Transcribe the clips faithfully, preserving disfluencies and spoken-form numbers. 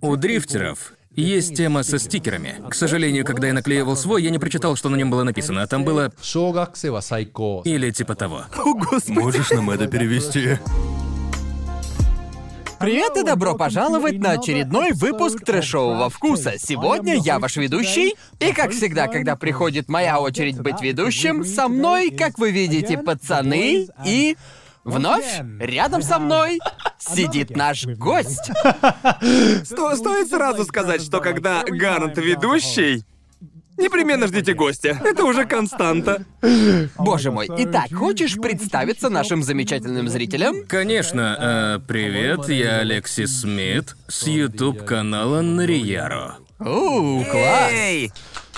У дрифтеров есть тема со стикерами. К сожалению, когда я наклеивал свой, я не прочитал, что на нем было написано, а там было... Или типа того. О, господи. Можешь нам это перевести? Привет и добро пожаловать на очередной выпуск трэшового вкуса. Сегодня я ваш ведущий, и как всегда, когда приходит моя очередь быть ведущим, со мной, как вы видите, пацаны, и... Вновь рядом со мной сидит наш гость. Сто- стоит сразу сказать, что когда Гарнт ведущий, непременно ждите гостя. Это уже константа. Боже мой. Итак, хочешь представиться нашим замечательным зрителям? Конечно, э, привет, я Алексис Смит с YouTube-канала Нарияро. Ууу, класс. Эй!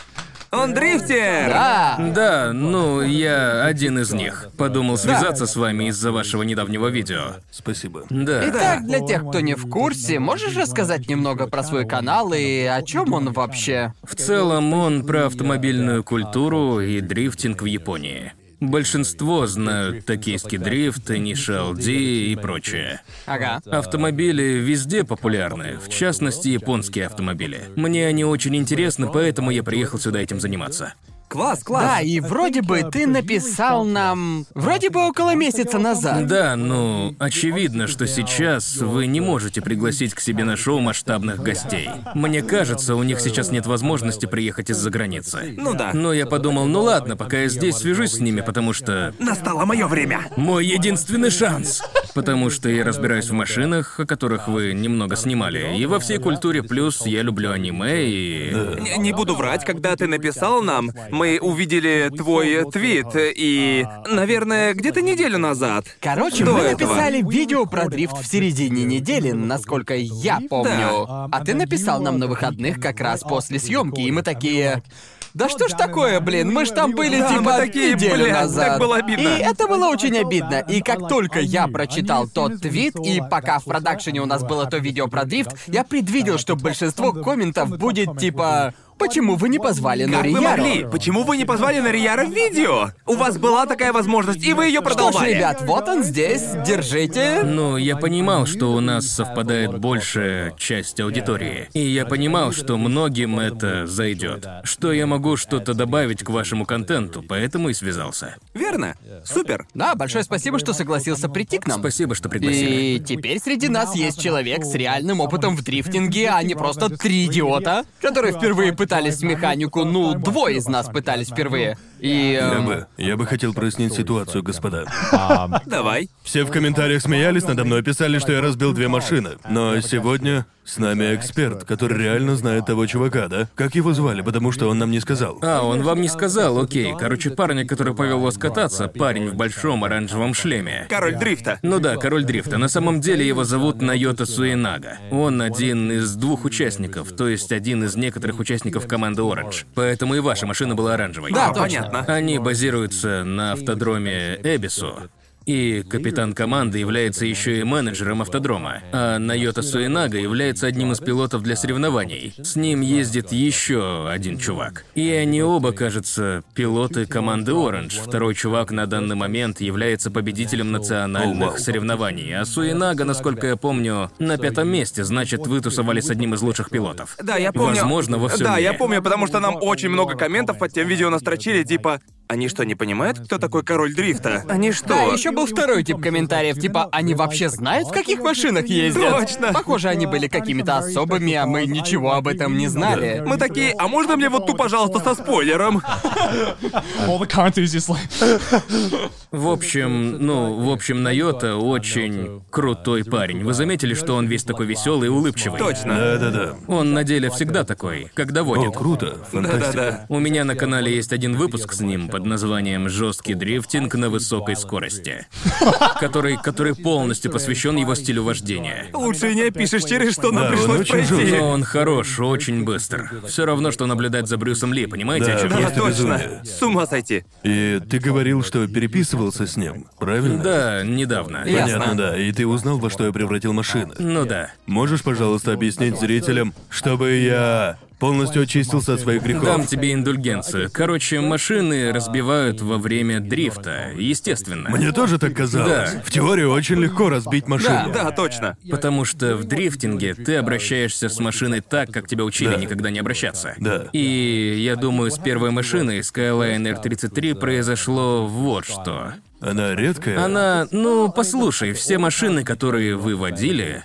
Он дрифтер! Да. Да, ну, я один из них. Подумал связаться с вами из-за вашего недавнего видео. Спасибо. Да. Итак, для тех, кто не в курсе, можешь рассказать немного про свой канал и о чем он вообще? В целом он про автомобильную культуру и дрифтинг в Японии. Большинство знают токийский дрифт, Initial D и прочее. Ага. Автомобили везде популярны, в частности, японские автомобили. Мне они очень интересны, поэтому я приехал сюда этим заниматься. Класс, класс. Да, и вроде бы ты написал нам... Вроде бы около месяца назад. Да, ну, очевидно, что сейчас вы не можете пригласить к себе на шоу масштабных гостей. Мне кажется, у них сейчас нет возможности приехать из-за границы. Ну да. Но я подумал, ну ладно, пока я здесь, свяжусь с ними, потому что... Настало мое время. Мой единственный шанс! Потому что я разбираюсь в машинах, о которых вы немного снимали, и во всей культуре, плюс я люблю аниме и... Не, не буду врать, когда ты написал нам, мы увидели твой твит, и, наверное, где-то неделю назад. Короче, До мы этого. написали видео про дрифт в середине недели, насколько я помню. А ты написал нам на выходных как раз после съемки, и мы такие... Да что ж такое, блин, мы ж там были Да, типа мы такие, неделю блядь, назад. так было обидно. И это было очень обидно. И как только я прочитал тот твит, и пока в продакшене у нас было то видео про дрифт, я предвидел, что большинство комментов будет типа... Почему вы не позвали Как вы Нарияро? могли? Почему вы не позвали Нарияро в видео? У вас была такая возможность, и вы ее Что ж, продолбали. ребят, вот он здесь, держите. Ну, я понимал, что у нас совпадает большая часть аудитории. И я понимал, что многим это зайдет. Что я могу что-то добавить к вашему контенту, поэтому и связался. Верно? Супер. Да, большое спасибо, что согласился прийти к нам. Спасибо, что пригласили. И теперь среди нас есть человек с реальным опытом в дрифтинге, а не просто три идиота, которые впервые пытались механику, ну, двое из нас пытались впервые. И... Я эм, бы, я бы хотел прояснить ситуацию, господа. Давай. Все в комментариях смеялись надо мной, писали, что я разбил две машины. Но сегодня с нами эксперт, который реально знает того чувака, да? Как его звали, потому что он нам не сказал. А, он вам не сказал, окей. Короче, парня, который повел вас кататься, парень в большом оранжевом шлеме. Король дрифта. Ну да, король дрифта. На самом деле его зовут Найота Суенага. Он один из двух участников, то есть один из некоторых участников команды Orange. Поэтому и ваша машина была оранжевой. Да, А, точно. понятно. Они базируются на автодроме Эбису. И капитан команды является еще и менеджером автодрома. А Найота Суенага является одним из пилотов для соревнований. С ним ездит еще один чувак. И они оба, кажется, пилоты команды Orange. Второй чувак на данный момент является победителем национальных соревнований. А Суенага, насколько я помню, на пятом месте, значит, вы тусовали с одним из лучших пилотов. Да, я помню. Возможно, во всем Да, мире. я помню, потому что нам очень много комментов под тем видео настрочили, типа... Они что, не понимают, кто такой король дрифта? Они что? Да, еще был второй тип комментариев, типа, они вообще знают, в каких машинах ездят? Точно. Похоже, они были какими-то особыми, а мы ничего об этом не знали. Мы такие, а можно мне вот ту, пожалуйста, со спойлером? All the car enthusiasts like... В общем, ну, в общем, Найота очень крутой парень. Вы заметили, что он весь такой веселый и улыбчивый? Точно. Да-да-да. Он на деле всегда такой, когда О, водит. круто. Фантастика. Да-да-да. У меня на канале есть один выпуск с ним под названием «Жесткий дрифтинг на высокой скорости», который, который полностью посвящен его стилю вождения. Лучше не опишешь, через что нам Да, он пришлось очень пройти. жёсткий. Но он хорош, очень быстр. Все равно, что наблюдать за Брюсом Ли, понимаете, Да, о чем Да, я? просто точно. безумие. С ума сойти. И ты говорил, что переписывался с ним, правильно? Да, недавно. Понятно, Ясно. да. И ты узнал, во что я превратил машины. Ну да. Можешь, пожалуйста, объяснить зрителям, чтобы я полностью очистился от своих грехов. Дам тебе индульгенцию. Короче, машины разбивают во время дрифта, естественно. Мне тоже так казалось. Да. В теории очень легко разбить машину. Да, точно. Потому что в дрифтинге ты обращаешься с машиной так, как тебя учили Да. никогда не обращаться. Да. И я думаю, с первой машиной, Skyline эр тридцать три, произошло вот что. Она редкая. Она, ну, послушай, все машины, которые вы водили,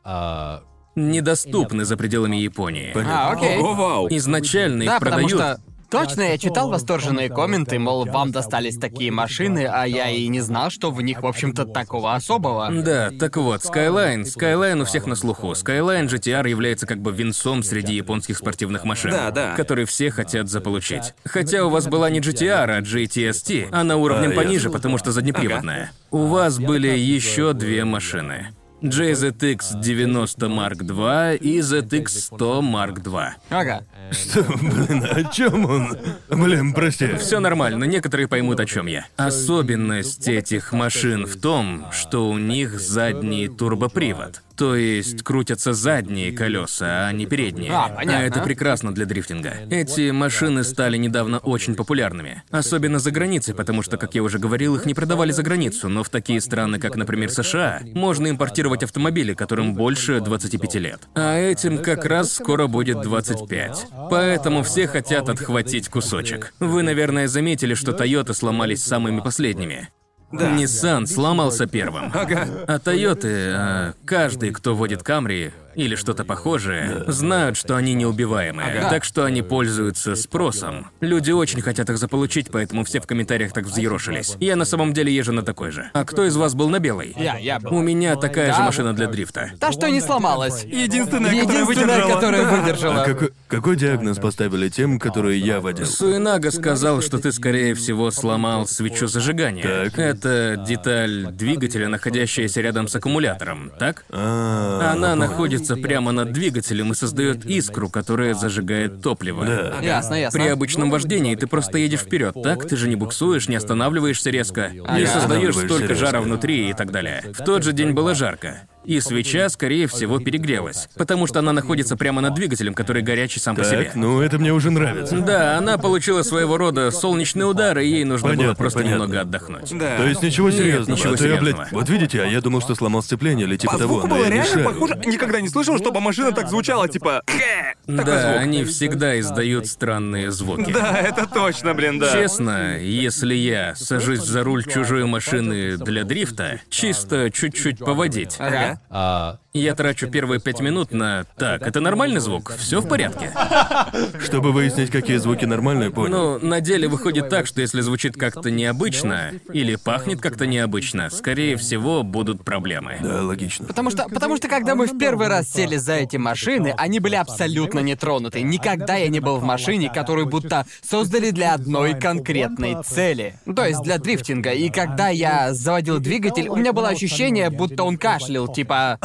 недоступны за пределами Японии. Понятно. А, окей. О, вау. Изначально их Да, потому продают. что... Точно, я читал восторженные комменты, мол, вам достались такие машины, а я и не знал, что в них, в общем-то, такого особого. Да, так вот, Skyline. Skyline у всех на слуху. Skyline джи ти ар является как бы венцом среди японских спортивных машин. Да, да. Которые все хотят заполучить. Хотя у вас была не джи ти ар, а джей ти эс ти. Она уровнем А, пониже, ясно. потому что заднеприводная. У вас были еще две машины. джей зет икс девяносто Марк два и зет икс сто Марк два. Ага. Что, блин, о чем он? Блин, прости. Все нормально, некоторые поймут, о чем я. Особенность этих машин в том, что у них задний турбопривод. То есть крутятся задние колеса, а не передние. А, понятно. это прекрасно для дрифтинга. Эти машины стали недавно очень популярными. Особенно за границей, потому что, как я уже говорил, их не продавали за границу, но в такие страны, как, например, США, можно импортировать автомобили, которым больше двадцати пяти лет. А этим как раз скоро будет двадцать пять. Поэтому все хотят отхватить кусочек. Вы, наверное, заметили, что Тойоты сломались самыми последними. Да. Nissan сломался первым. Ага. А Тойоты, а, каждый, кто водит Камри или что-то похожее, знают, что они неубиваемые. Ага. Так что они пользуются спросом. Люди очень хотят их заполучить, поэтому все в комментариях так взъерошились. Я на самом деле езжу на такой же. А кто из вас был на белой? Я, я был. У меня такая же Да. машина для дрифта. Та, что не сломалась. Единственная, которая Единственная, выдержала. которая Да. выдержала. А какой, какой диагноз поставили тем, которые я водил? Суинага сказал, что ты, скорее всего, сломал свечу зажигания. Так. Это деталь двигателя, находящаяся рядом с аккумулятором, так? А, Она находится прямо над двигателем и создает искру, которая зажигает топливо. Да. Ясно, ясно. При обычном вождении ты просто едешь вперед, так? Ты же не буксуешь, не останавливаешься резко, не Ага. создаешь Останавливаешься столько жара резко. внутри и так далее. В тот же день было жарко. И свеча, скорее всего, перегрелась, потому что она находится прямо над двигателем, который горячий сам по себе. Так, ну это мне уже нравится. Да, она получила своего рода солнечный удар, и ей нужно было Понятно, просто понятно. немного отдохнуть. Да. То есть ничего Нет, серьезного. ничего а то я, блядь, серьезного. вот видите, а я думал, что сломал сцепление или типа По того, звуку но было я не реально шарю. похоже. Никогда не слышал, чтобы машина так звучала, типа. «Кэ». Такой Да, звук. они всегда издают странные звуки. Да, это точно, блин, да. Честно, если я сажусь за руль чужой машины для дрифта, чисто чуть-чуть поводить, Ага. я трачу первые пять минут на «Так, это нормальный звук? Все в порядке?» Чтобы выяснить, какие звуки нормальные, понял. Но на деле выходит так, что если звучит как-то необычно или пахнет как-то необычно, скорее всего, будут проблемы. Да, логично. Потому что, потому что когда мы в первый раз сели за эти машины, они были абсолютно нетронуты. Никогда я не был в машине, которую будто создали для одной конкретной цели. То есть для дрифтинга. И когда я заводил двигатель, у меня было ощущение, будто он кашлял, типа...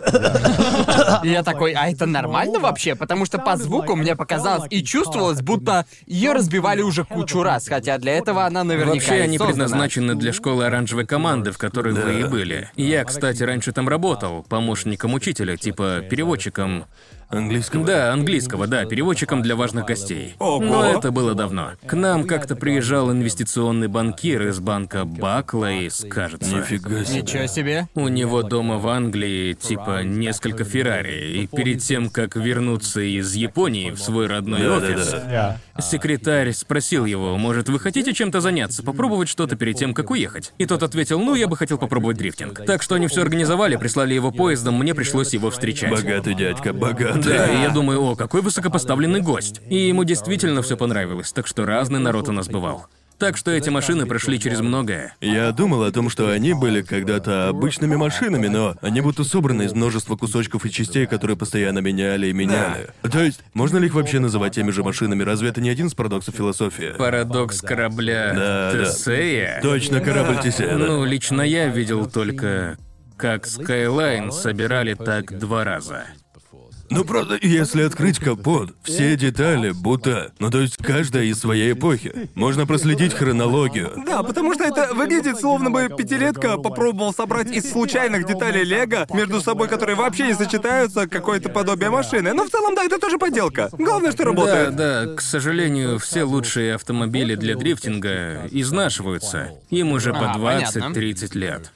И я такой, а это нормально вообще? Потому что по звуку мне показалось и чувствовалось, будто ее разбивали уже кучу раз, хотя для этого она наверняка Вообще и они создана. предназначены для школы оранжевой команды, в которой вы и были. Я, кстати, раньше там работал, помощником учителя, типа переводчиком. Английского. Да, английского, да, переводчиком для важных гостей. Ого. Но это было давно. К нам как-то приезжал инвестиционный банкир из банка Баклейс, кажется. Нифига себе. Ничего себе. У него дома в Англии, типа, несколько Феррари, и перед тем, как вернуться из Японии в свой родной Да-да-да. офис, Yeah. секретарь спросил его, может, вы хотите чем-то заняться, попробовать что-то перед тем, как уехать? И тот ответил, ну, я бы хотел попробовать дрифтинг. Так что они все организовали, прислали его поездом, мне пришлось его встречать. Богатый дядька, богатый. Да, и я думаю, о, какой высокопоставленный гость. И ему действительно все понравилось, так что разный народ у нас бывал. Так что эти машины прошли через многое. Я думал о том, что они были когда-то обычными машинами, но они будто собраны из множества кусочков и частей, которые постоянно меняли и меняли. То есть, можно ли их вообще называть теми же машинами? Разве это не один из парадоксов философии? Парадокс корабля Да, да. Тесея. Точно, корабль Тесея, да. Ну, лично я видел только, как Skyline собирали так два раза. Ну просто, если открыть капот, все детали будто... Ну то есть каждая из своей эпохи. Можно проследить хронологию. Да, потому что это выглядит словно бы пятилетка попробовал собрать из случайных деталей Лего между собой, которые вообще не сочетаются, какое-то подобие машины. Но в целом, да, это тоже поделка. Главное, что работает. Да, да, к сожалению, все лучшие автомобили для дрифтинга изнашиваются. Им уже по А, двадцать-тридцать лет.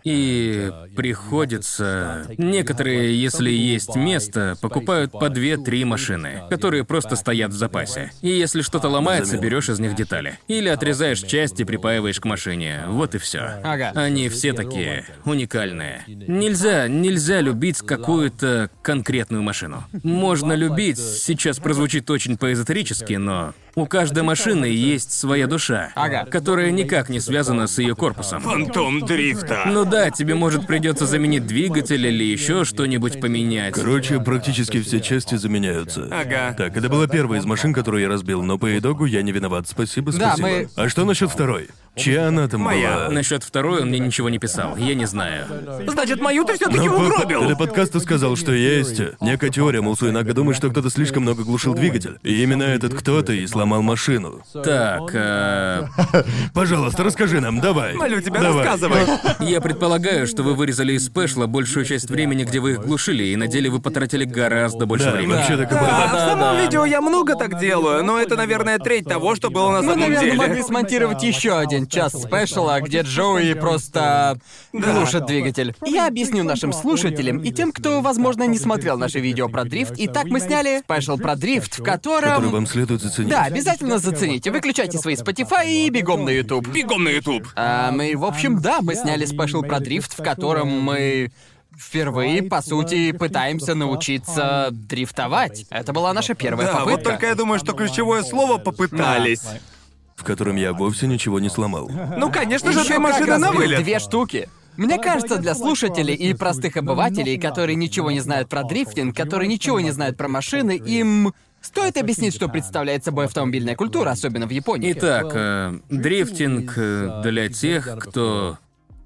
И приходится... Некоторые, если есть место, покупают по две-три машины, которые просто стоят в запасе. И если что-то ломается, берешь из них детали. Или отрезаешь части, припаиваешь к машине. Вот и все. Ага. Они все такие уникальные. Нельзя, нельзя любить какую-то конкретную машину. Можно любить, сейчас прозвучит очень поэзотерически, но у каждой машины есть своя душа, Ага. которая никак не связана с ее корпусом. Фантом дрифта. Ну да, тебе может придется заменить двигатель или еще что-нибудь поменять. Короче, практически все части заменяются. Ага. Так, это была первая из машин, которую я разбил, но по итогу я не виноват. Спасибо, Да, спасибо. мы- А что насчет второй? Чья она там Моя. была? Насчет второй он мне ничего не писал, я не знаю. Значит, мою ты все-таки Ну, по- угробил. Для подкаста сказал, что есть некая теория, мол, Суинага думает, что кто-то слишком много глушил двигатель. И именно этот кто-то и сломал машину. Так, а, Пожалуйста, расскажи нам, давай. Молю тебя, Давай. рассказывай. я предполагаю, что вы вырезали из спешла большую часть времени, где вы их глушили, и на деле вы потратили гораздо больше Да, времени. вообще так и Да, было. в самом видео я много так делаю, но это, наверное, треть того, что было на Мы, самом наверное, деле. могли смонтировать еще один час спешала, где Джоуи просто глушит двигатель. Я объясню нашим слушателям и тем, кто, возможно, не смотрел наше видео про дрифт. Итак, мы сняли спешл про дрифт, в котором... Который вам следует заценить. Да, обязательно зацените. Выключайте свои Spotify и бегом на YouTube. Бегом на YouTube. А, мы, в общем, да, мы сняли спешл про дрифт, в котором мы впервые, по сути, пытаемся научиться дрифтовать. Это была наша первая Да, попытка. вот только я думаю, что ключевое слово «попытались». В котором я вовсе ничего не сломал. Ну, конечно же, Ещё две как машины раз на были вылет. две штуки. Мне кажется, для слушателей и простых обывателей, которые ничего не знают про дрифтинг, которые ничего не знают про машины, им стоит объяснить, что представляет собой автомобильная культура, особенно в Японии. Итак, э, дрифтинг э, для тех, кто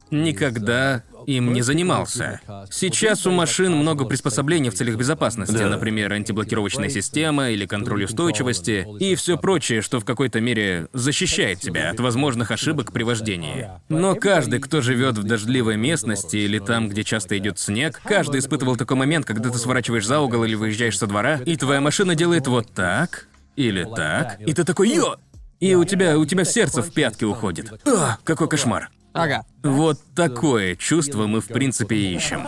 никогда им не занимался. Сейчас у машин много приспособлений в целях безопасности, Да. например, антиблокировочная система или контроль устойчивости и все прочее, что в какой-то мере защищает тебя от возможных ошибок при вождении. Но каждый, кто живет в дождливой местности или там, где часто идет снег, каждый испытывал такой момент, когда ты сворачиваешь за угол или выезжаешь со двора, и твоя машина делает вот так или так, и ты такой «Йо!» И у тебя, у тебя сердце в пятки уходит. А, какой кошмар. Ага. Вот такое чувство мы в принципе и ищем.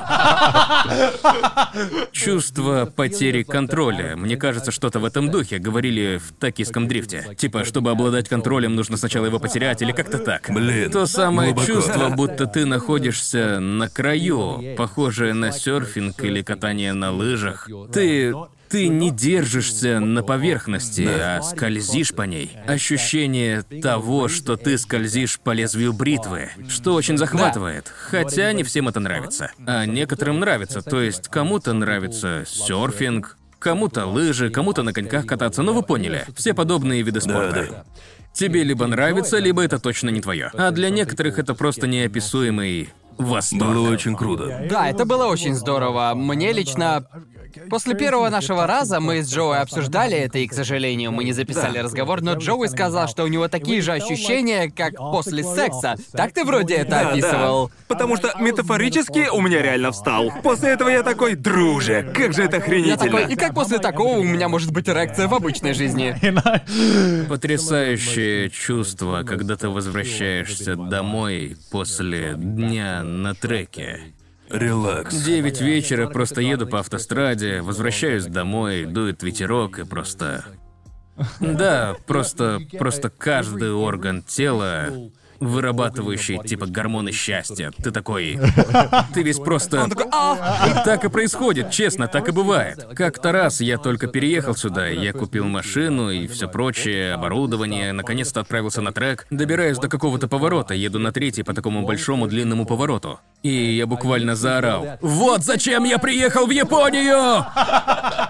Чувство потери контроля. Мне кажется, что-то в этом духе говорили в токийском дрифте. Типа, чтобы обладать контролем, нужно сначала его потерять или как-то так. Блин, То самое глубоко. чувство, будто ты находишься на краю, похожее на серфинг или катание на лыжах. Ты... Ты не держишься на поверхности, а скользишь по ней. Ощущение того, что ты скользишь по лезвию бритвы, что очень захватывает. Хотя не всем это нравится. А некоторым нравится. То есть кому-то нравится серфинг, кому-то лыжи, кому-то на коньках кататься. Ну вы поняли, все подобные виды спорта. Да, да. Тебе либо нравится, либо это точно не твое. А для некоторых это просто неописуемый восторг. Было очень круто. Да, это было очень здорово. Мне лично... После первого нашего раза мы с Джоуи обсуждали это, и, к сожалению, мы не записали разговор, но Джоуи сказал, что у него такие же ощущения, как после секса. Так ты вроде это Да, описывал. да. Потому что метафорически у меня реально встал. После этого я такой, друже, как же это Я охренительно. такой, и как после такого у меня может быть эрекция в обычной жизни? Потрясающее чувство, когда ты возвращаешься домой после дня на треке. Релакс. Девять вечера, просто еду по автостраде, возвращаюсь домой, дует ветерок и просто... Да, просто, просто каждый орган тела, вырабатывающий типа гормоны счастья. Ты такой... Ты весь просто... «А!» Так и происходит, честно, так и бывает. Как-то раз я только переехал сюда, я купил машину и все прочее, оборудование, наконец-то отправился на трек, добираюсь до какого-то поворота, еду на третий по такому большому длинному повороту. И я буквально заорал: «Вот зачем я приехал в Японию!»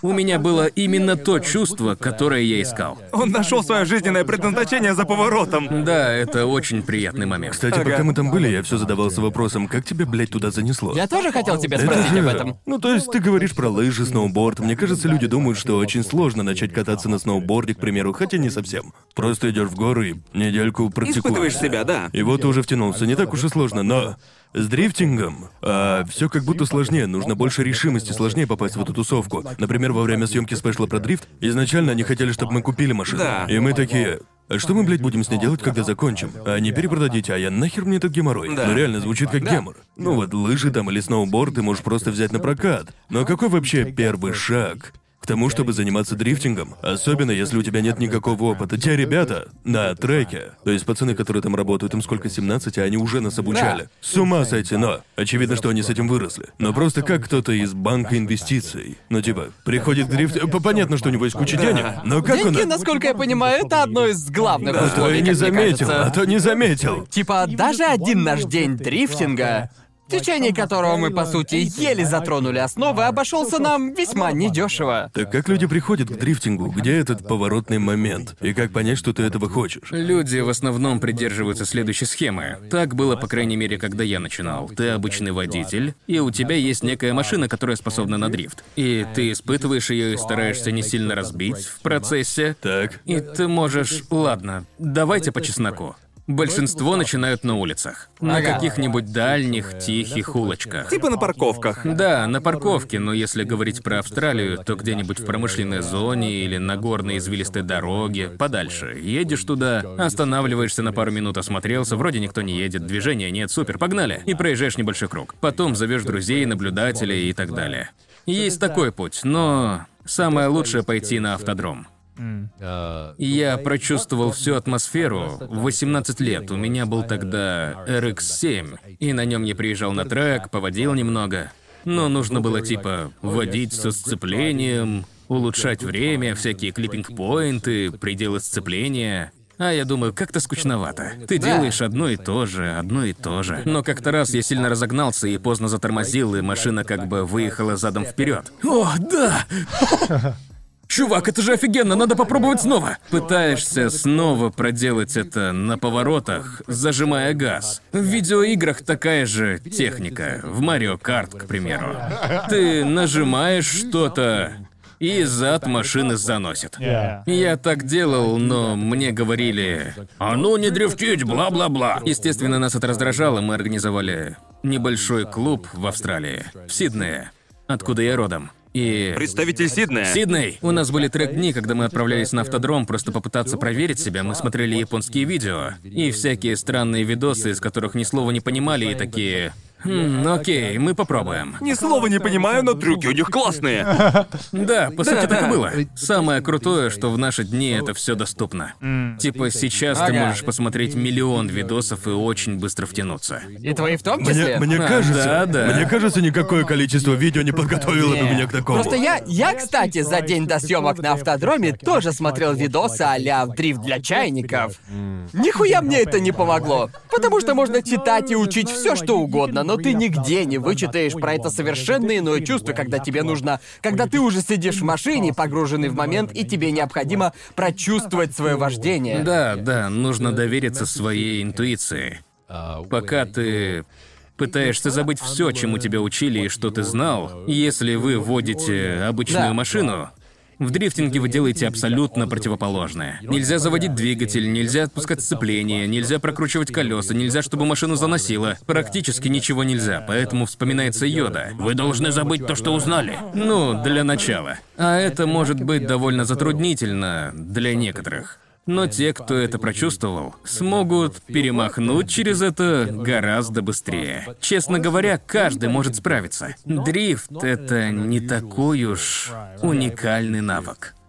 У меня было именно то чувство, которое я искал. Он нашел свое жизненное предназначение за поворотом. Да, это очень приятный момент. Кстати, Ага. пока мы там были, я все задавался вопросом, как тебя, блядь, туда занесло? Я тоже хотел тебя Это спросить же- об этом. Ну, то есть ты говоришь про лыжи, сноуборд. Мне кажется, люди думают, что очень сложно начать кататься на сноуборде, к примеру, хотя не совсем. Просто идешь в горы и недельку практикуешь. Испытываешь себя, да. И вот ты уже втянулся, не так уж и сложно, но с дрифтингом а, все как будто сложнее, нужно больше решимости, сложнее попасть в эту тусовку. Например, во время съемки спешла про дрифт, изначально они хотели, чтобы мы купили машину. Да. И мы такие. А что мы, блядь, будем с ней делать, когда закончим? А не перепродадите, а я нахер мне этот геморрой? Да. Ну реально звучит как гемор. Ну вот лыжи там или сноуборд ты можешь просто взять на прокат. Но какой вообще первый шаг к тому, чтобы заниматься дрифтингом? Особенно, если у тебя нет никакого опыта. Те ребята на треке, то есть пацаны, которые там работают, им сколько, семнадцать, а они уже нас обучали. Да. С ума сойти, но очевидно, что они с этим выросли. Но просто как кто-то из банка инвестиций, ну типа, приходит дрифт... П- Понятно, что у него есть куча денег, но как Деньги, он... насколько я понимаю, это одно из главных А то условий, я не как мне заметил, кажется. а то не заметил. Типа, даже один наш день дрифтинга, в течение которого мы, по сути, еле затронули основы, обошелся нам весьма недешево. Так как люди приходят к дрифтингу? Где этот поворотный момент? И как понять, что ты этого хочешь? Люди в основном придерживаются следующей схемы. Так было, по крайней мере, когда я начинал. Ты обычный водитель, и у тебя есть некая машина, которая способна на дрифт. И ты испытываешь ее и стараешься не сильно разбить в процессе. Так. И ты можешь... Ладно, давайте по чесноку. Большинство начинают на улицах. На Ага. каких-нибудь дальних, тихих улочках. Типа на парковках. Да, на парковке, но если говорить про Австралию, то где-нибудь в промышленной зоне или на горной извилистой дороге, подальше. Едешь туда, останавливаешься на пару минут, осмотрелся, вроде никто не едет, движения нет, супер, погнали. И проезжаешь небольшой круг. Потом зовешь друзей, наблюдателей и так далее. Есть такой путь, но самое лучшее пойти на автодром. Я прочувствовал всю атмосферу в восемнадцать лет. У меня был тогда эр икс семь, и на нем я приезжал на трек, поводил немного. Но нужно было типа водить со сцеплением, улучшать время, всякие клиппинг-поинты, пределы сцепления. А я думаю, как-то скучновато. Ты Да. делаешь одно и то же, одно и то же. Но как-то раз я сильно разогнался и поздно затормозил, и машина как бы выехала задом вперед. О, да! Чувак, это же офигенно, надо попробовать снова. Пытаешься снова проделать это на поворотах, зажимая газ. В видеоиграх такая же техника. В Марио Карт, к примеру. Ты нажимаешь что-то, и зад машины заносит. Yeah. Я так делал, но мне говорили: «А ну не дрифтить, бла-бла-бла». Естественно, нас это раздражало, мы организовали небольшой клуб в Австралии, в Сиднее, откуда я родом. И... Представитель Сиднея. Сидней! У нас были трек-дни, когда мы отправлялись на автодром просто попытаться проверить себя. Мы смотрели японские видео и всякие странные видосы, из которых ни слова не понимали, и такие... «Хм, окей, мы попробуем». Ни слова не понимаю, но трюки у них классные. Да, по сути, да. так и было. Самое крутое, что в наши дни это все доступно. Типа сейчас ты Ага. можешь посмотреть миллион видосов и очень быстро втянуться. И твои в том Мне, числе? мне А, кажется, да, да. мне кажется, никакое количество видео не подготовило бы Не. меня к такому. Просто я, я, кстати, за день до съемок на автодроме тоже смотрел видосы а-ля дрифт для чайников. Нихуя мне это не помогло. Потому что можно читать и учить все, что угодно, но ты нигде не вычитаешь про это совершенно иное чувство, когда тебе нужно... Когда ты уже сидишь в машине, погруженный в момент, и тебе необходимо прочувствовать свое вождение. Да, да, нужно довериться своей интуиции. Пока ты пытаешься забыть все, чему тебя учили и что ты знал, если вы водите обычную Да. машину, в дрифтинге вы делаете абсолютно противоположное. Нельзя заводить двигатель, нельзя отпускать сцепление, нельзя прокручивать колеса, нельзя, чтобы машину заносило. Практически ничего нельзя, поэтому вспоминается Йода. Вы должны забыть то, что узнали. Ну, для начала. А это может быть довольно затруднительно для некоторых. Но те, кто это прочувствовал, смогут перемахнуть через это гораздо быстрее. Честно говоря, каждый может справиться. Дрифт — это не такой уж уникальный навык.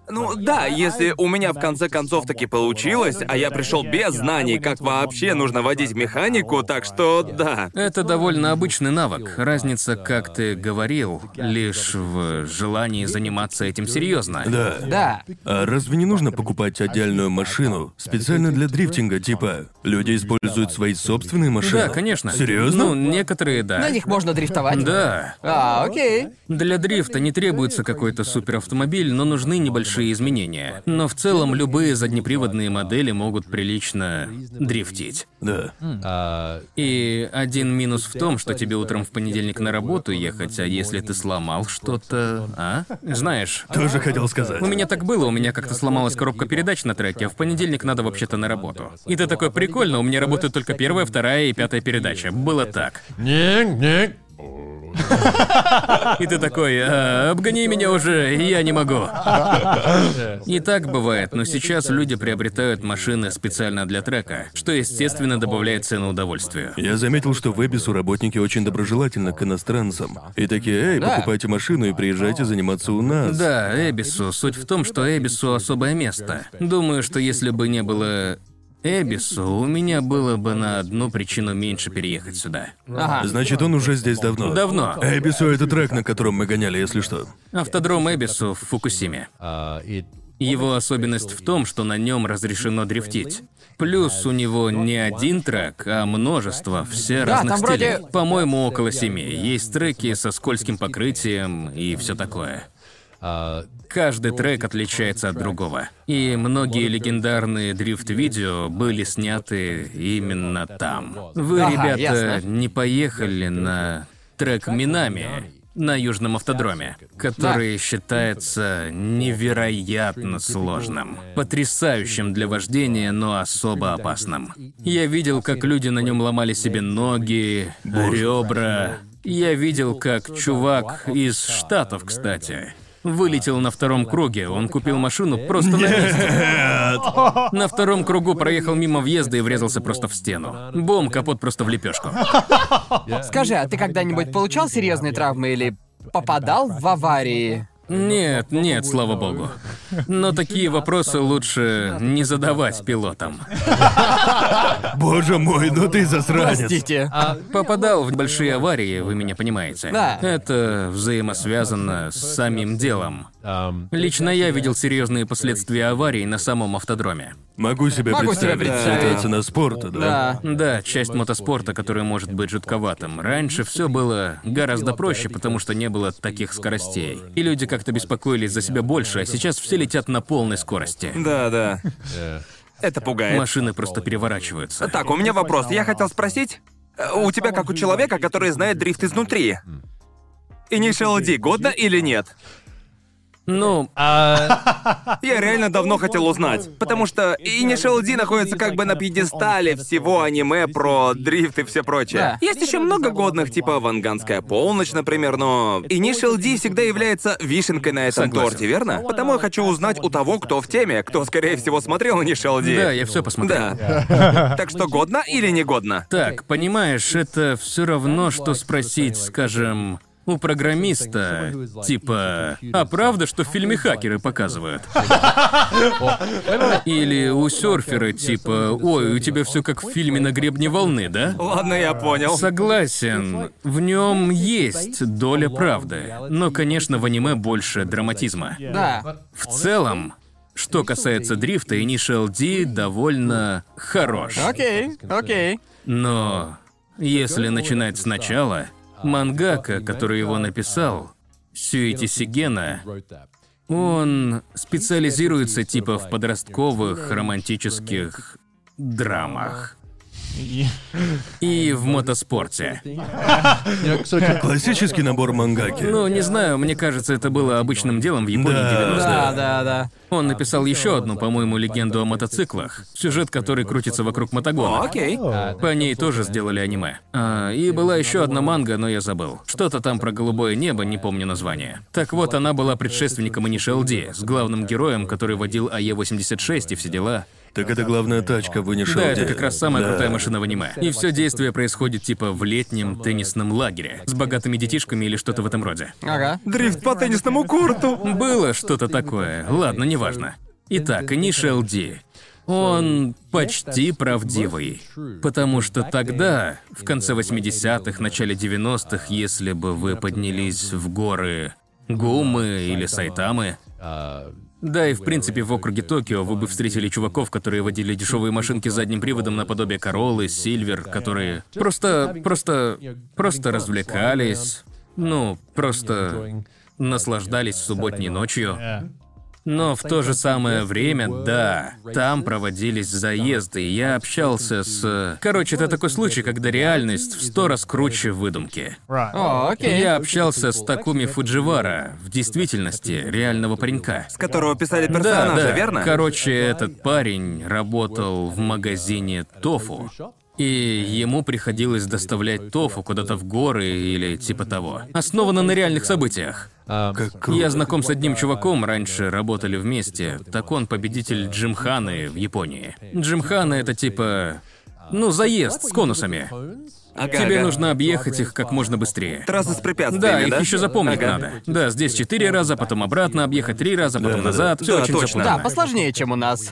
Ну да, если у меня в конце концов таки получилось, а я пришел без знаний, как вообще нужно водить механику, так что да. Это довольно обычный навык. Разница, как ты говорил, лишь в желании заниматься этим серьезно. Да. Да. А разве не нужно покупать отдельную машину специально для дрифтинга? Типа, люди используют свои собственные машины? Да, конечно. Серьезно? Ну, некоторые, да. На них можно дрифтовать? Да. А, окей. Для дрифта не требуется какой-то суперавтомобиль, но нужны небольшие изменения. Но в целом любые заднеприводные модели могут прилично дрифтить. Да. И один минус в том, что тебе утром в понедельник на работу ехать, а если ты сломал что-то, а? Знаешь, Тоже хотел сказать. у меня так было, у меня как-то сломалась коробка передач на треке, а в понедельник надо вообще-то на работу. И ты такой, прикольно, у меня работают только первая, вторая и пятая передача. Было так. И ты такой, а, обгони меня уже, я не могу. И так бывает, но сейчас люди приобретают машины специально для трека, что, естественно, добавляет цену удовольствию. Я заметил, что в Эбису работники очень доброжелательны к иностранцам. И такие, эй, Да. покупайте машину и приезжайте заниматься у нас. Да, Эбису. Суть в том, что Эбису особое место. Думаю, что если бы не было Эбису, у меня было бы на одну причину меньше переехать сюда. Ага. Значит, он уже здесь давно. Давно. Эбису — это трек, на котором мы гоняли, если что. Автодром Эбису в Фукусиме. Его особенность в том, что на нем разрешено дрифтить. Плюс у него не один трек, а множество, все Да, разных там вроде- стилей. По-моему, около семи. Есть треки со скользким покрытием и все такое. Каждый трек отличается от другого. И многие легендарные дрифт-видео были сняты именно там. Вы, Ага, ребята, ясно. не поехали на трек Минами на Южном автодроме, который считается невероятно сложным, потрясающим для вождения, но особо опасным. Я видел, как люди на нем ломали себе ноги, ребра. Я видел, как чувак из Штатов, кстати, вылетел на втором круге. Он купил машину просто на месте. На втором кругу проехал мимо въезда и врезался просто в стену. Бум, капот просто в лепешку. Скажи, а ты когда-нибудь получал серьезные травмы или попадал в аварии? Нет, нет, слава богу. Но такие вопросы лучше не задавать пилотам. Боже мой, ну ты засранец. Простите. Попадал в большие аварии, вы меня понимаете. Да. Это взаимосвязано с самим делом. Лично я видел серьезные последствия аварий на самом автодроме. Могу себе Могу себе представить. представить. Это цена спорта, да? Да. Да, часть мотоспорта, которая может быть жутковатым. Раньше все было гораздо проще, потому что не было таких скоростей. И люди как-то беспокоились за себя больше, а сейчас все летят на полной скорости. Да, да. Это пугает. Машины просто переворачиваются. Так, у меня вопрос. Я хотел спросить, э, у тебя как у человека, который знает дрифт изнутри. Initial D годно или нет? Ну, Я реально давно хотел узнать, потому что Initial D находится как бы на пьедестале всего аниме про дрифт и все прочее. Да. Есть еще много годных, типа «Ванганская полночь», например, но Initial D всегда является вишенкой на этом Согласен. торте, верно? Потому я хочу узнать у того, кто в теме, кто, скорее всего, смотрел Initial D. да, я все посмотрел. Да. Так что годно или не годно? Так, понимаешь, это все равно, что спросить, скажем, у программиста, типа, а правда, что в фильме «Хакеры» показывают? Или у серфера, типа, ой, у тебя все как в фильме «На гребне волны», да? Ладно, я понял. Согласен, в нем есть доля правды, но, конечно, в аниме больше драматизма. Да. В целом, что касается дрифта, Initial D довольно хорош. Окей, окей. Но если начинать сначала, мангака, который его написал, Сюити Сигена, он специализируется типа в подростковых романтических драмах. И в мотоспорте. Классический набор мангаки. Ну, не знаю, мне кажется, это было обычным делом в Японии Да. девяностых. Да, да, да. Он написал еще одну, по-моему, легенду о мотоциклах, сюжет который крутится вокруг мотогона. Окей. По ней тоже сделали аниме. А, и была еще одна манга, но я забыл. Что-то там про голубое небо, не помню название. Так вот, она была предшественником Initial D, с главным героем, который водил А Е восемьдесят шесть и все дела. Так это главная тачка в Initial Да, D. это как раз самая Да. крутая машина в аниме. И все действие происходит типа в летнем теннисном лагере с богатыми детишками или что-то в этом роде. Ага. Дрифт по теннисному корту. Было что-то такое. Ладно, неважно. Итак, Initial D. Он почти правдивый. Потому что тогда, в конце восьмидесятых, начале девяностых, если бы вы поднялись в горы Гумы или Сайтамы, да, и в принципе в округе Токио вы бы встретили чуваков, которые водили дешевые машинки с задним приводом наподобие Короллы, Сильвер, которые просто, просто, просто развлекались, ну, просто наслаждались субботней ночью. Но в то же самое время, да, там проводились заезды, и я общался с... Короче, это такой случай, когда реальность в сто раз круче выдумки. О, окей. Я общался с Такуми Фудживара, в действительности, реального паренька. С которого писали Да, персонажа, да. верно? Короче, этот парень работал в магазине тофу. И ему приходилось доставлять тофу куда-то в горы или типа того. Основано на реальных событиях. Как круто. Я знаком с одним чуваком, раньше работали вместе. Так он победитель Джимханы в Японии. Джимхана — это типа... Ну, заезд с конусами. Ага, Тебе ага. нужно объехать их как можно быстрее. Трассы с препятствиями, Да, да? их еще запомнить Ага. надо. Да, здесь четыре раза, потом обратно объехать три раза, потом Да-да-да. назад. Все Да, очень точно. запутанно. Да, посложнее, чем у нас.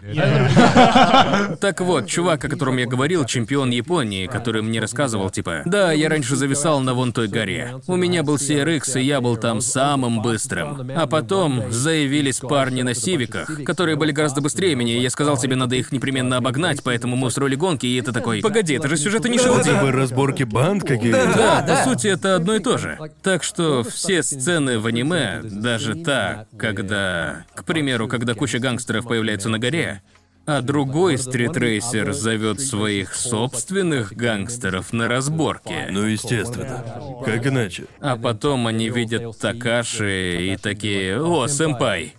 Так вот, чувак, о котором я говорил, чемпион Японии, который мне рассказывал, типа, да, я раньше зависал на вон той горе. У меня был си эр икс, и я был там самым быстрым. А потом заявились парни на сивиках, которые были гораздо быстрее меня, и я сказал себе, надо их непременно обогнать, поэтому мы устроили гонки, и это такой, погоди, это же сюжет не шоу. Это бы разборки банд какие-то. Да, по сути, это одно и то же. Так что все сцены в аниме, даже та, когда, к примеру, когда куча гангстеров появляется на горе, а другой стритрейсер зовет своих собственных гангстеров на разборки. Ну, естественно. Как иначе? А потом они видят Такаши и такие: «О, сэмпай».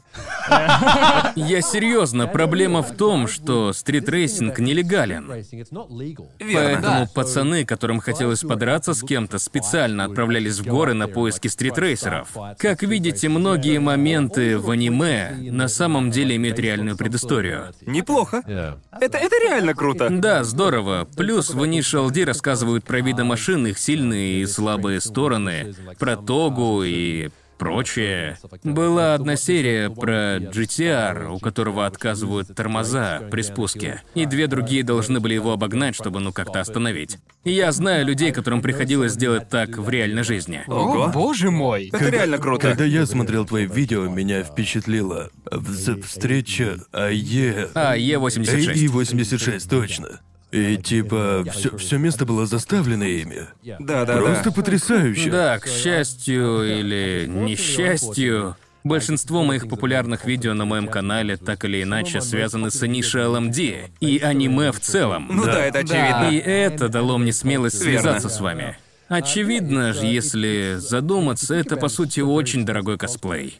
Я серьезно, проблема в том, что стритрейсинг нелегален. Поэтому Да. пацаны, которым хотелось подраться с кем-то, специально отправлялись в горы на поиски стритрейсеров. Как видите, многие моменты в аниме на самом деле имеют реальную предысторию. Неплохо. Это, это реально круто. Да, здорово. Плюс в Initial D рассказывают про виды машин, их сильные и слабые стороны, про Тогу и прочее. Была одна серия про джи ти ар, у которого отказывают тормоза при спуске, и две другие должны были его обогнать, чтобы ну как-то остановить. И я знаю людей, которым приходилось делать так в реальной жизни. Ого. О, боже мой. Это реально круто. Когда я смотрел твои видео, меня впечатлила вз- встреча АЕ... А, Е восемьдесят и шесть. восемьдесят шесть, точно. И типа, все, все место было заставлено ими. Да, да, Просто да. потрясающе. Да, к счастью или несчастью, большинство моих популярных видео на моем канале так или иначе связаны с Initial D и аниме в целом. Ну да, это очевидно. И это дало мне смелость связаться Верно. с вами. Очевидно же, если задуматься, это по сути очень дорогой косплей.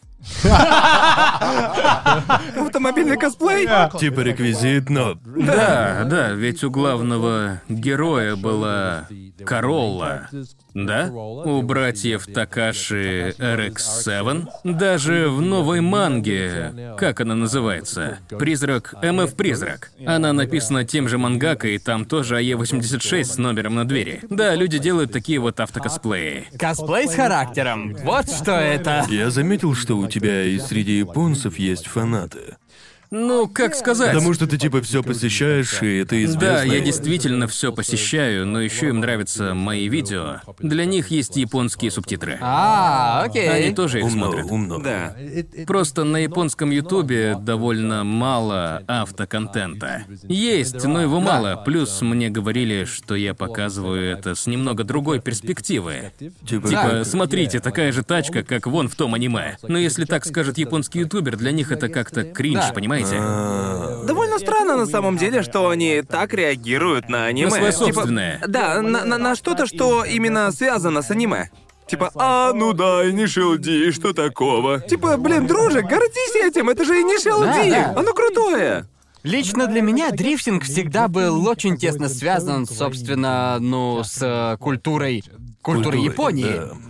Автомобильный косплей? Типа реквизит, но... Да, да, ведь у главного героя была Королла. Да? У братьев Такаши эр икс семь. Даже в новой манге, как она называется? Призрак, эм эф-призрак. Она написана тем же мангакой, и там тоже АЕ восемьдесят шесть с номером на двери. Да, люди делают такие вот автокосплеи. Косплей с характером. Вот что это. Я заметил, что у тебя и среди японцев есть фанаты. Ну, как сказать? Потому что ты типа все посещаешь, и это известно. Да, я действительно все посещаю, но еще им нравятся мои видео. Для них есть японские субтитры. А, окей. Они тоже их Умно, смотрят. умно. Да. Просто на японском ютубе довольно мало автоконтента. Есть, но его мало. Плюс мне говорили, что я показываю это с немного другой перспективы. Типа, Типа, смотрите, такая же тачка, как вон в том аниме. Но если так скажет японский ютубер, для них это как-то кринж, Да. понимаете? Довольно странно на самом деле, что они так реагируют на аниме. На свое Типа, собственное. да, на, на- на что-то, что именно связано с аниме. Типа, а, ну да, Initial D, что такого? Типа, блин, друже, гордись этим, это же Initial Да, D, да. оно крутое. Лично для меня дрифтинг всегда был очень тесно связан, собственно, ну, с э, культурой... культурой Культурой, Японии. да.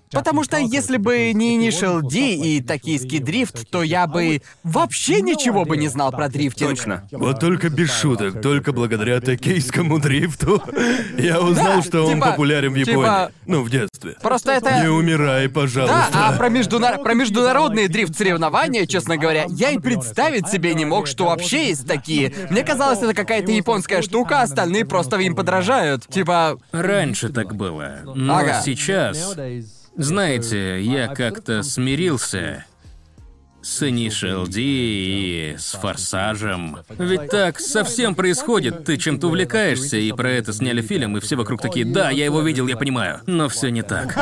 Потому что если бы не Initial D и токийский дрифт, то я бы вообще ничего бы не знал про дрифтинг. Точно. Вот только без шуток, только благодаря токийскому дрифту я узнал, Да, что он типа- популярен в Японии. типа- Ну, в детстве. Просто это... Не умирай, Да, пожалуйста. а про, междуна- про международные дрифт-соревнования, честно говоря, я и представить себе не мог, что вообще есть такие. Мне казалось, это какая-то японская штука, а остальные просто им подражают. Типа... Раньше так было, но Ага. сейчас, знаете, я как-то смирился с Initial D и с Форсажем. Ведь так совсем происходит. Ты чем-то увлекаешься, и про это сняли фильм, и все вокруг такие: да, я его видел, я понимаю. Но все не так.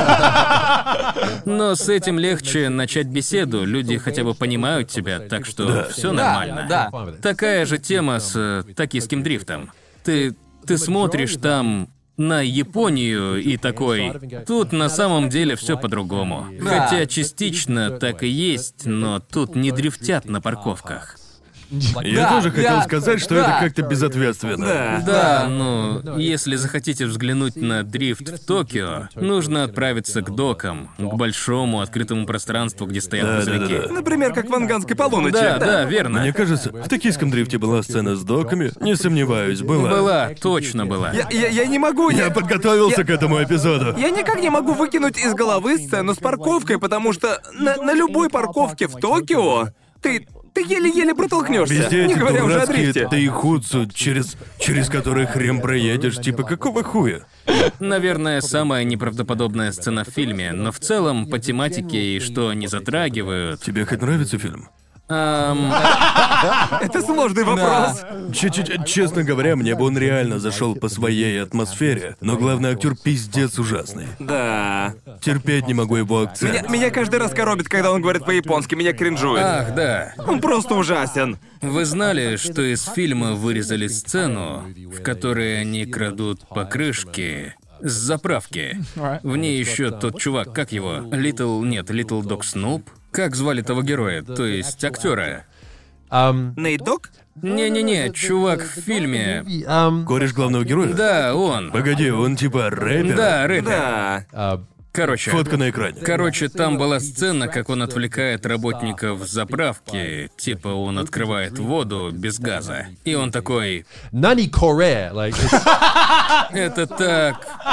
Но с этим легче начать беседу. Люди хотя бы понимают тебя, так что все нормально. Да, Такая же тема с э, токийским дрифтом. Ты, ты смотришь там на Японию и такой: тут на самом деле все по-другому. Да. Хотя частично так и есть, но тут не дрифтят на парковках. Я Да, тоже хотел да, сказать, что да. это как-то безответственно. Да. Да, ну, если захотите взглянуть на дрифт в Токио, нужно отправиться к докам, к большому открытому пространству, где стоят Да, да, грузовики. да, да. Например, как в Анганской полуночи. Да, да, верно. Мне кажется, в токийском дрифте была сцена с доками. Не сомневаюсь, была. Была, точно была. Я, я, я не могу... Я Я, подготовился к этому эпизоду. я никак не могу выкинуть из головы сцену с парковкой, потому что на, на любой парковке в Токио ты... Ты еле-еле протолкнешься, Везде не эти говоря уже о дурацкие дрифте. тайхуцу, через, через которые хрен проедешь, типа какого хуя? Наверное, самая неправдоподобная сцена в фильме, но в целом по тематике и что они затрагивают. Тебе хоть нравится фильм? Ам, Это сложный вопрос. Ч -ч -ч Честно говоря, мне бы он реально зашел по своей атмосфере, но главный актер пиздец ужасный. Да. Терпеть не могу его акцент. Меня, меня каждый раз коробит, когда он говорит по-японски, меня кринжует. ах, да. Он просто ужасен. Вы знали, что из фильма вырезали сцену, в которой они крадут покрышки с заправки? В ней еще тот чувак, как его? Литл... Нет, Литл Дог Снуп? Как звали того героя, то есть актера? Um, Нейт Дог? Не-не-не, чувак в фильме. um, Кореш главного героя? Да, он. Погоди, он типа рэпер? Да, рэпер. Да. uh, Короче. Фотка на экране. Короче, там была сцена, как он отвлекает работников заправки. Типа он открывает воду без газа. И он такой: Nani Kore, like it's это так...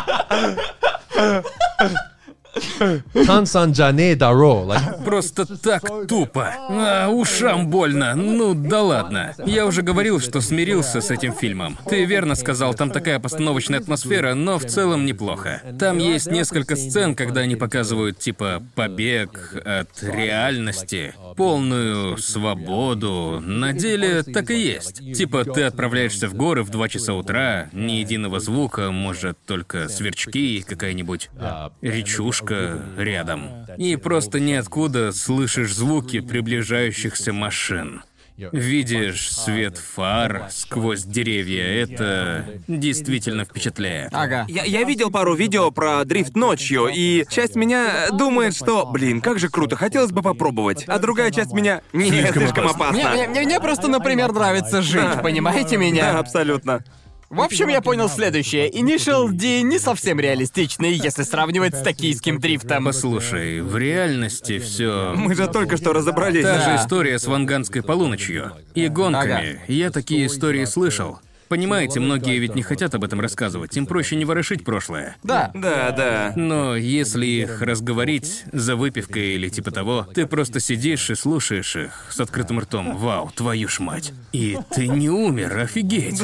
Tansan Jane Daro, like Просто так тупо. А, ушам больно. Ну да ладно. Я уже говорил, что смирился с этим фильмом. Ты верно сказал, там такая постановочная атмосфера, но в целом неплохо. Там есть несколько сцен, когда они показывают типа побег от реальности, полную свободу. На деле так и есть. Типа ты отправляешься в горы в два часа утра, ни единого звука, может только сверчки, какая-нибудь речушка рядом. И просто ниоткуда слышишь звуки приближающихся машин. Видишь свет фар сквозь деревья, это действительно впечатляет. Ага. Я, я видел пару видео про дрифт ночью, и часть меня думает, что, блин, как же круто, хотелось бы попробовать. А другая часть меня, не, Слишком слишком, опасно. опасно. Мне, мне- мне просто, например, нравится жить, понимаете Да, меня? абсолютно. В общем, я понял следующее. Initial D не совсем реалистичный, если сравнивать с токийским дрифтом. Послушай, в реальности все. Мы же только что разобрались. Та Да. же история с ванганской полуночью и гонками. Я такие истории слышал. Понимаете, многие ведь не хотят об этом рассказывать, им проще не ворошить прошлое. Да. Да, да. Но если их разговорить за выпивкой или типа того, ты просто сидишь и слушаешь их с открытым ртом. Вау, твою ж мать. И ты не умер, офигеть.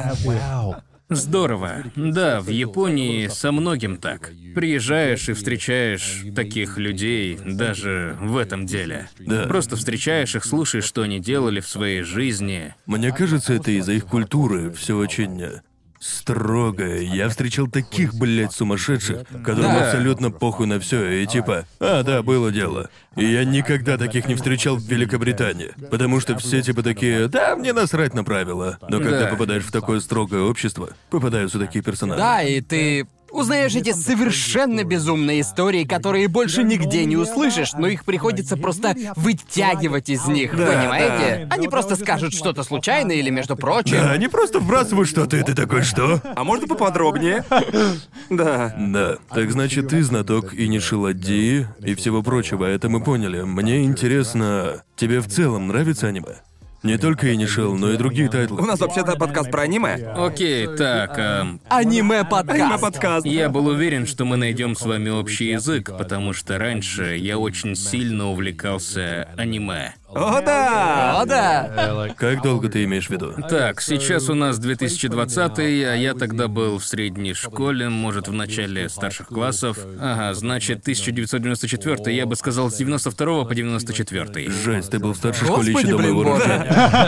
wow. Здорово. Да, в Японии со многим так. Приезжаешь и встречаешь таких людей даже в этом деле. Да. Просто встречаешь их, слушаешь, что они делали в своей жизни. Мне кажется, это из-за их культуры все очень э, строгое. Я встречал таких, блядь, сумасшедших, которым Да. абсолютно похуй на все, и типа, а, да, было дело. И я никогда таких не встречал в Великобритании, потому что все типа такие, да, мне насрать на правила. Но когда Да. попадаешь в такое строгое общество, попадаются такие персонажи. Да, и ты узнаешь эти совершенно безумные истории, которые больше нигде не услышишь, но их приходится просто вытягивать из них, понимаете? Они просто скажут что-то случайное или между прочим. Да, они просто вбрасывают что-то, и ты такой, что? А можно поподробнее? Да. Да. Так значит, ты знаток Initial ди и всего прочего, это мы поняли. Мне интересно, тебе в целом нравится аниме? Не только Initial, но и другие тайтлы. У нас вообще-то подкаст про аниме. Окей, так, эм, Аниме-подкаст. Аниме-подкаст. я был уверен, что мы найдем с вами общий язык, потому что раньше я очень сильно увлекался аниме. О, да! О, да. Yeah, like, Как долго ты имеешь в виду? Так, сейчас у нас две тысячи двадцатый, а я тогда был в средней школе, может, в начале старших классов. Ага, значит, тысяча девятьсот девяносто четвёртый, я бы сказал, с девяносто второго по девяносто четвёртый. Жесть, ты был в старшей школе Господи, еще до блин, моего боже. рождения.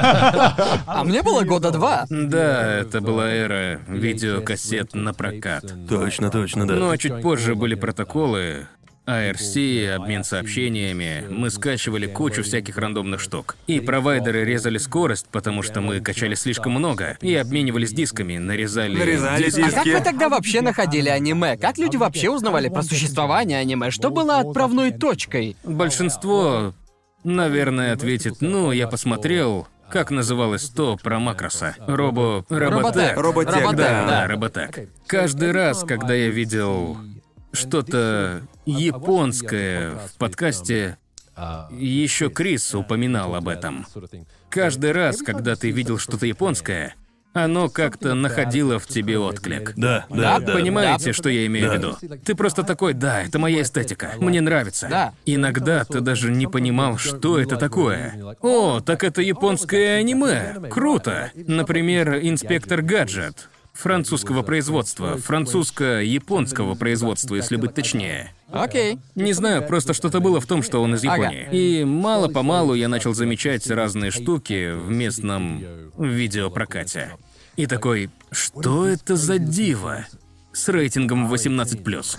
А мне было года два. Да, это была эра видеокассет на прокат. Точно, точно, да. Ну а чуть позже были протоколы, эй ар си, обмен сообщениями, мы скачивали кучу всяких рандомных штук. И провайдеры резали скорость, потому что мы качали слишком много, и обменивались дисками, нарезали... Нарезали диски. А как диски. вы тогда вообще находили аниме? Как люди вообще узнавали про существование аниме? Что было отправной точкой? Большинство, наверное, ответит, ну, я посмотрел, как называлось то про Макроса. Робо... Роботек. Роботек, Роботек, да. Да, Роботек. Каждый раз, когда я видел что-то японское в подкасте, еще Крис упоминал об этом. sort of thing. Каждый раз, когда ты видел что-то японское, оно как-то находило в тебе отклик. Да, да, Да, да. Понимаете, что я имею в Да. виду? Ты просто такой, да, это моя эстетика, мне нравится. Да. Иногда ты даже не понимал, что это такое. О, так это японское аниме. Круто. Например, «Инспектор Гаджет». Французского производства, французско-японского производства, если быть точнее. Окей. Не знаю, просто что-то было в том, что он из Японии. И мало-помалу я начал замечать разные штуки в местном видеопрокате. И такой, что это за диво? С рейтингом восемнадцать плюс.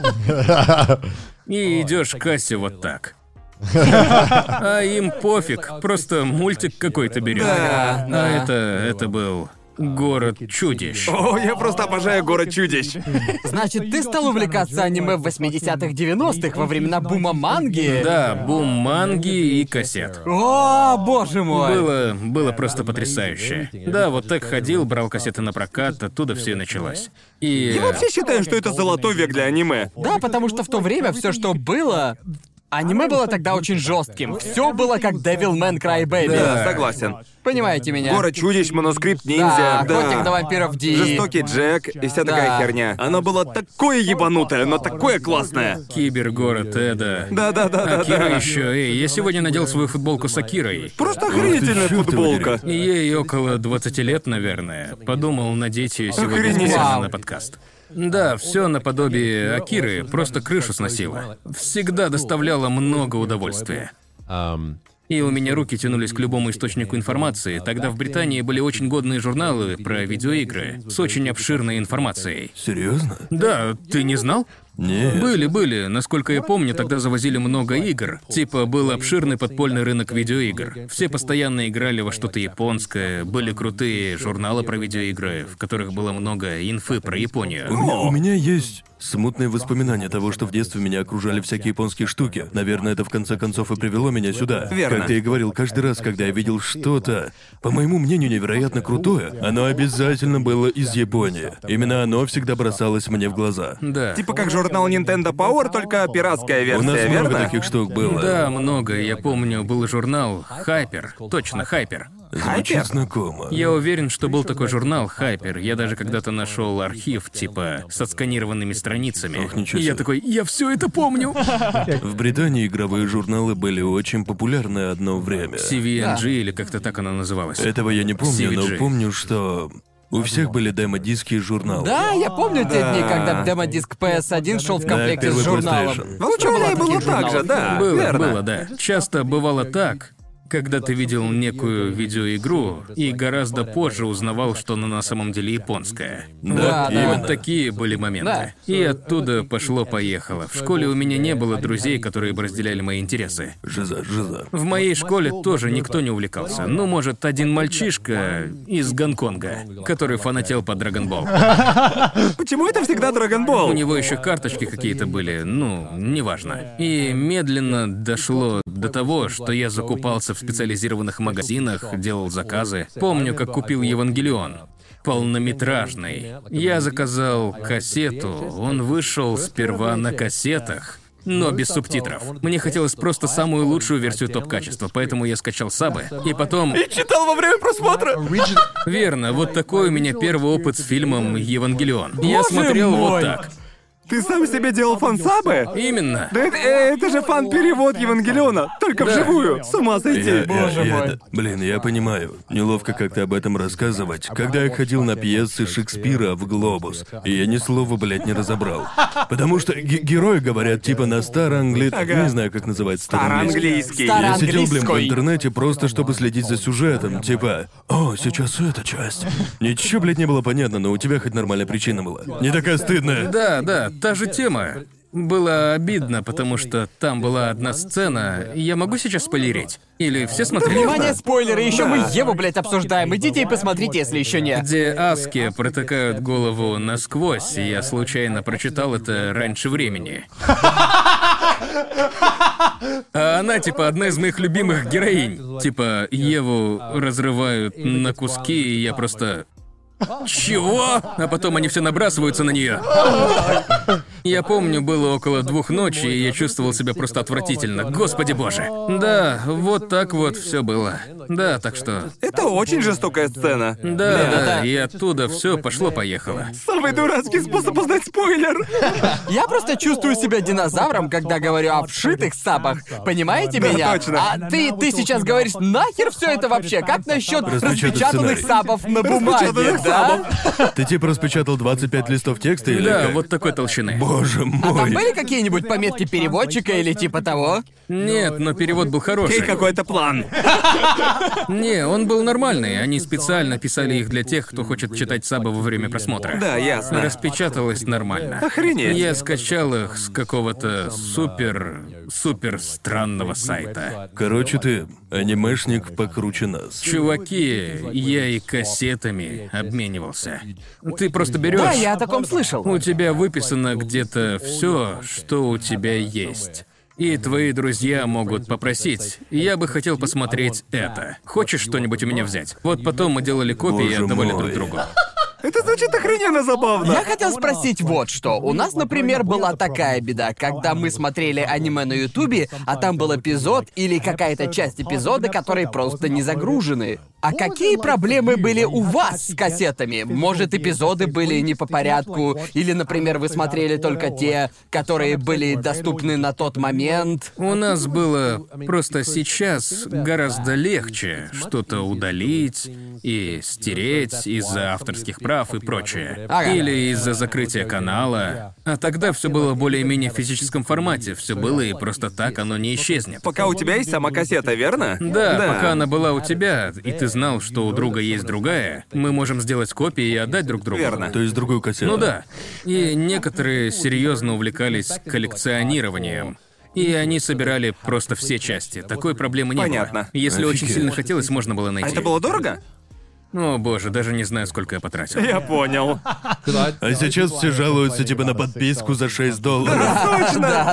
И идешь к кассе вот так. А им пофиг, просто мультик какой-то берет. Да, А это, это был «Город чудищ». О, я просто обожаю «Город чудищ». Значит, ты стал увлекаться аниме в восьмидесятых, девяностых во времена бума манги? Да, бум манги и кассет. О, боже мой. Было, было просто потрясающе. Да, вот так ходил, брал кассеты на прокат, оттуда все и началось. И... Я вообще считаю, что это золотой век для аниме. Да, потому что в то время все, что было... Аниме было тогда очень жестким. Все было как Devil May Cry Baby. Да, согласен. Понимаете меня? «Город чудищ», «Манускрипт Да, ниндзя», «Охотник на вампиров Ди». «Жестокий Джек» и вся Да. такая херня. Оно было такое ебанутое, но такое классное. Кибергород Эда. Да-да-да-да-да. Акира еще. Эй, я сегодня надел свою футболку с Акирой. Просто охренительная чёрт его футболка. И ей около двадцати лет, наверное. Подумал надеть ее сегодня Охренеть. специально Вау. на подкаст. Да, все наподобие Акиры, просто крышу сносило. Всегда доставляло много удовольствия. Um, И у меня руки тянулись к любому источнику информации. Тогда в Британии были очень годные журналы про видеоигры с очень обширной информацией. Серьезно? Да, ты не знал? Нет. Были, были. Насколько я помню, тогда завозили много игр. Типа, был обширный подпольный рынок видеоигр. Все постоянно играли во что-то японское. Были крутые журналы про видеоигры, в которых было много инфы про У Японию. меня, у меня есть смутные воспоминания того, что в детстве меня окружали всякие японские штуки. Наверное, это в конце концов и привело меня сюда. Верно. Как ты и говорил, каждый раз, когда я видел что-то, по моему мнению, невероятно крутое, оно обязательно было из Японии. Именно оно всегда бросалось мне в глаза. Да. Типа как журнал Nintendo Power, только пиратская У нас версия, много верно? таких штук было. Да, много. Я помню, был журнал «Хайпер». Точно, «Хайпер». Звучит Хайпер? знакомо. Я уверен, что был такой журнал «Хайпер». Я даже когда-то нашел архив, типа, со сканированными страницами. Ох, ничего И я себе. такой, я все это помню. В Британии игровые журналы были очень популярны одно время. си ви эн джи или как-то так оно называлось. Этого я не помню, но си ви джи. помню, что у всех были демо-диски и журналы. Да, я помню те Да. дни, когда демо-диск пи эс один шел в комплекте первый с журналом. PlayStation. В Австралии было таких так же, журналов? да. Было, верно. было, да. Часто бывало так. когда ты видел некую видеоигру и гораздо позже узнавал, что она на самом деле японская. Да, вот, именно. вот такие были моменты. Да. И оттуда пошло-поехало. В школе у меня не было друзей, которые бы разделяли мои интересы. Жиза, жиза. В моей школе тоже никто не увлекался. Ну, может, один мальчишка из Гонконга, который фанател по Dragon Ball. Почему это всегда У Драгонбол? него еще карточки какие-то были, ну, неважно. И медленно дошло до того, что я закупался в специализированных магазинах, делал заказы. Помню, как купил Евангелион. Полнометражный. Я заказал кассету, он вышел сперва на кассетах, но без субтитров. Мне хотелось просто самую лучшую версию топ-качества, поэтому я скачал сабы, и потом... Читал во время просмотра. Верно, вот такой у меня первый опыт с фильмом «Евангелион». Я смотрел вот мой! так. Ты сам себе делал фан-сабы? Именно. Да это, э, это же фан-перевод Евангелиона, только Да. вживую. С ума Я- сойти. я- Боже я- мой. Блин, я понимаю. Неловко как-то об этом рассказывать. Когда я ходил на пьесы Шекспира в «Глобус», и я ни слова, блядь, не разобрал. Потому что ге- герои говорят типа на староанглийском... Ага. Не знаю, как называется староанглийский. Староанглийский. Стар- Я сидел, блин, в Английской. интернете просто, чтобы следить за сюжетом. Типа, о, сейчас эта часть. Ничего, блядь, не было понятно, но у тебя хоть нормальная причина была. Не такая стыдная. Да, да, та же тема. Было обидно, потому что там была одна сцена. Я могу сейчас спойлерить? Или все смотрели? Внимание, спойлеры, еще мы Еву, блядь, обсуждаем. Идите и посмотрите, если еще нет. Где Аске протыкают голову насквозь, и я случайно прочитал это раньше времени. А она, типа, одна из моих любимых героинь. Типа, Еву разрывают на куски, и я просто... Чего? А потом они все набрасываются на нее. Я помню, было около двух ночи, и я чувствовал себя просто отвратительно. Господи боже. Да, вот так вот все было. Да, так что... Это очень жестокая сцена. Да, да, и оттуда все пошло-поехало. Самый дурацкий способ узнать спойлер. Я просто чувствую себя динозавром, когда говорю о вшитых сабах. Понимаете меня? точно. А ты, ты сейчас говоришь, нахер все это вообще? Как насчет Распечатать распечатанных сценарий. сабов на бумаге, Распечатанных да? Ты типа распечатал двадцать пять листов текста или Да, как? вот такой толщины. Боже Там мой. были какие-нибудь пометки переводчика или типа того? Нет, но перевод был И хороший. какой-то план. Не, он был нормальный. Они специально писали их для тех, кто хочет читать сабы во время просмотра. Да, ясно. Распечаталось нормально. Охренеть. Я скачал их с какого-то супер... супер странного сайта. Короче, ты анимешник покруче нас. Чуваки, я и кассетами обменивался. Ты просто берешь. Да, я о таком слышал. У тебя выписано где-то все, что у тебя есть. И твои друзья могут попросить: я бы хотел посмотреть это. Хочешь что-нибудь у меня взять? Вот потом мы делали копии и Боже отдавали мой. друг другу. Это звучит охрененно забавно. Я хотел спросить вот что. У нас, например, была такая беда, когда мы смотрели аниме на Ютубе, а там был эпизод или какая-то часть эпизода, которые просто не загружены. А какие проблемы были у вас с кассетами? Может, эпизоды были не по порядку? Или, например, вы смотрели только те, которые были доступны на тот момент? У нас было просто сейчас гораздо легче что-то удалить и стереть из-за авторских прав и прочее. Ага. Или из-за закрытия канала. А тогда все было более-менее в физическом формате. Все было, и просто так оно не исчезнет. Пока у тебя есть сама кассета, верно? Да, пока она была у тебя, и ты знал, что у друга есть другая, мы можем сделать копии и отдать друг другу. Верно. То есть другую кассету. Ну да. И некоторые серьезно увлекались коллекционированием. И они собирали просто все части. Такой проблемы не Понятно. было. Если очень Офигеть. сильно хотелось, можно было А найти. это было дорого? О боже, даже не знаю, сколько я потратил. Я понял. А сейчас все жалуются типа на подписку за шесть долларов. Да,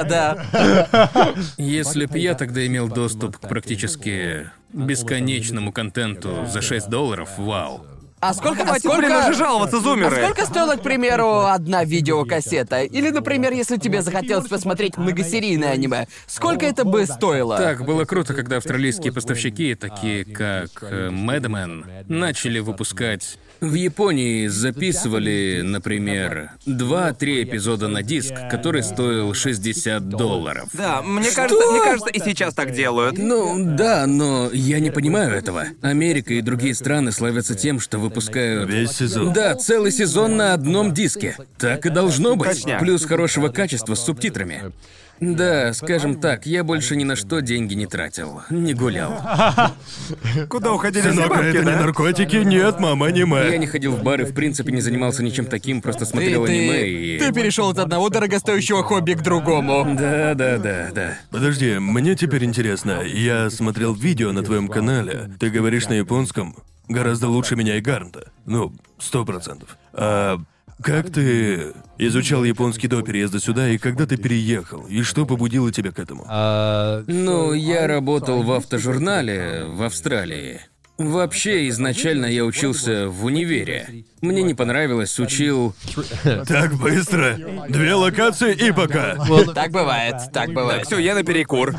да. Если б я тогда имел доступ к практически бесконечному контенту за шесть долларов, вау. А сколько, а Хватит, блин, уже сколько... жаловаться, А зумеры. сколько стоила, к примеру, одна видеокассета? Или, например, если тебе захотелось посмотреть многосерийное аниме, сколько это бы стоило? Так, было круто, когда австралийские поставщики, такие как э, Madman, начали выпускать. В Японии записывали, например, два-три эпизода на диск, который стоил шестьдесят долларов. Да, мне кажется, мне кажется, и сейчас так делают. Ну, да, но я не понимаю этого. Америка и другие страны славятся тем, что выпускают... Весь сезон. Да, целый сезон на одном диске. Так и должно быть. Точняк. Плюс хорошего качества с субтитрами. Да, скажем так, я больше ни на что деньги не тратил, не гулял. Куда уходили все Сынок, а бабки, это не да? наркотики? Нет, мама, аниме. Я не ходил в бары, в принципе, не занимался ничем таким, просто Ты, смотрел аниме ты, и... ты перешел от одного дорогостоящего хобби к другому. Да, да, да, да. Подожди, мне теперь интересно. Я смотрел видео на твоем канале. Ты говоришь на японском гораздо лучше меня и Гарнта. Ну, сто процентов. А как ты изучал японский до переезда сюда, и когда ты переехал? И что побудило тебя к этому? Uh, Ну, я работал в автожурнале в Австралии. Вообще, изначально я учился в универе. Мне не понравилось, учил... Так быстро. Две локации и пока. Так бывает, так бывает. Все, я на перекур.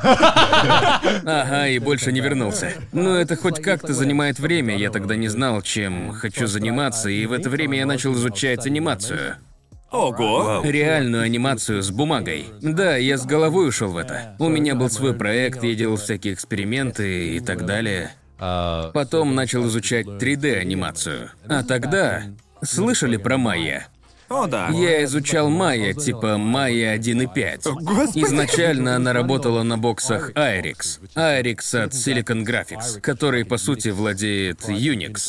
Ага, и больше не вернулся. Но это хоть как-то занимает время, я тогда не знал, чем хочу заниматься, и в это время я начал изучать анимацию. Ого. Реальную анимацию с бумагой. Да, я с головой ушел в это. У меня был свой проект, я делал всякие эксперименты и так далее. uh, Потом начал изучать три дэ-анимацию. А тогда... Слышали про Майя? О, да. Я изучал Майя, типа Майя один и пять. Господи. Изначально она работала на боксах Айрикс. Айрикс от Silicon Graphics, который, по сути, владеет Unix.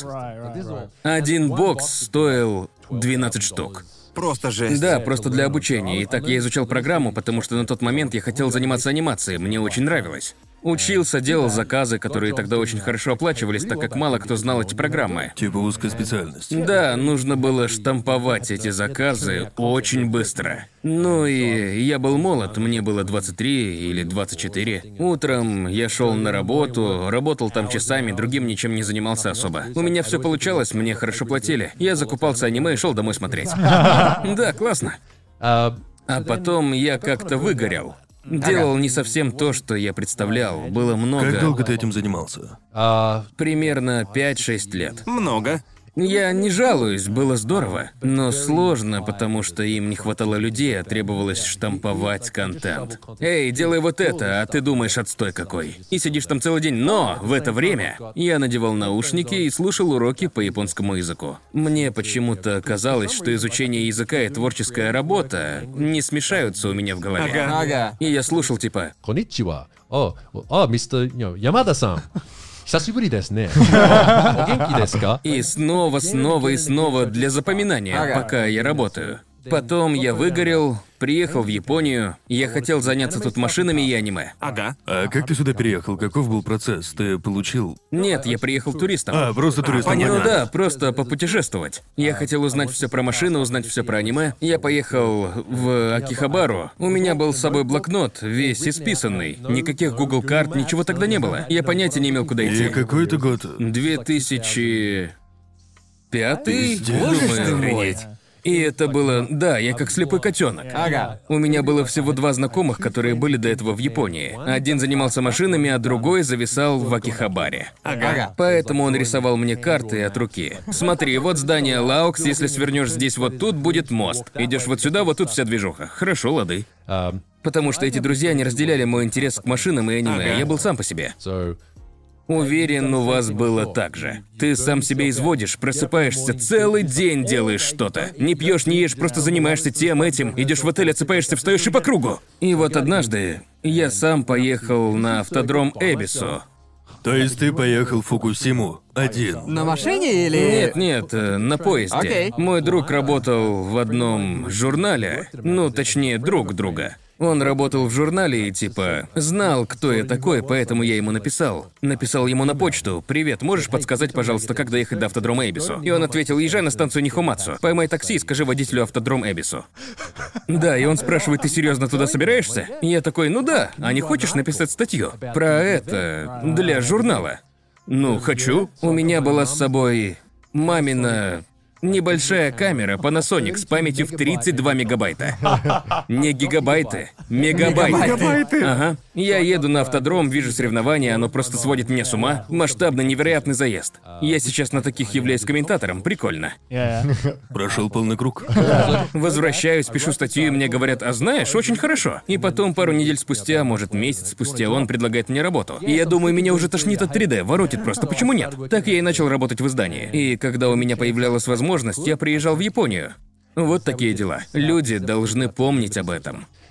Один бокс стоил двенадцать штук. Просто жесть. Да, просто для обучения. И так я изучал программу, потому что на тот момент я хотел заниматься анимацией, мне очень нравилось. Учился, делал заказы, которые тогда очень хорошо оплачивались, так как мало кто знал эти программы. Типа узкая специальность. Да, нужно было штамповать эти заказы очень быстро. Ну и я был молод, мне было двадцать три или двадцать четыре. Утром я шел на работу, работал там часами, другим ничем не занимался особо. У меня все получалось, мне хорошо платили. Я закупался аниме и шел домой смотреть. Да, классно. uh, А потом я как-то выгорел. Делал не совсем то, что я представлял. Было много. Как долго ты этим занимался? uh, Примерно пять-шесть лет. Много. Я не жалуюсь, было здорово, но сложно, потому что им не хватало людей, а требовалось штамповать контент. Эй, делай вот это, а ты думаешь, отстой какой. И сидишь там целый день, но в это время я надевал наушники и слушал уроки по японскому языку. Мне почему-то казалось, что изучение языка и творческая работа не смешаются у меня в голове. Ага. Ага. И я слушал типа: konnichiwa. Oh, oh, мистер you know, Yamada-san. 久しぶりですね. お元気ですか? и снова, снова и снова для запоминания, Ага. пока я работаю. Потом я выгорел, приехал в Японию, я хотел заняться тут машинами и аниме. Ага. А как ты сюда переехал? Каков был процесс? Ты получил... Нет, я приехал туристом. А, просто туристом. Ну понятно. да, просто попутешествовать. Я хотел узнать все про машины, узнать все про аниме. Я поехал в Акихабару. У меня был с собой блокнот, весь исписанный. Никаких Google карт, ничего тогда не было. Я понятия не имел, куда И идти. какой это год? две тысячи пятый? Пиздец. Боже ты Думаю. мой. И это было... Да, я как слепой котенок. Ага. У меня было всего два знакомых, которые были до этого в Японии. Один занимался машинами, а другой зависал в Акихабаре. Ага. Поэтому он рисовал мне карты от руки. Смотри, вот здание Лаукс, если свернешь здесь вот тут, будет мост. Идешь вот сюда, вот тут вся движуха. Хорошо, лады. Um, Потому что эти друзья не разделяли мой интерес к машинам и аниме, я был сам по себе. so, Уверен, у вас было так же. Ты сам себя изводишь, просыпаешься, целый день делаешь что-то. Не пьешь, не ешь, просто занимаешься тем, этим, идешь в отель, отсыпаешься, встаешь и по кругу. И вот однажды я сам поехал на автодром Эбису. То есть ты поехал в Фукусиму один? На машине или... Нет, нет, э, на поезде. Окей. Мой друг работал в одном журнале, ну, точнее, друг друга. Он работал в журнале и типа знал, кто я такой, поэтому я ему написал. Написал ему на почту: «Привет, можешь подсказать, пожалуйста, как доехать до автодрома Эбису?» И он ответил: «Езжай на станцию Нихомацу, поймай такси и скажи водителю автодром Эбису». Да, и он спрашивает: «Ты серьезно туда собираешься?» И я такой: «Ну да, а не хочешь написать статью про это для журнала?» «Ну, хочу». У меня была с собой мамина небольшая камера Panasonic с памятью в тридцать два мегабайта. Не гигабайты, мегабайты. Мегабайты. Ага. Я еду на автодром, вижу соревнования, оно просто сводит меня с ума. Масштабный, невероятный заезд. Я сейчас на таких являюсь комментатором, прикольно. Yeah, yeah. Прошел полный круг. Возвращаюсь, пишу статью, и мне говорят: «А знаешь, очень хорошо». И потом пару недель спустя, может месяц спустя, он предлагает мне работу. И я думаю, меня уже тошнит от три дэ, воротит просто, почему нет? Так я и начал работать в издании. И когда у меня появлялась возможность, я приезжал в Японию. Вот такие дела. Люди должны помнить об этом.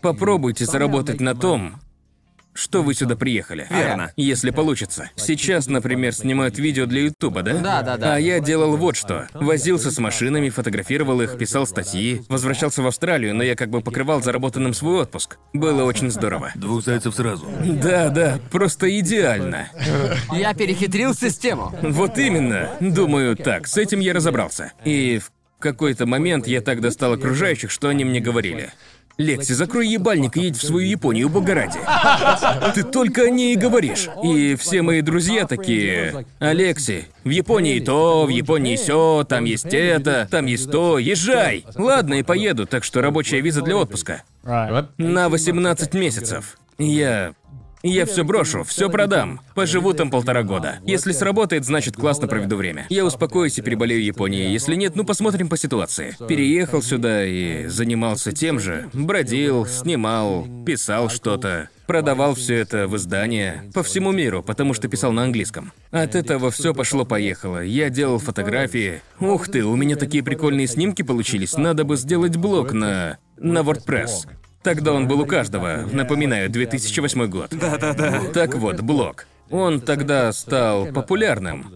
попробуйте заработать на том, что вы сюда приехали. Верно. Если получится. Сейчас, например, снимают видео для Ютуба, да? Да, да, да. А я делал вот что. Возился с машинами, фотографировал их, писал статьи, возвращался в Австралию, но я как бы покрывал заработанным свой отпуск. Было очень здорово. Двух зайцев сразу. Да, да, просто идеально. Я перехитрил систему. Вот именно. Думаю, так, с этим я разобрался. И в какой-то момент я так достал окружающих, что они мне говорили: «Лекси, закрой ебальник и едь в свою Японию, бога ради. Ты только о ней и говоришь». И все мои друзья такие: «Алекси, в Японии то, в Японии сё, там есть это, там есть то, езжай». Ладно, и поеду, так что рабочая виза для отпуска. Right. На восемнадцать месяцев. Я... Я все брошу, все продам. Поживу там полтора года. Если сработает, значит классно проведу время. Я успокоюсь и переболею Японией. Если нет, ну посмотрим по ситуации. Переехал сюда и занимался тем же. Бродил, снимал, писал что-то. Продавал все это в издания по всему миру, потому что писал на английском. От этого все пошло-поехало. Я делал фотографии. Ух ты, у меня такие прикольные снимки получились. Надо бы сделать блог на... на WordPress. Тогда он был у каждого. Напоминаю, две тысячи восьмой год. Да-да-да. Так вот, блог. Он тогда стал популярным.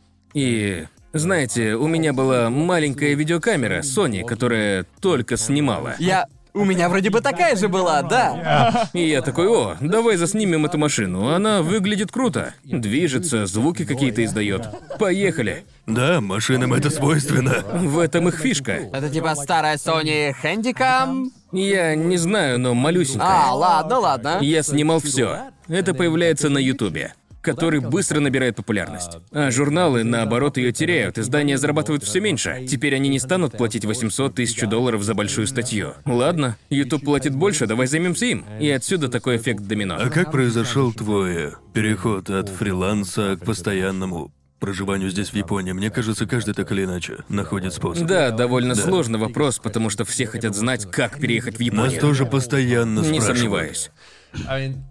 И, знаете, у меня была маленькая видеокамера Sony, которая только снимала. Я... У меня вроде бы такая же была, да. И я такой: «О, давай заснимем эту машину, она выглядит круто. Движется, звуки какие-то издает. Поехали». Да, машинам это свойственно. В этом их фишка. Это типа старая Sony Handycam? Я не знаю, но малюсенькая. А, ладно, ладно. Я снимал все. Это появляется на Ютубе, который быстро набирает популярность. А журналы, наоборот, ее теряют, издания зарабатывают все меньше. Теперь они не станут платить восемьсот тысяч долларов за большую статью. Ладно, YouTube платит больше, давай займемся им. И отсюда такой эффект домино. А как произошел твой переход от фриланса к постоянному проживанию здесь, в Японии? Мне кажется, каждый так или иначе находит способ. Да, довольно сложный вопрос, потому что все хотят знать, как переехать в Нас Японию. тоже постоянно Не спрашивают. сомневаюсь. I mean,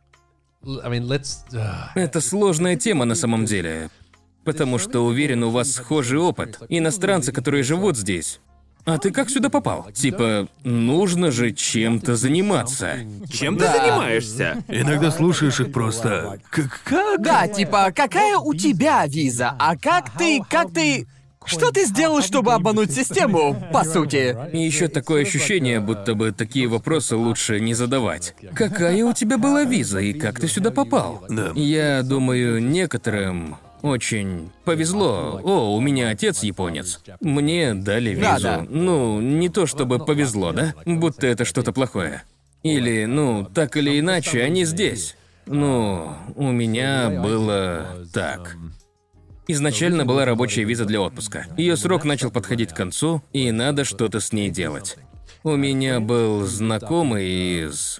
l- I mean, let's. Uh, Это сложная тема на самом деле, потому что уверен, у вас схожий опыт. Иностранцы, которые живут здесь. А ты как сюда попал? Типа, нужно же чем-то заниматься. Чем Да. ты занимаешься? Иногда слушаешь их просто. Как? как? Да, типа, какая у тебя виза? А как ты, как ты... Что ты сделал, чтобы обмануть систему, по сути? И еще такое ощущение, будто бы такие вопросы лучше не задавать. Какая у тебя была виза и как ты сюда попал? Да. Я думаю, некоторым очень повезло. О, у меня отец японец. Мне дали визу. Да, да. Ну, не то чтобы повезло, да? Будто это что-то плохое. Или, ну, так или иначе, они здесь. Ну, у меня было так. Изначально была рабочая виза для отпуска. Ее срок начал подходить к концу, и надо что-то с ней делать. У меня был знакомый из...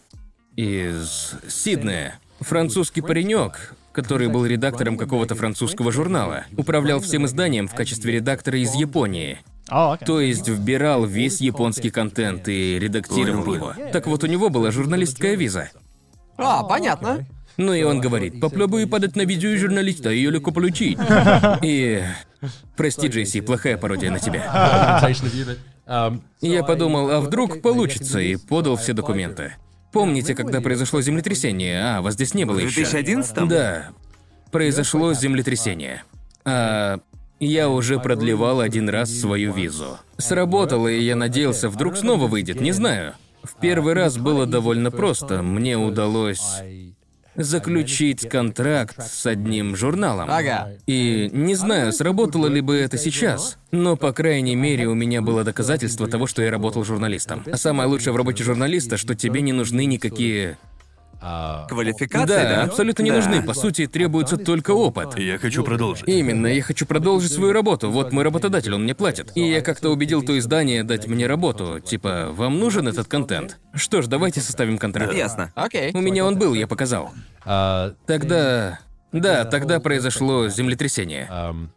из Сиднея. Французский паренек, который был редактором какого-то французского журнала. Управлял всем изданием в качестве редактора из Японии. Oh, okay. То есть вбирал весь японский контент и редактировал Понял, его. Так вот, у него была журналистская виза. А, понятно. Ну и он говорит: попробуй подать на видео журналиста, ее легко получить. И... Прости, Джейси, плохая пародия на тебя. imitation of you, but, um, Я подумал, а вдруг получится, и подал все документы. Помните, когда произошло землетрясение? А, вас здесь не было В еще. две тысячи одиннадцатом? Да. Произошло землетрясение. А я уже продлевал один раз свою визу. Сработало, и я надеялся, вдруг снова выйдет, не знаю. В первый раз было довольно просто. Мне удалось заключить контракт с одним журналом. Ага. И не знаю, сработало ли бы это сейчас, но, по крайней мере, у меня было доказательство того, что я работал журналистом. А самое лучшее в работе журналиста, что тебе не нужны никакие... Квалификации, Да, да? абсолютно не Да. нужны. По сути, требуется только опыт. Я хочу продолжить. Именно, я хочу продолжить свою работу. Вот мой работодатель, он мне платит. И я как-то убедил то издание дать мне работу. Типа, вам нужен этот контент? Что ж, давайте составим контракт. Ясно. Окей. У меня он был, я показал. uh, Тогда... Да, тогда произошло землетрясение. um,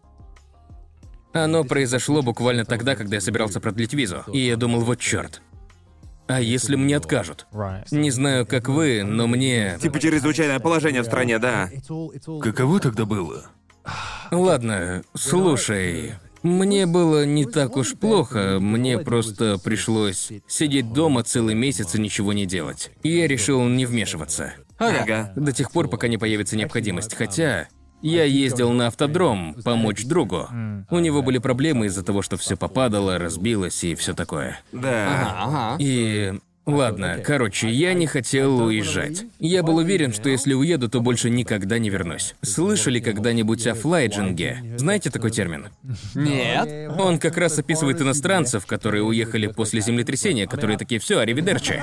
Оно произошло буквально тогда, когда я собирался продлить визу. И я думал, вот чёрт. А если мне откажут? Right. Не знаю, как вы, но мне... Типа чрезвычайное положение в стране, да. Каково тогда было? Ладно, слушай... Мне было не так уж плохо, мне просто пришлось сидеть дома целый месяц и ничего не делать. И я решил не вмешиваться. Ага. До тех пор, пока не появится необходимость. Хотя я ездил на автодром помочь другу. У него были проблемы из-за того, что все попадало, разбилось и все такое. Да. Ага. И... Ладно, короче, я не хотел уезжать. Я был уверен, что если уеду, то больше никогда не вернусь. Слышали когда-нибудь о флайджинге? Знаете такой термин? Нет. Он как раз описывает иностранцев, которые уехали после землетрясения, которые такие: все, аривидерчи.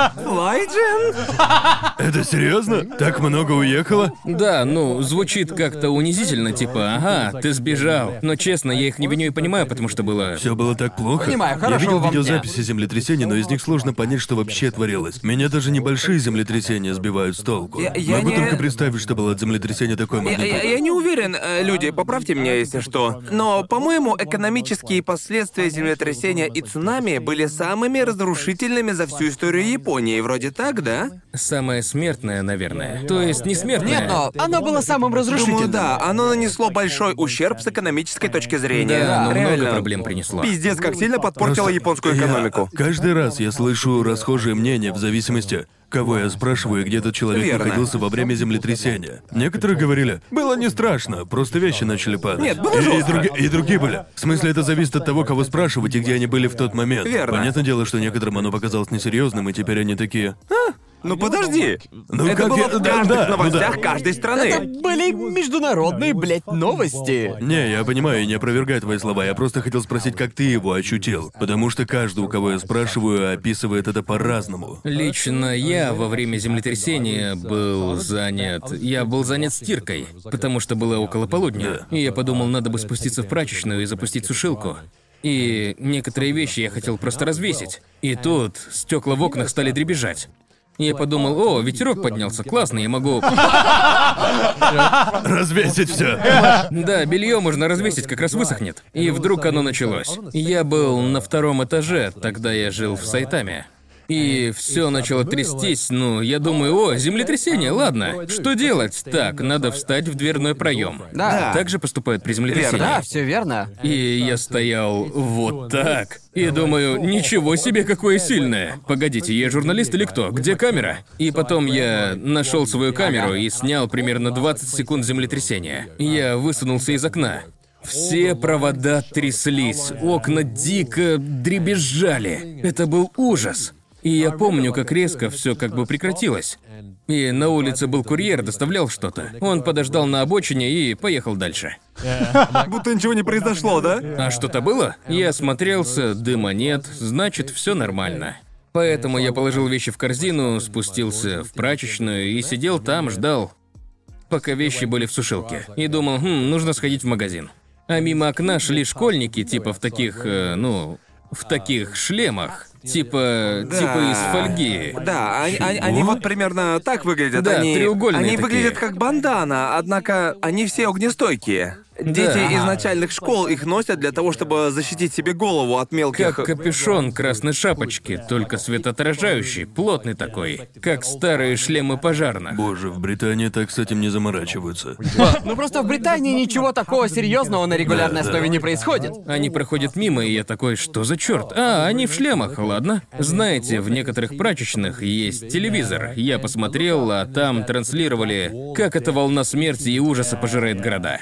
Флайджин? Это серьезно? Так много уехало? Да, ну, звучит как-то унизительно, типа, ага, ты сбежал. Но честно, я их не виню и понимаю, потому что было... Все было так плохо. Понимаю, Я хорошего видел вам видеозаписи землетрясений, но из них сложно понять, что вообще творилось. Меня даже небольшие землетрясения сбивают с толку. Я- я Могу не- только представить, что было от землетрясения такой Я, магнитуды. я- я не уверен, э, люди, поправьте меня, если что. Но, по-моему, экономические последствия землетрясения и цунами были самыми разрушительными за всю историю Японии. Вроде так, да? Самое смертное, наверное. То есть не смертное. Нет, но оно было самым разрушительным. Думаю, да, оно нанесло большой ущерб с экономической точки зрения. Да, но Реально. много проблем принесло. Пиздец, как сильно подпортило Просто японскую я- экономику. Каждый раз я слышу расхожие мнения в зависимости, кого я спрашиваю, и где этот человек Верно. находился во время землетрясения. Некоторые говорили, было не страшно, просто вещи начали падать. Нет, было и, и, жестко. други- и другие были. В смысле, это зависит от того, кого спрашивать и где они были в тот момент. Верно. Понятное дело, что некоторым оно показалось несерьезным, и теперь они такие. Ну подожди. Ну, Это как было я- в да, каждых да, ну новостях да. каждой страны. Это были международные, блядь, новости. Не, я понимаю и не опровергаю твои слова, я просто хотел спросить, как ты его ощутил. Потому что каждый, у кого я спрашиваю, описывает это по-разному. Лично я во время землетрясения был занят... Я был занят стиркой, потому что было около полудня. И я подумал, надо бы спуститься в прачечную и запустить сушилку. И некоторые вещи я хотел просто развесить. И тут стекла в окнах стали дребезжать. Я подумал, о, ветерок поднялся, классно, я могу... Развесить все. Да, белье можно развесить, как раз высохнет. И вдруг оно началось. Я был на втором этаже, тогда я жил в Сайтаме. И все начало трястись, ну, я думаю, о, землетрясение, ладно. Что делать? Так, надо встать в дверной проем. Да. Так же поступают при землетрясении. Да, все верно. И я стоял вот так. И думаю, ничего себе, какое сильное. Погодите, я журналист или кто? Где камера? И потом я нашел свою камеру и снял примерно двадцать секунд землетрясения. Я высунулся из окна. Все провода тряслись, окна дико дребезжали. Это был ужас. И я помню, как резко все как бы прекратилось. И на улице был курьер, доставлял что-то. Он подождал на обочине и поехал дальше. Будто ничего не произошло, да? А что-то было? Я осмотрелся, дыма нет, значит, все нормально. Поэтому я положил вещи в корзину, спустился в прачечную и сидел там, ждал, пока вещи были в сушилке. И думал, хм, нужно сходить в магазин. А мимо окна шли школьники, типа в таких, э, ну, в таких шлемах. Типа, Да. типа из фольги. Да, они, они- они вот примерно так выглядят. Да, они, треугольные Они такие. выглядят как бандана, однако они все огнестойкие. Дети Да. из начальных школ их носят для того, чтобы защитить себе голову от мелких... Как капюшон красной шапочки, только светоотражающий, плотный такой, как старые шлемы пожарных. Боже, в Британии так с этим не заморачиваются. Ну просто в Британии ничего такого серьезного на регулярной Да, да. основе не происходит. Они проходят мимо, и я такой, что за черт? А, они в шлемах, ладно. Знаете, в некоторых прачечных есть телевизор. Я посмотрел, а там транслировали, как эта волна смерти и ужаса пожирает города.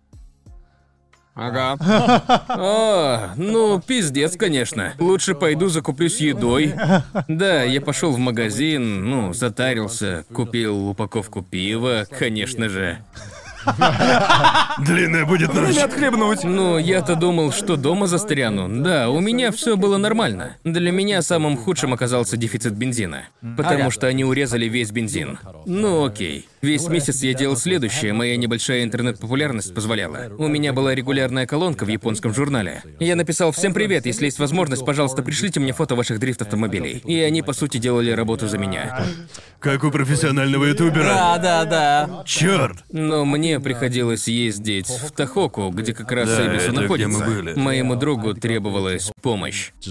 Ага. О, ну, пиздец, конечно. Лучше пойду закуплюсь едой. Да, я пошел в магазин, ну, затарился, купил упаковку пива, конечно же. Длинная будет ночь. Не отхлебнуть. Ну, я-то думал, что дома застряну. Да, у меня все было нормально. Для меня самым худшим оказался дефицит бензина. Потому Ага. что они урезали весь бензин. Ну окей. Весь месяц я делал следующее, моя небольшая интернет-популярность позволяла. У меня была регулярная колонка в японском журнале. Я написал «Всем привет, если есть возможность, пожалуйста, пришлите мне фото ваших дрифт-автомобилей». И они, по сути, делали работу за меня. Как у профессионального ютубера. Да, да, да. Черт! Но мне приходилось ездить в Тохоку, где как раз Да, Эбису это где находится. мы были. Моему другу требовалась помощь. Just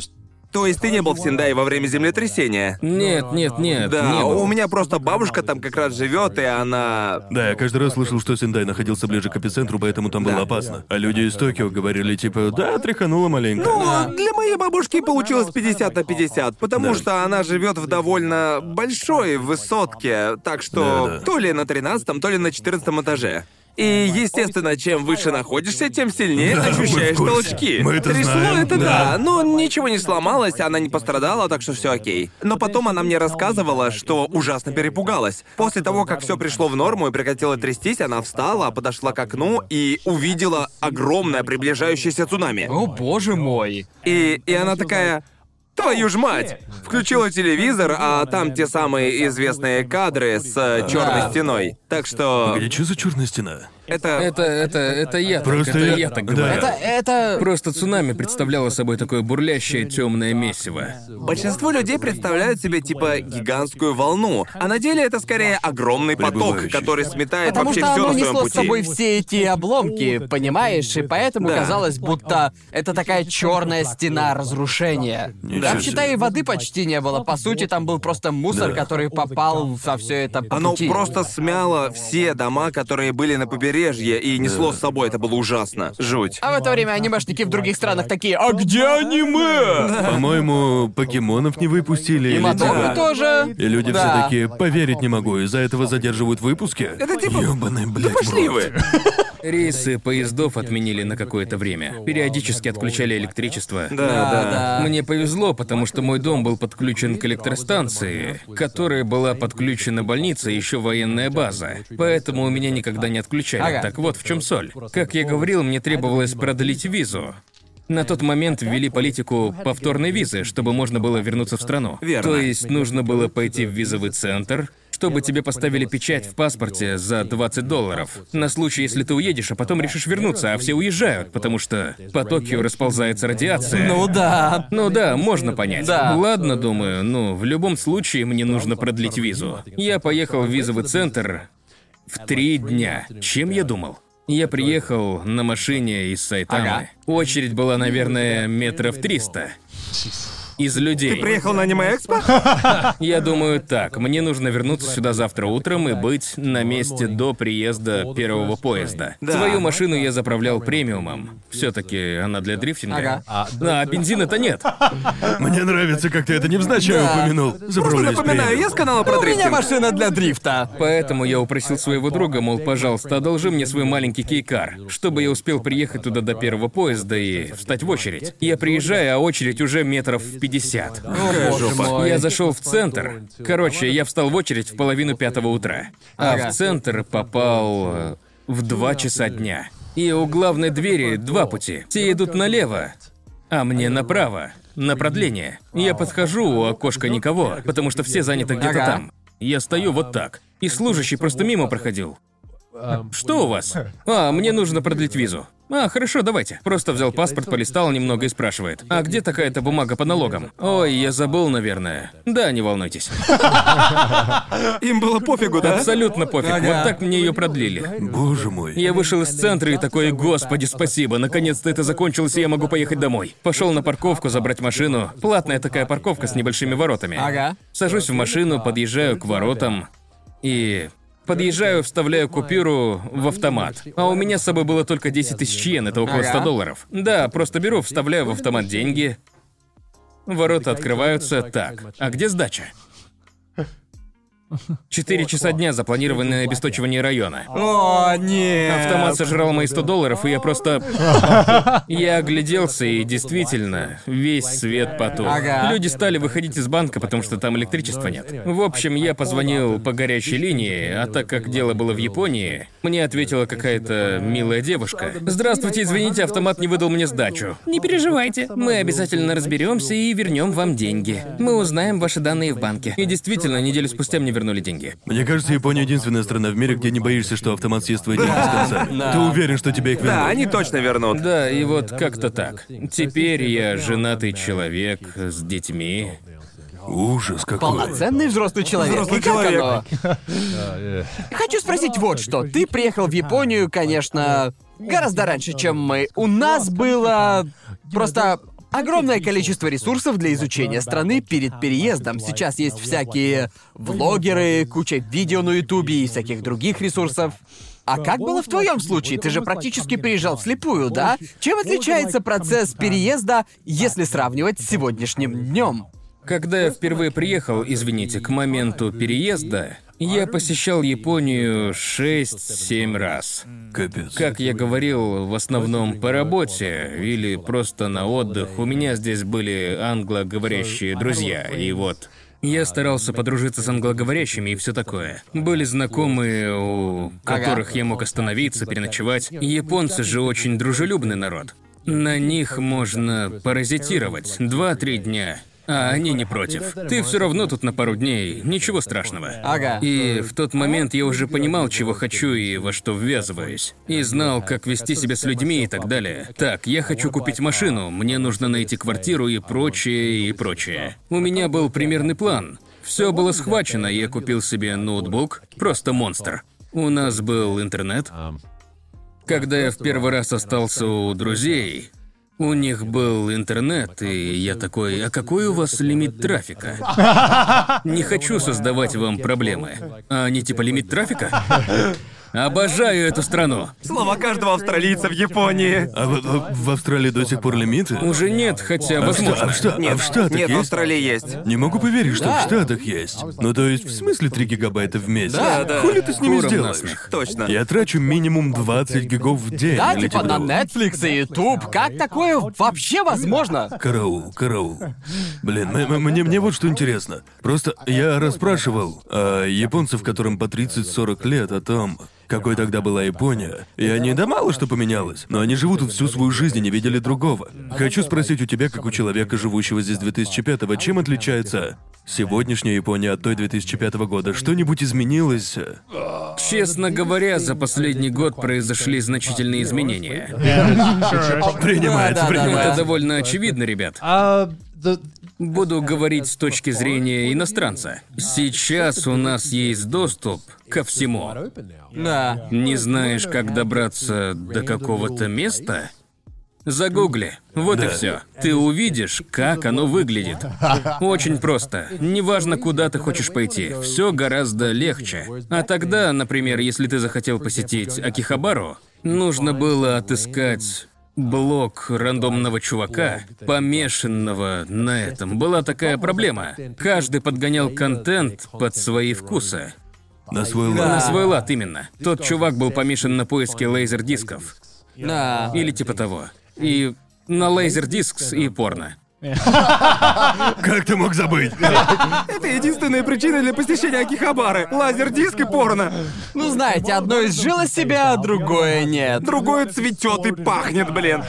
То есть ты не был в Сендае во время землетрясения? Нет, нет, нет, Да, не был. у меня просто бабушка там как раз живет, и она... Да, я каждый раз слышал, что Сендай находился ближе к эпицентру, поэтому там было Да. опасно. А люди из Токио говорили, типа, да, тряхануло маленько. Ну, для моей бабушки получилось пятьдесят на пятьдесят, потому Да. что она живет в довольно большой высотке, так что Да-да. то ли на тринадцатом, то ли на четырнадцатом этаже. И, естественно, чем выше находишься, тем сильнее Да, ощущаешь мы в курсе. толчки. Мы это Трясло знаем, это да. да, но ничего не сломалось, она не пострадала, так что все окей. Но потом она мне рассказывала, что ужасно перепугалась. После того, как все пришло в норму и прекратило трястись, она встала, подошла к окну и увидела огромное приближающееся цунами. О, боже мой. И, и она такая... Твою ж мать! Включила телевизор, а там те самые известные кадры с черной стеной. Так что... Погоди, что за черная стена? Это... Это, это, это я так, Просто это я- я так да. говорю. Это, это... Просто цунами представляло собой такое бурлящее темное месиво. Большинство людей представляют себе типа гигантскую волну, а на деле это скорее огромный поток, Прибывающий. который сметает Потому вообще что все оно на своем несло пути. с собой все эти обломки, понимаешь? И поэтому Да. казалось, будто это такая черная стена разрушения. Ничего Там, себе. считай, и воды почти не было. По сути, там был просто мусор, Да. который попал во все это по Оно пути. просто смяло все дома, которые были на побережье, и несло с собой. Это было ужасно. Жуть. А в это время анимешники в других странах такие: а где аниме? По-моему, покемонов не выпустили. И или Мадоку типа- тоже. И люди Да. все такие, поверить не могу, из-за этого задерживают выпуски. Это типа- Ёбаный, блядь, Пошли в вы! рот. Рейсы поездов отменили на какое-то время. Периодически отключали электричество. Да, да. Да. Мне повезло, потому что мой дом был подключен к электростанции, к которой была подключена больница и еще военная база. Поэтому у меня никогда не отключали. Ага. Так вот в чем соль. Как я говорил, мне требовалось продлить визу. На тот момент ввели политику повторной визы, чтобы можно было вернуться в страну. Верно. То есть нужно было пойти в визовый центр, чтобы тебе поставили печать в паспорте за двадцать долларов. На случай, если ты уедешь, а потом решишь вернуться, а все уезжают, потому что по Токио расползается радиация. Ну да. Ну да, можно понять. Да. Ладно, думаю, ну, в любом случае мне нужно продлить визу. Я поехал в визовый центр в три дня. Чем я думал? Я приехал на машине из Сайтамы. Ага. Очередь была, наверное, метров триста. Из людей. Ты приехал на аниме-экспо? Я думаю так, мне нужно вернуться сюда завтра утром и быть на месте до приезда первого поезда. Да. Свою машину я заправлял премиумом. Все-таки она для дрифтинга. Ага. А, а бензина-то нет. Мне нравится, как ты это невзначай Да. упомянул. Просто Заправляюсь напоминаю, премиум. я с канала про У меня дрифтинг. машина для дрифта. Поэтому я упросил своего друга, мол, пожалуйста, одолжи мне свой маленький кейкар, чтобы я успел приехать туда до первого поезда и встать в очередь. Я приезжаю, а очередь уже метров в пятьдесят. О, боже мой. Я зашел в центр. Короче, я встал в очередь в половину пятого утра. А Ага. в центр попал э, в два часа дня. И у главной двери два пути. Те идут налево, а мне направо, на продление. Я подхожу, у окошка никого, потому что все заняты где-то Ага. там. Я стою вот так. И служащий просто мимо проходил. Что у вас? А, мне нужно продлить визу. А, хорошо, давайте. Просто взял паспорт, полистал немного и спрашивает. А где такая-то бумага по налогам? Ой, я забыл, наверное. Да, не волнуйтесь. Им было пофигу, да? Абсолютно пофиг. Ага. Вот так мне ее продлили. Боже мой. Я вышел из центра и такой: господи, спасибо, наконец-то это закончилось, и я могу поехать домой. Пошел на парковку забрать машину. Платная такая парковка с небольшими воротами. Ага. Сажусь в машину, подъезжаю к воротам и... Подъезжаю, вставляю купюру в автомат. А у меня с собой было только десять тысяч йен, это около ста Ага. долларов. Да, просто беру, вставляю в автомат деньги. Ворота открываются. Так, а где сдача? Четыре часа дня запланированное обесточивание района. О, нет. Автомат сожрал мои сто долларов, и я просто... Я огляделся, и действительно, весь свет потух. Ага. Люди стали выходить из банка, потому что там электричества нет. В общем, я позвонил по горячей линии, а так как дело было в Японии, мне ответила какая-то милая девушка. «Здравствуйте, извините, автомат не выдал мне сдачу». «Не переживайте, мы обязательно разберемся и вернем вам деньги. Мы узнаем ваши данные в банке». И действительно, неделю спустя мне вернули деньги. Мне кажется, Япония единственная страна в мире, где не боишься, что автомат съест твои деньги с конца. Ты уверен, что тебе их вернут? Да, они точно вернут. Да, и вот как-то так. Теперь я женатый человек с детьми. Ужас какой. Полноценный взрослый человек. Взрослый И как человек. оно? Хочу спросить вот что. Ты приехал в Японию, конечно, гораздо раньше, чем мы. У нас было... Просто огромное количество ресурсов для изучения страны перед переездом. Сейчас есть всякие влогеры, куча видео на Ютубе и всяких других ресурсов. А как было в твоем случае? Ты же практически переезжал вслепую, да? Чем отличается процесс переезда, если сравнивать с сегодняшним днем? Когда я впервые приехал, извините, к моменту переезда, я посещал Японию шесть-семь раз. Капец. Как я говорил, в основном по работе или просто на отдых. У меня здесь были англоговорящие друзья, и вот... Я старался подружиться с англоговорящими и все такое. Были знакомые, у которых я мог остановиться, переночевать. Японцы же очень дружелюбный народ. На них можно паразитировать два-три дня. А они не против. Ты все равно тут на пару дней, ничего страшного. Ага. И в тот момент я уже понимал, чего хочу и во что ввязываюсь. И знал, как вести себя с людьми и так далее. Так, я хочу купить машину, мне нужно найти квартиру и прочее, и прочее. У меня был примерный план. Все было схвачено, я купил себе ноутбук, просто монстр. У нас был интернет. Когда я в первый раз остался у друзей, у них был интернет, и я такой, а какой у вас лимит трафика? Не хочу создавать вам проблемы. А они типа лимит трафика? Обожаю эту страну. Слова каждого австралийца в Японии. А в, в- в Австралии до сих пор лимиты? Уже нет, хотя А в, Шта- возможно. а в Шта- а Нет, в Штатах нет, в есть? Австралии есть. Не могу поверить, что Да. в Штатах есть. Ну то есть, в смысле три гигабайта в месяц? Да, да. Хули ты с ними Куром сделаешь? насмех. Точно. Я трачу минимум двадцать гигов в день. Да, или типа на того. Netflix и YouTube. Как такое вообще возможно? Караул, караул. Блин, м- м- мне, мне вот что интересно. Просто я расспрашивал а, японцев, которым по тридцать-сорок лет, о том, какой тогда была Япония. И они, да мало что поменялось, но они живут тут всю свою жизнь и не видели другого. Хочу спросить у тебя, как у человека, живущего здесь две тысячи пятого, чем отличается сегодняшняя Япония от той две тысячи пятого года? Что-нибудь изменилось? Честно говоря, за последний год произошли значительные изменения. Принимается, Да, да, да, принимается. Это довольно очевидно, ребят. Uh, the Буду говорить с точки зрения иностранца. Сейчас у нас есть доступ ко всему. open now. Да. Не знаешь, как добраться до какого-то места? Загугли. Вот и Да. все. Ты увидишь, как оно выглядит. Очень просто. Неважно, куда ты хочешь пойти, все гораздо легче. А тогда, например, если ты захотел посетить Акихабару, нужно было отыскать блог рандомного чувака, помешанного на этом. Была такая проблема. Каждый подгонял контент под свои вкусы. На свой На лад. свой лад, именно. Тот чувак был помешан на поиске лазер-дисков. Да. Или типа того. И на лазер-дискс и порно. Как ты мог забыть? Это единственная причина для посещения Акихабары. Лазер-диск и порно. Ну, знаете, одно изжило себя, а другое нет. Другое цветет и пахнет, блин.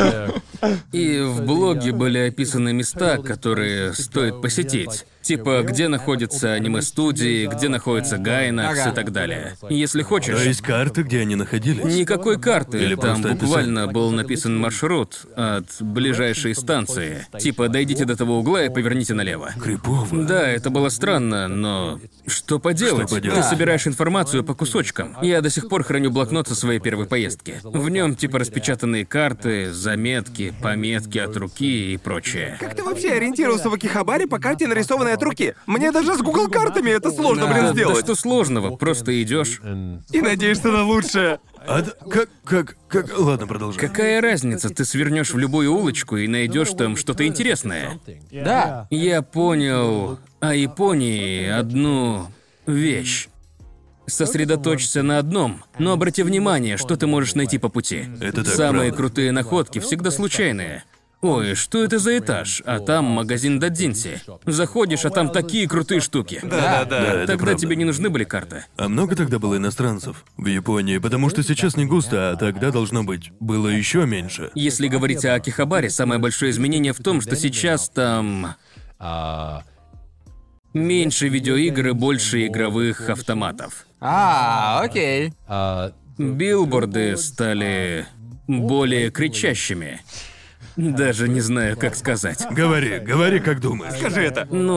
И в блоге были описаны места, которые стоит посетить. Типа, где находятся аниме-студии, где находится Гайнакс Ага. и так далее. Если хочешь... То есть карты, где они находились? Никакой карты, Или там просто буквально был написан маршрут от ближайшей станции. Типа, дойдите до того угла и поверните налево. Крипово. Да, это было странно, но что поделать? Что поделать? Ты собираешь информацию по кусочкам. Я до сих пор храню блокнот со своей первой поездки. В нем типа распечатанные карты, заметки, пометки от руки и прочее. Как ты вообще ориентировался в Акихабаре по карте, нарисованной от руки? Мне даже с Google картами это сложно, блин, Да, сделать. да что сложного, просто идешь. И надеешься на лучшее. А д- как, как, как... Ладно, продолжай. Какая разница, ты свернешь в любую улочку и найдешь там что-то интересное. Да. Я понял о Японии одну вещь. Сосредоточься на одном, но обрати внимание, что ты можешь найти по пути. Это так, Самые правда. крутые находки всегда случайные. Ой, что это за этаж? А там магазин Дадзинси. Заходишь, а там такие крутые штуки. Да-да-да. Да, это Тогда правда. тебе не нужны были карты. А много тогда было иностранцев в Японии? Потому что сейчас не густо, а тогда, должно быть, было еще меньше. Если говорить о Акихабаре, самое большое изменение в том, что сейчас там Uh, меньше видеоигр и больше игровых автоматов. А, окей. uh, Билборды стали более кричащими. Даже не знаю, как сказать. Говори, говори, как думаешь. Скажи это. Ну,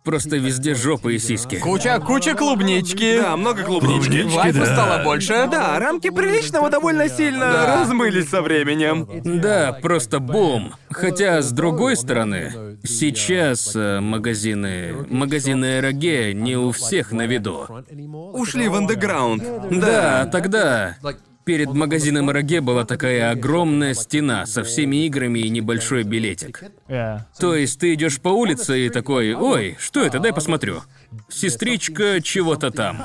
Просто везде жопы и сиськи. Куча, куча клубнички. Да, много клубнички. Клубнички, Вайфа да. стало больше. Да, рамки приличного довольно сильно Да. размылись со временем. Да, просто бум. Хотя, с другой стороны, сейчас э, магазины... Магазины Эроге не у всех на виду. Ушли в андеграунд. Да, тогда... Перед магазином Эроге была такая огромная стена со всеми играми и небольшой билетик. Yeah. То есть ты идешь по улице и такой, ой, что это, дай посмотрю. Сестричка чего-то там.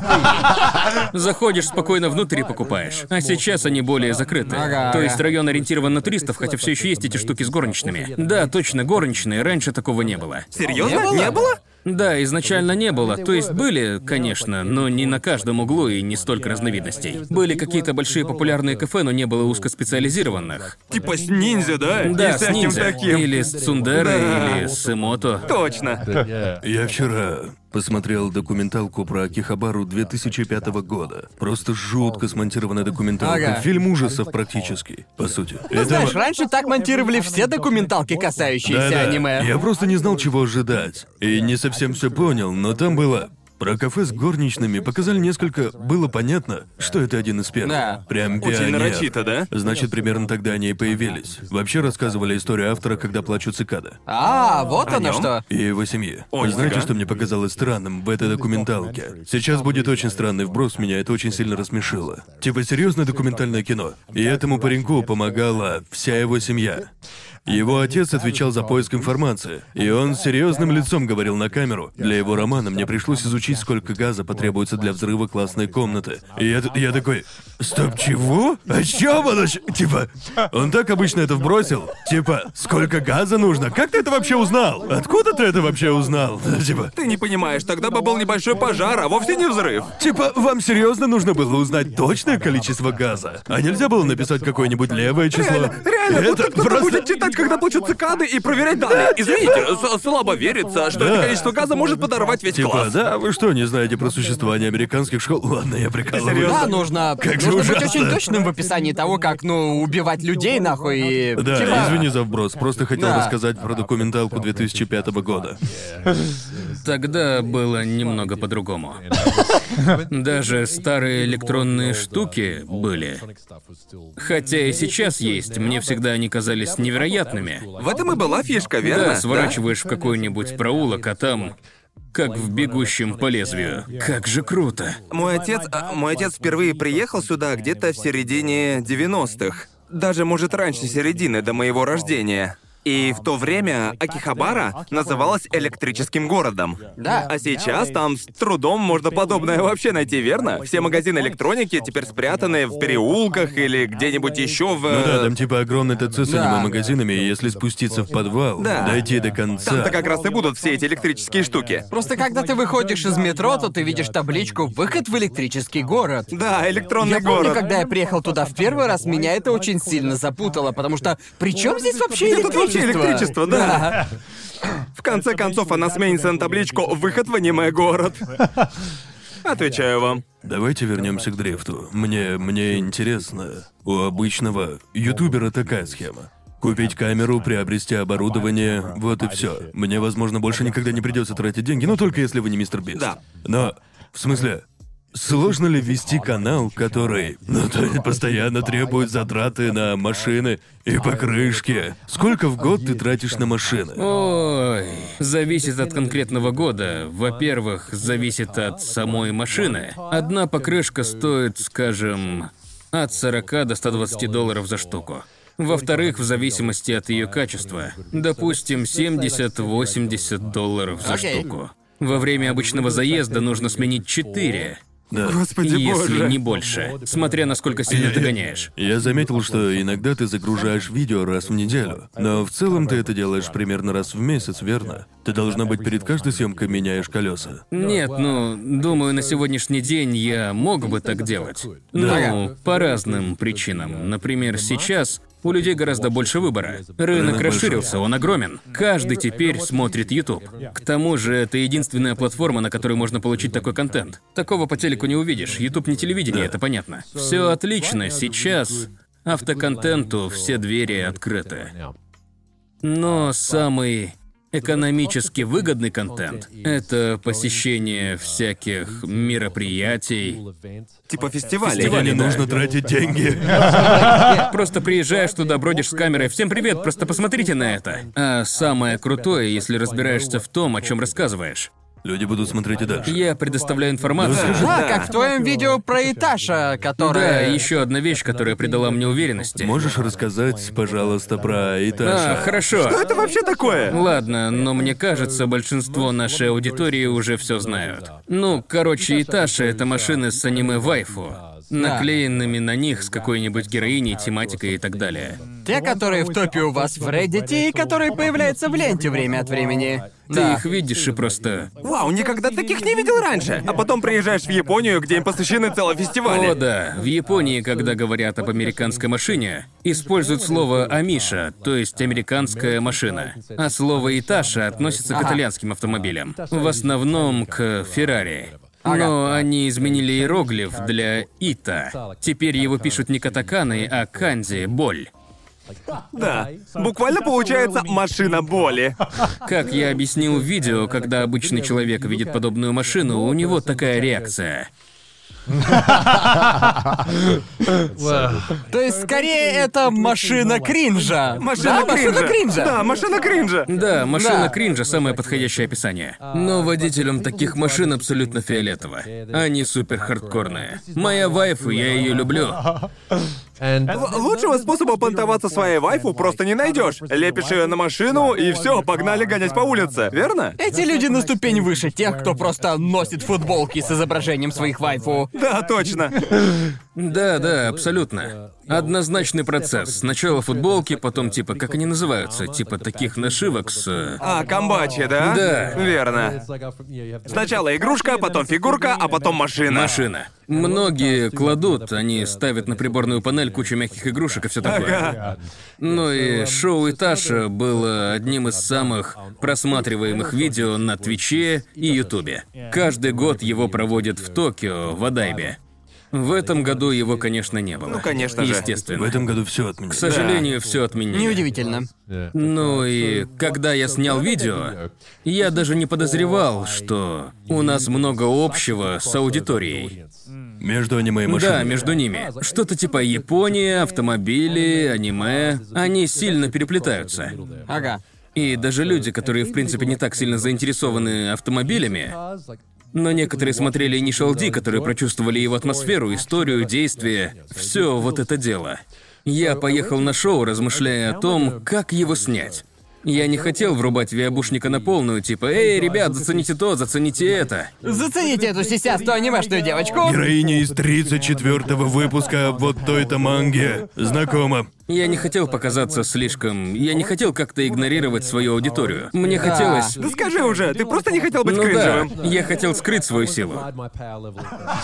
Заходишь спокойно внутрь и покупаешь. А сейчас они более закрыты. Ага, То ага. есть район ориентирован на туристов, хотя все еще есть эти штуки с горничными. Да, точно, горничные. Раньше такого не было. Серьезно? Не было? Не было? Да, изначально не было. То есть были, конечно, но не на каждом углу и не столько разновидностей. Были какие-то большие популярные кафе, но не было узкоспециализированных. Типа с ниндзя, да? Да, И с всяким ниндзя. таким. Или с Цундерой, Да. или с Эмото. Точно. Я вчера посмотрел документалку про Акихабару две тысячи пятого года. Просто жутко смонтированная документалка. Ага. Фильм ужасов практически, по сути. Ну, знаешь, раньше так монтировали все документалки, касающиеся Да-да. аниме. Я просто не знал, чего ожидать. И не совсем все понял, но там было... Про кафе с горничными показали несколько... Было понятно, что это один из первых. Да. Прям Очень пионер. нарочито, да? Значит, примерно тогда они и появились. Вообще рассказывали историю автора, когда плачут цикады. А, вот О оно нём? что. И его семье. Ой, Знаете, ага. что мне показалось странным в этой документалке? Сейчас будет очень странный вброс, меня это очень сильно рассмешило. Типа серьезное документальное кино. И этому пареньку помогала вся его семья. Его отец отвечал за поиск информации, и он серьезным лицом говорил на камеру. Для его романа мне пришлось изучить, сколько газа потребуется для взрыва классной комнаты. И я, я такой, стоп, чего? О чем он? вообще?» Типа, он так обычно это вбросил. Типа, сколько газа нужно? Как ты это вообще узнал? Откуда ты это вообще узнал? Типа, Ты не понимаешь, тогда бы был небольшой пожар, а вовсе не взрыв. Типа, вам серьезно нужно было узнать точное количество газа? А нельзя было написать какое-нибудь левое число? Реально, реально, будто это кто-то просто... будет читать, когда плачут цикады, и проверять данные. Извините, с- слабо верится, что это количество газа может подорвать весь Типа, класс. да, вы что, не знаете про существование американских школ? Ладно, я прикалываюсь. Серьёзно? Да, нужно, Как же нужно быть ужасно. очень точным в описании того, как, ну, убивать людей, нахуй, и... Да, типа- извини за вброс, просто хотел Да. рассказать про документалку две тысячи пятого года. Тогда было немного по-другому. Даже старые электронные штуки были. Хотя и сейчас есть, мне всегда они казались невероятными. В этом и была фишка, верно? Да, сворачиваешь в какой-нибудь проулок, а там... Как в «Бегущем по лезвию». Как же круто. Мой отец, а, мой отец впервые приехал сюда где-то в середине девяностых. Даже, может, раньше середины, до моего рождения. И в то время Акихабара называлась электрическим городом. Да. А сейчас там с трудом можно подобное вообще найти, верно? Все магазины электроники теперь спрятаны в переулках или где-нибудь еще в... Ну да, там типа огромный ТЦ с Да. аниме-магазинами, и если спуститься в подвал, Да. дойти до конца... Там-то как раз и будут все эти электрические штуки. Просто когда ты выходишь из метро, то ты видишь табличку «Выход в электрический город». Да, электронный Я помню, город. когда я приехал туда в первый раз, меня это очень сильно запутало, потому что при чем здесь вообще Где тут электричество? вообще электричество, да. В конце концов, она сменится на табличку «Выход в аниме-город». Отвечаю вам. Давайте вернемся к дрифту. Мне, мне интересно. У обычного ютубера такая схема. Купить камеру, приобрести оборудование, вот и все. Мне, возможно, больше никогда не придется тратить деньги, но только если вы не мистер Бист. Да. Но, в смысле, сложно ли вести канал, который, ну, то есть постоянно требует затраты на машины и покрышки? Сколько в год ты тратишь на машины? Ой, зависит от конкретного года. Во-первых, зависит от самой машины. Одна покрышка стоит, скажем, от сорока до ста двадцати долларов за штуку. Во-вторых, в зависимости от ее качества. Допустим, семьдесят-восемьдесят долларов за Окей. штуку. Во время обычного заезда нужно сменить четыре. Да. Господи Если боже. не больше, смотря насколько сильно ты гоняешь. Я заметил, что иногда ты загружаешь видео раз в неделю, но в целом ты это делаешь примерно раз в месяц, верно? Ты, должна быть, перед каждой съемкой меняешь колеса. Нет, ну, думаю, на сегодняшний день я мог бы так делать. Ну, по разным причинам. Например, сейчас у людей гораздо больше выбора. Рынок Рынок расширился, он огромен. Каждый теперь смотрит YouTube. К тому же, это единственная платформа, на которой можно получить такой контент. Такого по телеку не увидишь. YouTube не телевидение, это понятно. Все отлично, сейчас автоконтенту все двери открыты. Но самый экономически выгодный контент — это посещение всяких мероприятий. Типа фестивалей. Тебе Фестивали, не да. нужно тратить деньги. Просто приезжаешь туда, бродишь с камерой, всем привет, просто посмотрите на это. А самое крутое, если разбираешься в том, о чем рассказываешь. Люди будут смотреть и дальше. Я предоставляю информацию. А, Да. как в твоем видео про Иташа, Да, которое... еще одна вещь, которая придала мне уверенности. Можешь рассказать, пожалуйста, про Иташа? А, хорошо. Что это вообще такое? Ладно, но мне кажется, большинство нашей аудитории уже все знают. Ну, короче, Иташи — это машины с аниме-вайфу, наклеенными на них с какой-нибудь героиней, тематикой и так далее. Те, которые в топе у вас в Reddit и которые появляются в ленте время от времени. Ты Да. их видишь и просто... Вау, никогда таких не видел раньше. А потом приезжаешь в Японию, где им посвящены целые фестивали. О, да. В Японии, когда говорят об американской машине, используют слово «амиша», то есть «американская машина». А слово «иташа» относится к Ага. итальянским автомобилям. В основном к «Феррари». Но они изменили иероглиф для «ита». Теперь его пишут не катаканой, а канзи — «боль». Да. Буквально получается машина боли. Как я объяснил в видео, когда обычный человек видит подобную машину, у него такая реакция. То есть, скорее, это машина кринжа. Машина да, кринжа. машина кринжа. Да, машина кринжа. Да, машина Да. кринжа — самое подходящее описание. Но водителям таких машин абсолютно фиолетово. Они супер хардкорные. Моя вайфу, я ее люблю. And Л- Лучшего способа понтоваться своей вайфу просто не найдешь. Лепишь ее на машину и все, погнали гонять по улице, верно? Эти люди на ступень выше тех, кто просто носит футболки с изображением своих вайфу. Да, точно. Да, да, абсолютно. Однозначный процесс. Сначала футболки, потом типа, как они называются? Типа таких нашивок с... э, А, комбачи, да? Да. Верно. it's like a, yeah, you have to- Сначала игрушка, потом фигурка, а потом машина. Машина. Многие кладут, они ставят на приборную панель кучу мягких игрушек и все такое. Ага. Ну и шоу Иташа было одним из самых просматриваемых видео на Твиче и Ютубе. Каждый год его проводят в Токио, в Адайбе. В этом году его, конечно, не было. Ну, конечно же. Естественно. В этом году все отменили. К сожалению, все отменили. Неудивительно. Yeah. Ну и когда я снял видео, я даже не подозревал, что у нас много общего с аудиторией. Между аниме и машинами. Да, между ними. Что-то типа Япония, автомобили, аниме. Они сильно переплетаются. Ага. И даже люди, которые, в принципе, не так сильно заинтересованы автомобилями, но некоторые смотрели Initial D, которые прочувствовали его атмосферу, историю, действия, все вот это дело. Я поехал на шоу, размышляя о том, как его снять. Я не хотел врубать виабушника на полную, типа, «Эй, ребят, зацените то, зацените это». Зацените эту сисястую анимешную девочку. Героиня из тридцать четвёртого выпуска вот той-то манги. Знакомо. Я не хотел показаться слишком... Я не хотел как-то игнорировать свою аудиторию. Мне Да. хотелось... Да скажи уже, ты просто не хотел быть Ну да, кринжевым. я хотел скрыть свою силу. Hide my power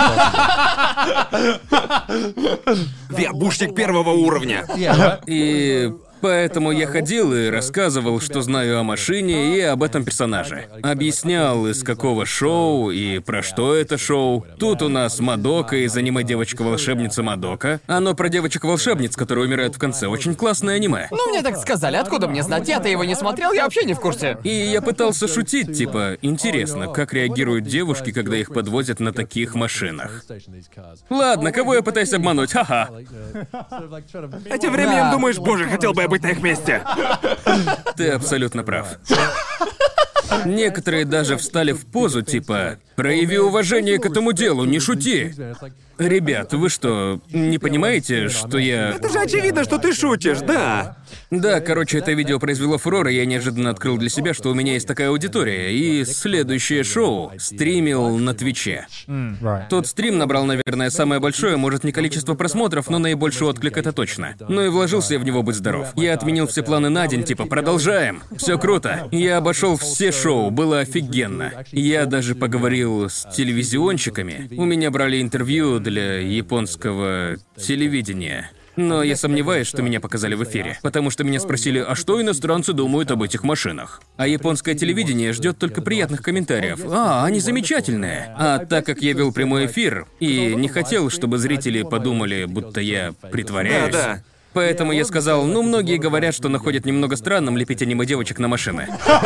level. Виабушник первого уровня. Yeah, right? И поэтому я ходил и рассказывал, что знаю о машине и об этом персонаже. Объяснял, из какого шоу и про что это шоу. Тут у нас Мадока из аниме «Девочка-волшебница Мадока». Оно про девочек-волшебниц, которые умирают в конце. Очень классное аниме. Ну, мне так сказали, откуда мне знать? Я-то его не смотрел, я вообще не в курсе. И я пытался шутить, типа, интересно, как реагируют девушки, когда их подвозят на таких машинах. Station these cars. Ладно, кого я пытаюсь обмануть, ха-ха. Like, uh, sort of like trying to. А тем временем Да. думаешь, боже, хотел бы я быть на их месте. Ты абсолютно прав. Некоторые даже встали в позу, типа, прояви уважение к этому делу, не шути. It's like, Ребят, вы что, не понимаете, что я... Это же очевидно, что ты шутишь, да. Да, короче, это видео произвело фурор, и я неожиданно открыл для себя, что у меня есть такая аудитория, и следующее шоу стримил на Твиче. Тот стрим набрал, наверное, самое большое, может, не количество просмотров, но наибольший отклик это точно. Ну и вложился я в него, будь здоров. Я отменил все планы на день, типа, продолжаем. Все круто. Я обошел все шоу, было офигенно. Я даже поговорил с телевизионщиками. У меня брали интервью для японского телевидения. Но я сомневаюсь, что меня показали в эфире, потому что меня спросили, а что иностранцы думают об этих машинах? А японское телевидение ждет только приятных комментариев. А, они замечательные. А так как я вел прямой эфир и не хотел, чтобы зрители подумали, будто я притворяюсь, Да-да. Поэтому я сказал, ну, многие говорят, что находят немного странным лепить аниме-девочек на машины.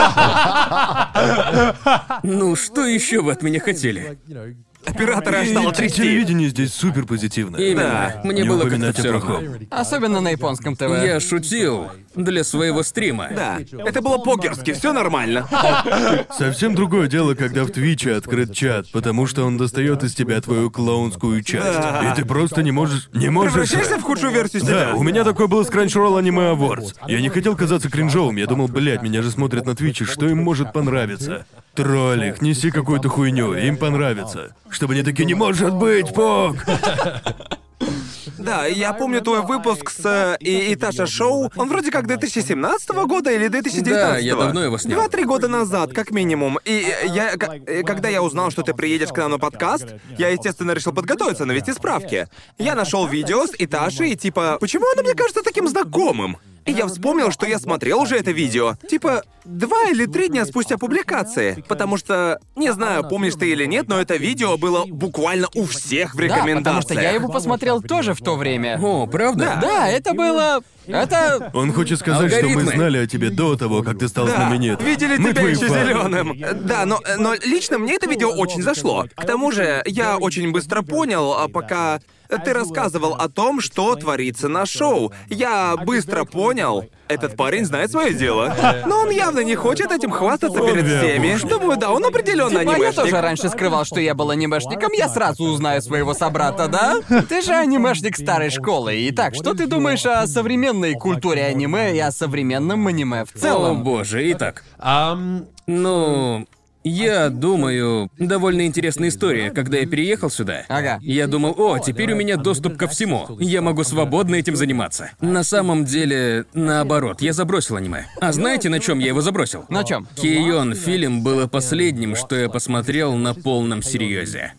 Ну, что еще вы от меня хотели? Оператора аж стало И трясти. телевидение здесь супер позитивное. Именно. Мне Не было как-то упоминать о все равно. плохом. Особенно на японском ТВ. Я шутил для своего стрима. Да, это было по-герски, все нормально. Совсем другое дело, когда в Твиче открыт чат, потому что он достает из тебя твою клоунскую часть. Да. И ты просто не можешь... Не можешь... Превращаешься в худшую версию себя. Да, у меня такое было с Crunchyroll Anime Awards. Я не хотел казаться кринжовым, я думал, блядь, меня же смотрят на Твиче, что им может понравиться? Троллик, неси какую-то хуйню, им понравится. Чтобы они такие, не может быть, Пок! Да, я помню твой выпуск с э, и Иташа Шоу. Он вроде как две тысячи семнадцатого года или две тысячи девятнадцатого. Да, я давно его снял. Два-три года назад, как минимум. И я, к- э, когда я узнал, что ты приедешь к нам на подкаст, я, естественно, решил подготовиться, навести справки. Я нашел видео с Иташей и типа, почему оно мне кажется таким знакомым? И я вспомнил, что я смотрел уже это видео. Типа, два или три дня спустя публикации. Потому что, не знаю, помнишь ты или нет, но это видео было буквально у всех в Да, рекомендациях. потому что я его посмотрел тоже в то время. О, правда? Да, это было... Это... Он хочет сказать, что Алгоритмы. мы знали о тебе до того, как ты стал Да, знаменит. видели Мы тебя твои еще фаны. зеленым. Да, но, но лично мне это видео очень зашло. К тому же, я очень быстро понял, а пока ты рассказывал о том, что творится на шоу. Я быстро понял, этот парень знает свое дело. Но он явно не хочет этим хвастаться Он перед вяпушка. всеми. Думаю, да, он определенно Типа, я анимешник. тоже раньше скрывал, что я был анимешником, я сразу узнаю своего собрата, да? Ты же анимешник старой школы. Итак, что ты думаешь о современной культуре аниме и о современном аниме в О, целом? боже, итак. Um, Ну, я думаю, довольно интересная история. Когда я переехал сюда, Ага. я думал, о, теперь у меня доступ ко всему. Я могу свободно этим заниматься. На самом деле, наоборот, я забросил аниме. А знаете, на чем я его забросил? На чем? Кейон фильм было последним, что я посмотрел на полном серьезе.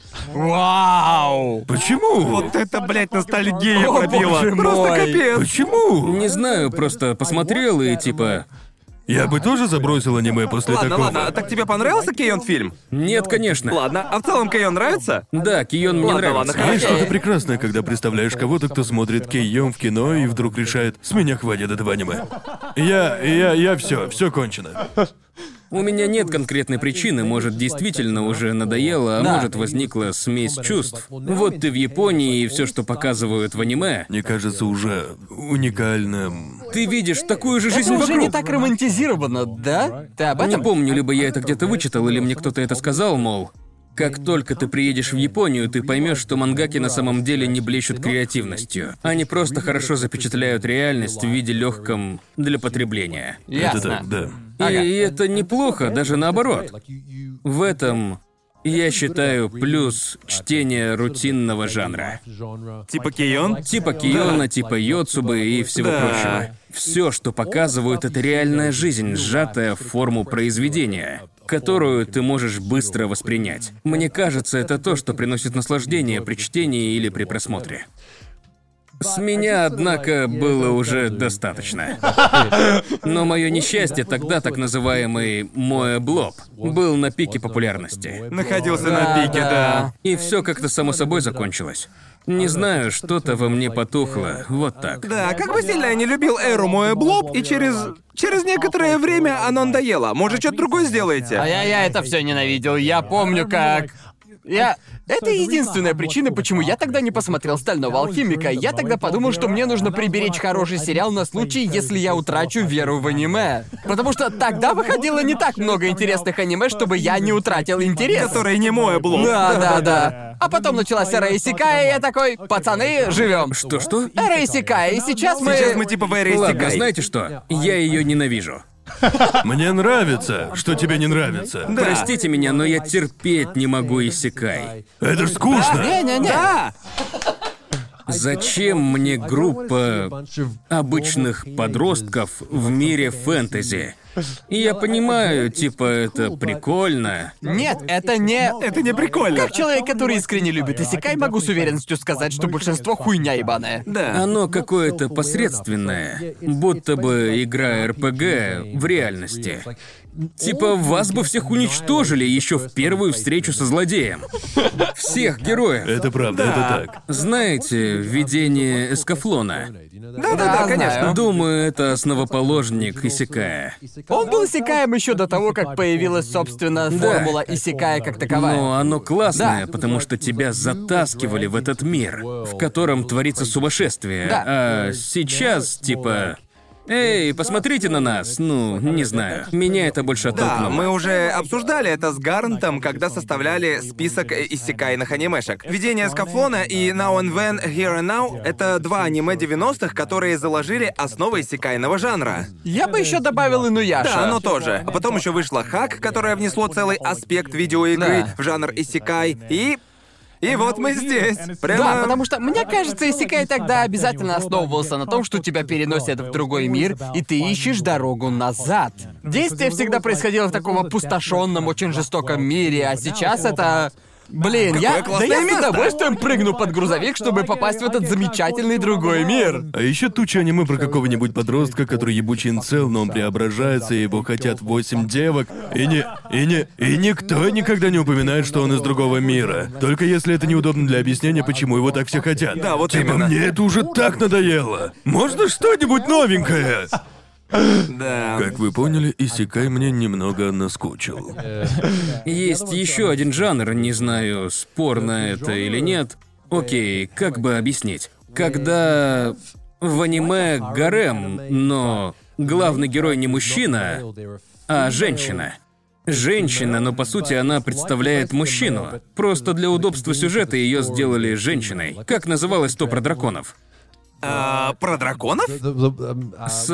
Вау! Почему? Вот это, блядь, ностальгия О, пробила. боже Просто мой. капец. Почему? Не знаю, просто посмотрел и типа... Я бы тоже забросил аниме после Ладно, такого. ладно, а так тебе понравился Кейон фильм? Нет, конечно. Ладно, а в целом Кейон нравится? Да, Кейон мне Ладно, нравится. ладно, Знаешь, хорошо. что-то прекрасное, когда представляешь кого-то, кто смотрит Кейон в кино и вдруг решает, с меня хватит этого аниме. Я, я, я все, все кончено. У меня нет конкретной причины, может, действительно уже надоело, а Да. может, возникла смесь чувств. Вот ты в Японии, и все, что показывают в аниме, Мне кажется, уже уникальным. ты видишь такую же жизнь Это уже не вокруг. так романтизировано, да? Ты об Не этом? помню, либо я это где-то вычитал, или мне кто-то это сказал, мол, как только ты приедешь в Японию, ты поймешь, что мангаки на самом деле не блещут креативностью. Они просто хорошо запечатляют реальность в виде легком для потребления. Это Ясно. так, да. И Ага. это неплохо, даже наоборот. В этом, я считаю, плюс чтение рутинного жанра. Типа Кейон? Типа Киона, типа Йоцубы и всего Да. прочего. Все, что показывают, это реальная жизнь, сжатая в форму произведения, которую ты можешь быстро воспринять. Мне кажется, это то, что приносит наслаждение при чтении или при просмотре. С меня, однако, было уже достаточно. Но мое несчастье тогда, так называемый моэблоб, был на пике популярности. Находился Да, на пике, да. да. И все как-то само собой закончилось. Не знаю, что-то во мне потухло, вот так. Да, как бы сильно я не любил эру Моэблоб, и через... Через некоторое время оно надоело. Может, что-то другое сделаете? А я, я это все ненавидел. Я помню, как... Я... Это единственная причина, почему я тогда не посмотрел «Стального алхимика». Я тогда подумал, что мне нужно приберечь хороший сериал на случай, если я утрачу веру в аниме. Потому что тогда выходило не так много интересных аниме, чтобы я не утратил интерес. Который не Моэблоб. Да, да, да. А потом началась эра Исекая, и я такой, пацаны, живем. Что-что? Эра Исекая, и сейчас мы... Сейчас мы типа в эре Ладно, Исекай. знаете что? Я ее ненавижу. Мне нравится, что тебе не нравится. Да. Простите меня, но я терпеть не могу Исекай. Это ж скучно. Не-не-не. Да! Зачем мне группа обычных подростков в мире фэнтези? И я понимаю, типа, это прикольно. Нет, это не... Это не прикольно. Как человек, который искренне любит исекай, могу с уверенностью сказать, что большинство хуйня ебаная. Да. Оно какое-то посредственное, будто бы игра эр пэ гэ в реальности. Типа, вас бы всех уничтожили еще в первую встречу со злодеем. Всех героев. Это правда, это так. Знаете, введение эскафлона? Да-да-да, конечно. знаю. Думаю, это основоположник исекая. Он был исекаем еще до того, как появилась, собственно, формула исекая как таковая. Но оно классное, Да. потому что тебя затаскивали в этот мир, в котором творится сумасшествие. Да. А сейчас, типа... Эй, посмотрите на нас. Ну, не знаю. Меня это больше Да, оттолкнуло. мы уже обсуждали это с Гарнтом, когда составляли список иссякайных анимешек. Видение Скафлона и Now and Then, Here and Now — это два аниме девяностых, которые заложили основы иссякайного жанра. Я бы еще добавил Инуяша. Да, оно тоже. А потом еще вышла Хак, которая внесло целый аспект видеоигры Да. в жанр иссякай, и... И вот мы здесь. Прямо... Да, потому что, мне кажется, Исекай тогда обязательно основывался на том, что тебя переносят в другой мир, и ты ищешь дорогу назад. Действие всегда происходило в таком опустошенном, очень жестоком мире, а сейчас это... Блин, я, да классное я с место! удовольствием прыгну под грузовик, чтобы попасть в этот замечательный другой мир. А еще туча аниме про какого-нибудь подростка, который ебучий инцел, но он преображается, и его хотят восемь девок. И не... И не... И никто никогда не упоминает, что он из другого мира. Только если это неудобно для объяснения, почему его так все хотят. Да, вот типа, именно. мне это уже так надоело. Можно что-нибудь новенькое? Да. Как вы поняли, исекай мне немного наскучил. Есть еще один жанр, не знаю, спорно это или нет. Окей, как бы объяснить? Когда в аниме гарем, но главный герой не мужчина, а женщина. Женщина, но по сути она представляет мужчину. Просто для удобства сюжета ее сделали женщиной. Как называлось то про драконов? А, про драконов? С...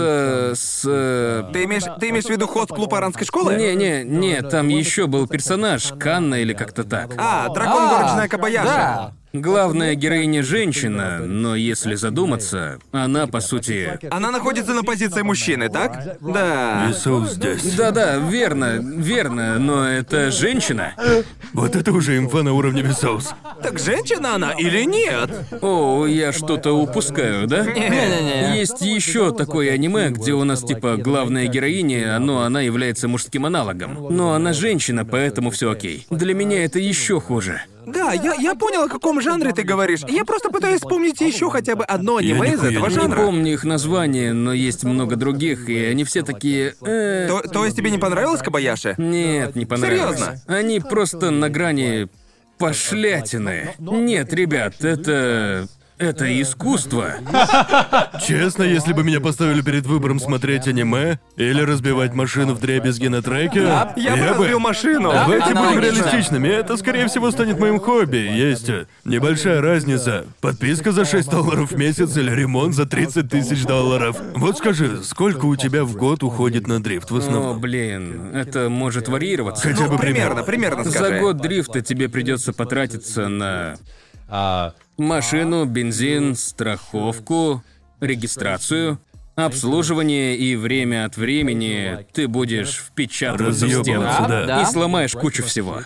с... Ты имеешь, ты имеешь в виду ход клуб оранской школы? Не-не, не, там еще был персонаж, Канна или как-то так. А, дракон А, горничная Кабаяши. Да. Главная героиня женщина, но если задуматься, она по сути... Она находится на позиции мужчины, так? Да. Исус здесь. Да-да, верно, верно, но это женщина. Вот это уже инфа на уровне Висоус. Так женщина она или нет? О, я что-то упускаю, да? Не-не-не. Есть еще такое аниме, где у нас типа главная героиня, но она является мужским аналогом. Но она женщина, поэтому все окей. Для меня это еще хуже. Да, я, я понял, о каком жанре ты говоришь. Я просто пытаюсь вспомнить еще хотя бы одно аниме из нихуя этого не Не жанра. помню их название, но есть много других, и они все такие... э, То, то есть тебе не понравилось Кабаяши? Нет, не понравилось. Серьезно? Они просто на грани пошлятины. Нет, ребят, это... Это искусство. Честно, если бы меня поставили перед выбором смотреть аниме или разбивать машину в дребезги на треке, Я бы разбил машину. Давайте будем аналогично. реалистичными, это, скорее всего, станет моим хобби. Есть э, небольшая разница. Подписка за шесть долларов в месяц или ремонт за тридцать тысяч долларов. Вот скажи, сколько у тебя в год уходит на дрифт в О, основном? блин, это может варьироваться. Хотя бы Ну, примерно, примерно. примерно скажи. За год дрифта тебе придется потратиться на А, машину, бензин, страховку, регистрацию, обслуживание, и время от времени ты будешь впечатываться в стену Разъёбываться, да. Да. и сломаешь кучу всего.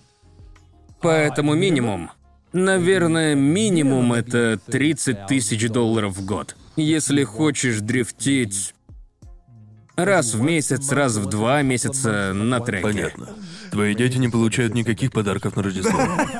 Поэтому минимум, наверное, минимум это тридцать тысяч долларов в год. Если хочешь дрифтить раз в месяц, раз в два месяца на треке. Понятно. Твои дети не получают никаких подарков на Рождество.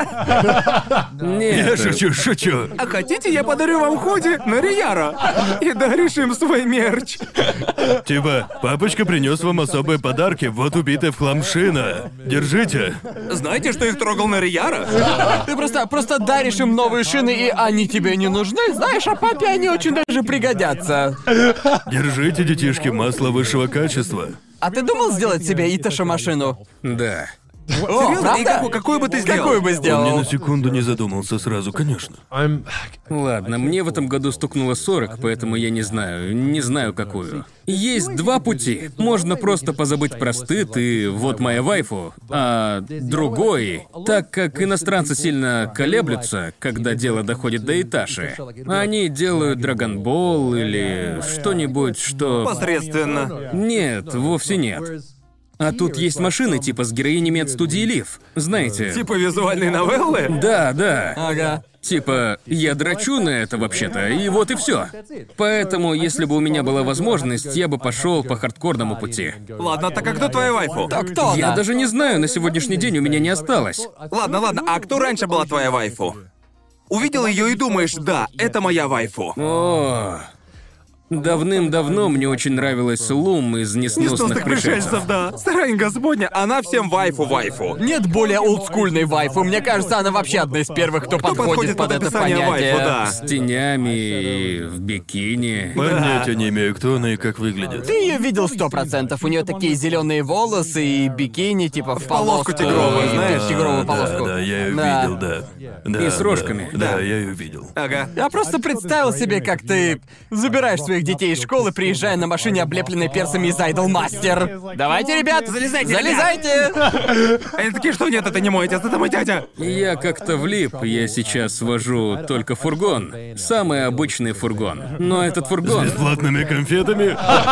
Нет, Я шучу, шучу. А хотите, я подарю вам худи на Рияра? И даришь им свой мерч. Типа, папочка принес вам особые подарки, вот убитая в хлам шина. Держите. Знаете, что их трогал на Рияра? Ты просто, просто даришь им новые шины, и они тебе не нужны. Знаешь, а папе они очень даже пригодятся. Держите, детишки, масло высшего качества. А ты думал сделать себе Иташа машину? да. О, Серьезно? И правда? какую, какую бы ты сделал? Какую бы Он ни сделал? на секунду не задумался сразу, конечно. I'm Ладно, мне в этом году стукнуло сорок, поэтому я не знаю, не знаю какую. Есть два пути. Можно просто позабыть про стыд и вот моя вайфу. А другой, так как иностранцы сильно колеблются, когда дело доходит до Иташи, они делают Драгонбол или что-нибудь, что... Посредственно. Нет, вовсе нет. А тут есть машины типа с героинями от студии Лив. Знаете? Типа визуальные новеллы? Да, да. Ага. Типа, я драчу на это вообще-то, и вот и все. Поэтому, если бы у меня была возможность, я бы пошел по хардкорному пути. Ладно, так а кто твоя вайфу? То кто Я она? даже не знаю, на сегодняшний день у меня не осталось. Ладно, ладно, а кто раньше была твоя вайфу? Увидел ее и думаешь, да, это моя вайфу. О, давным-давно мне очень нравилась Лум из «Несносных Несносных пришельцев». пришельцев, да. Срань господня, она всем вайфу-вайфу. Нет более олдскульной вайфу. Мне кажется, она вообще одна из первых, кто, Кто подходит, подходит под под это описание понятие. вайфу, да. С тенями и в бикини. Понятия не имею, кто она и как выглядит. Ты ее видел сто процентов. У нее такие зеленые волосы и бикини, типа в полоску полоску. тигровую, и знаешь? Тигровую Да, полоску. да, я ее Да. видел, да. Да, И с рожками. Да, да, я ее видел. Ага. Я просто представил себе, как ты забираешь своих детей из школы, приезжая на машине, облепленной персами из Idolmaster. Давайте, ребят, Залезайте, залезайте! Они такие, что нет, это не мой отец, это мой дядя. Я как-то влип, я сейчас вожу только фургон. Самый обычный фургон. Но этот фургон... Бесплатными конфетами?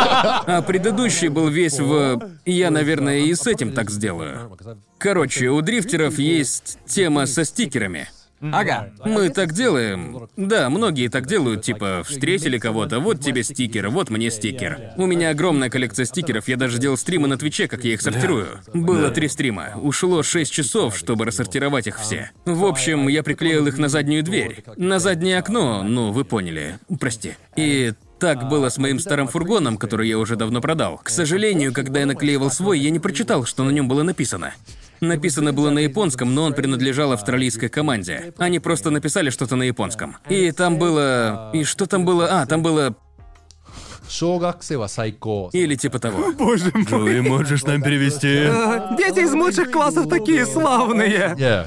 А предыдущий был весь в... Я, наверное, и с этим так сделаю. Короче, у дрифтеров есть тема со стикерами. Ага. Мы так делаем. Да, многие так делают, типа, встретили кого-то, вот тебе стикер, вот мне стикер. У меня огромная коллекция стикеров, я даже делал стримы на Твиче, как я их сортирую. Было три стрима. Ушло шесть часов, чтобы рассортировать их все. В общем, я приклеил их на заднюю дверь. На заднее окно, ну, вы поняли. Прости. И так было с моим старым фургоном, который я уже давно продал. К сожалению, когда я наклеивал свой, я не прочитал, что на нем было написано. Написано было на японском, но он принадлежал австралийской команде. Они просто написали что-то на японском. И там было... И что там было? А, там было... 小学生は最高。 Или типа того. Боже мой. Джоуи, можешь нам перевести? А, Дети из младших классов такие славные. Yeah.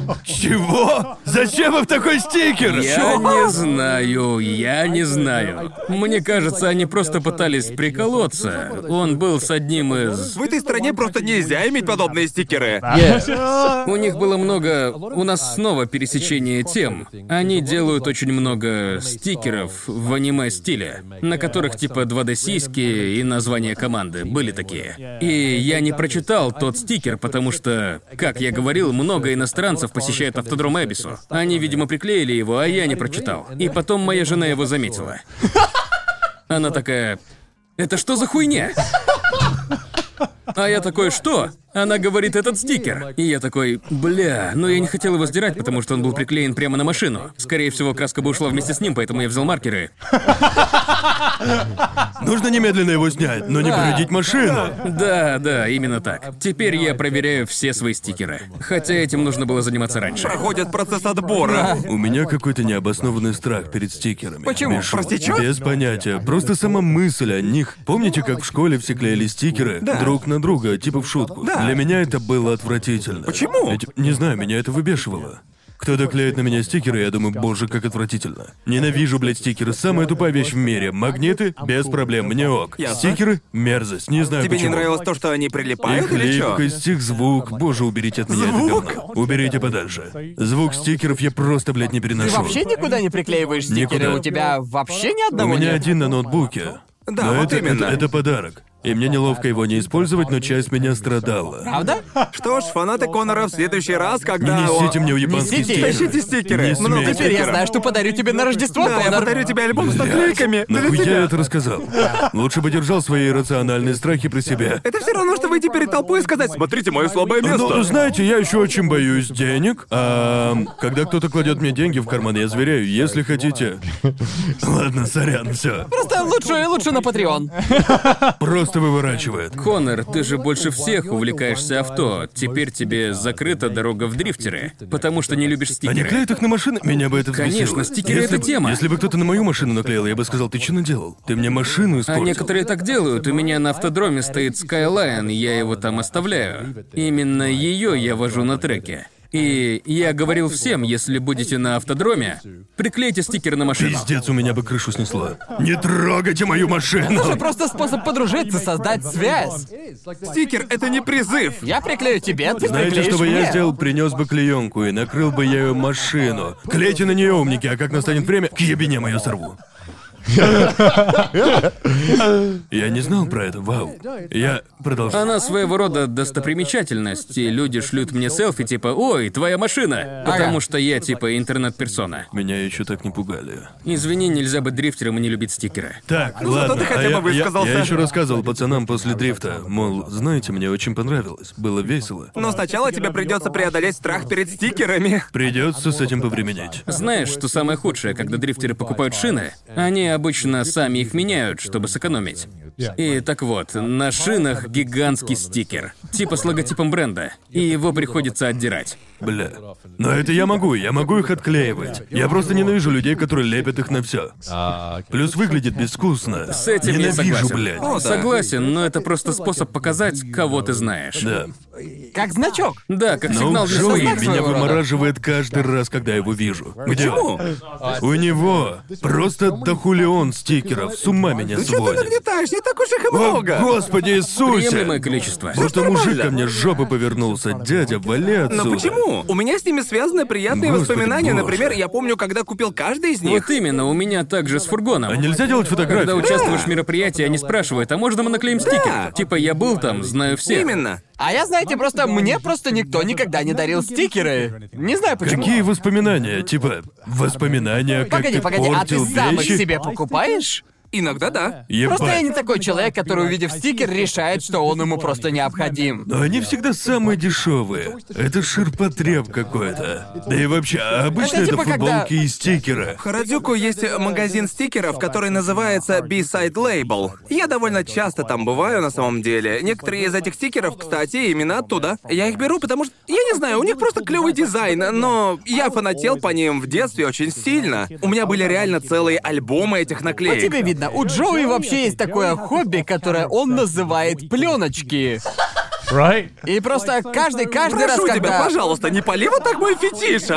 Чего? Зачем им такой стикер? Я не знаю, я не знаю. Мне кажется, они просто пытались приколоться. Он был с одним из... В этой стране просто нельзя иметь подобные стикеры. Yes. У них было много... У нас снова пересечение тем. Они делают очень много стикеров в аниме-стиле, на которых типа два дэ-сиськи и название команды были такие. И я не прочитал тот стикер, потому что, как я говорил, много иностранцев посещают автодром Эбису. Они, видимо, приклеили его, а я не прочитал. И потом моя жена его заметила. Она такая... Это что за хуйня? А я такой, что? Она говорит, этот стикер. И я такой, бля, но я не хотел его сдирать, потому что он был приклеен прямо на машину. Скорее всего, краска бы ушла вместе с ним, поэтому я взял маркеры. Нужно немедленно его снять, но не повредить машину. Да, да, именно так. Теперь я проверяю все свои стикеры. Хотя этим нужно было заниматься раньше. Проходят процесс отбора. У меня какой-то необоснованный страх перед стикерами. Почему? Без шуток. Прости, чё? Без понятия. Просто сама мысль о них. Помните, как в школе все клеили стикеры друг на друга, типа в шутку? Да. Для меня это было отвратительно. Почему? Ведь, не знаю, меня это выбешивало. Кто-то клеит на меня стикеры, я думаю, боже, как отвратительно. Ненавижу, блядь, стикеры. Самая тупая вещь в мире. Магниты? Без проблем, мне ок. Ясно. Стикеры? Мерзость. Не знаю Тебе почему. не нравилось то, что они Их прилипают или чё? липкость, их звук. Боже, уберите от меня Звук? это говно. Уберите подальше. Звук стикеров я просто, блядь, не Ты переношу. вообще никуда не приклеиваешь стикеры? Никуда. У тебя вообще ни У одного меня нет? один на ноутбуке. Да, Но вот это, именно. это, это подарок. И мне неловко его не использовать, но часть меня страдала. Правда? Что ж, фанаты Конора в следующий раз, когда... Не несите мне японские Несите. стикеры. Тащите стикеры. Не Много смейте. Теперь я стикеров. знаю, что подарю тебе на Рождество, Да, я Конор. подарю тебе альбом с наклейками. Для Нахуя я тебя. это рассказал? Лучше бы держал свои иррациональные страхи при себе. Это все равно, что выйти перед толпой и сказать, смотрите, мое слабое место. Ну, знаете, я еще очень боюсь денег. А когда кто-то кладет мне деньги в карман, я зверяю, если хотите. Ладно, сорян, все. Просто лучше, лучше на Patreon. Просто просто выворачивает. Конор, ты же больше всех увлекаешься авто. Теперь тебе закрыта дорога в дрифтеры, потому что не любишь Они стикеры. клеят их на машины? Меня бы это взбесило. Конечно, стикеры — Если это бы- тема. Если бы кто-то на мою машину наклеил, я бы сказал, ты что наделал? Ты мне машину А испортил. некоторые так делают. У меня на автодроме стоит Skyline, и я его там оставляю. Именно ее я вожу на треке. И я говорил всем, если будете на автодроме, приклейте стикер на машину. Пиздец, у меня бы крышу снесло. Не трогайте мою машину! Это просто способ подружиться, создать связь. Стикер — это не призыв. Я приклею тебе, ты Знаете, приклеишь что бы мне. я сделал? Принес бы клеенку и накрыл бы я ее машину. Клейте на нее, умники, а как настанет время, к ебене мою сорву. Я не знал про это, вау. Я продолжаю. Она своего рода достопримечательность, и люди шлют мне селфи типа «Ой, твоя машина!» Потому что я типа интернет-персона. Меня еще так не пугали. Извини, нельзя быть дрифтером и не любить стикеры. Так, Ну, ладно. зато ты хотя а бы я, я- высказался. я еще рассказывал пацанам после дрифта, мол, знаете, мне очень понравилось, было весело. Но сначала тебе придется преодолеть страх перед стикерами. Придется с этим повременить. Знаешь, что самое худшее, когда дрифтеры покупают шины? Они обычно сами их меняют, чтобы сэкономить. И так вот, на шинах гигантский стикер, типа с логотипом бренда, и его приходится отдирать. Бля. Но это я могу, я могу их отклеивать. Я просто ненавижу людей, которые лепят их на все. А, Плюс выглядит безвкусно. С этим я Ненавижу, согласен. блядь. О, да. Согласен, но это просто способ показать, кого ты знаешь. Да. Как значок. Да, как Но сигнал для Джоуи своих. знак меня своего рода. вымораживает каждый раз, когда я его вижу. Где он? Почему? У него просто дохулион стикеров, с ума меня Ты что ты сводит. нагнетаешь? Не так уж их и О, много. Господи Иисусе! Приемлемое количество. Будто мужик ко мне с жопы повернулся. Дядя, вали отсюда. Но почему? У меня с ними связаны приятные Господи воспоминания. боже. Например, я помню, когда купил каждый из них. Вот именно, у меня также с фургоном. А нельзя делать фотографии? Когда участвуешь в мероприятии, они спрашивают, а можно мы наклеим стикер? Типа, я был там, знаю всех. Именно. А я, знаете, просто мне просто никто никогда не дарил стикеры. Не знаю почему. Какие воспоминания? Типа, воспоминания, как Погоди, ты погоди, а ты портил сам их вещи? себе покупаешь? Иногда да. Ебать. Просто я не такой человек, который, увидев стикер, решает, что он ему просто необходим. Но они всегда самые дешевые. Это ширпотреб какой-то. Да и вообще, а обычно Это это, типа футболки когда- и стикеры. В Харадзюку есть магазин стикеров, который называется B-Side Label. Я довольно часто там бываю на самом деле. Некоторые из этих стикеров, кстати, именно оттуда. Я их беру, потому что, я не знаю, у них просто клевый дизайн, но я фанател по ним в детстве очень сильно. У меня были реально целые альбомы этих По наклеек. тебе видно, у Джоуи вообще есть такое хобби, которое он называет пленочки. Right? И просто каждый, каждый раз, Прошу тебя, когда... пожалуйста, не пали вот так мой фетиш,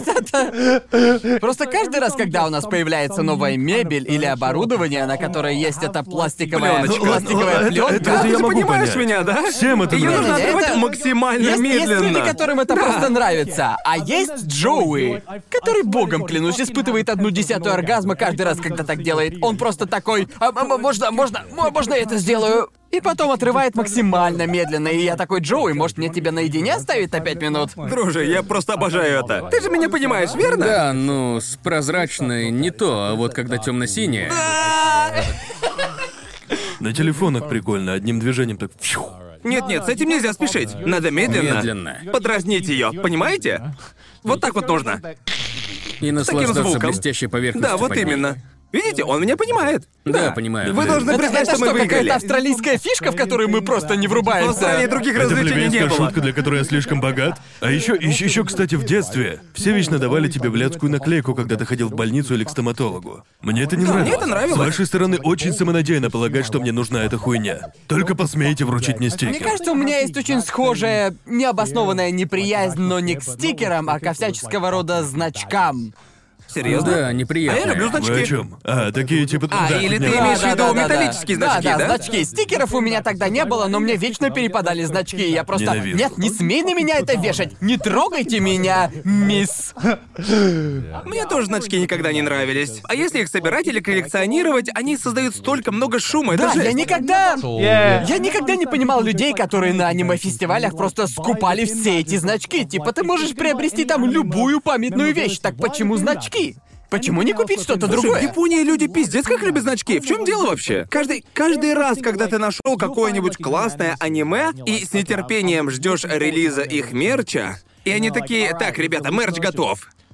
а? Просто каждый раз, когда у нас появляется новая мебель или оборудование, на которое есть эта пластиковая, Плёночка. пластиковая Это- пленка. это- Да, я ты могу понимаешь понять. меня, да? Всем это Её нужно нравится. открывать Это- максимально Есть, есть медленно. люди, которым это Да. просто нравится, а есть Джоуи, который, богом клянусь, испытывает одну десятую оргазма каждый раз, когда так делает. Он просто такой, а, а, можно, можно, мо- можно я это сделаю? И потом отрывает максимально медленно, и я такой, Джоуи, может мне тебя наедине оставить на пять минут? Друже, я просто обожаю это. Ты же меня понимаешь, верно? Да, ну, с прозрачной не то, а вот когда темно-синяя. На телефонах прикольно, одним движением так... фью. Нет-нет, с этим нельзя спешить. Надо медленно. Медленно. Подразнить ее, понимаете? Вот так вот нужно. И наслаждаться звуком. блестящей поверхностью Да, вот под ней. именно. Видите, он меня понимает. Да, понимаю. Вы должны Это, признать, это что мы что, какая-то выиграли. австралийская фишка, в которую мы просто не В Австралии врубаемся? других Это развлечений не плебейская было. шутка, для которой я слишком богат. А еще, еще, еще, кстати, в детстве все вечно давали тебе блядскую наклейку, когда ты ходил в больницу или к стоматологу. Мне это не Да, мне нравилось. это нравилось. С вашей стороны очень самонадеянно полагать, что мне нужна эта хуйня. Только посмейте вручить мне стикер. Мне кажется, у меня есть очень схожая, необоснованная неприязнь, но не к стикерам, а ко всяческого рода значкам. Серьезно? Да, А неприятно. я люблю значки. Вы о чем? А, такие типа... А, да, или ты нет. имеешь в виду металлические значки, да? да? Да, значки. Стикеров у меня тогда не было, но мне вечно перепадали значки. и Я просто... Ненавижу. Нет, не смей на меня это вешать! Не трогайте меня, мисс! Мне тоже значки никогда не нравились. А если их собирать или коллекционировать, они создают столько много шума. Это Да, жесть. я никогда... Yeah. Я никогда не понимал людей, которые на аниме-фестивалях просто скупали все эти значки. Типа, ты можешь приобрести там любую памятную вещь, так почему значки? Почему не купить что-то Слушай, в другое? Японии люди пиздец как любят значки. В чем дело вообще? Каждый, каждый раз, когда ты нашел какое-нибудь классное аниме и с нетерпением ждешь релиза их мерча, и они такие, так, ребята, мерч готов.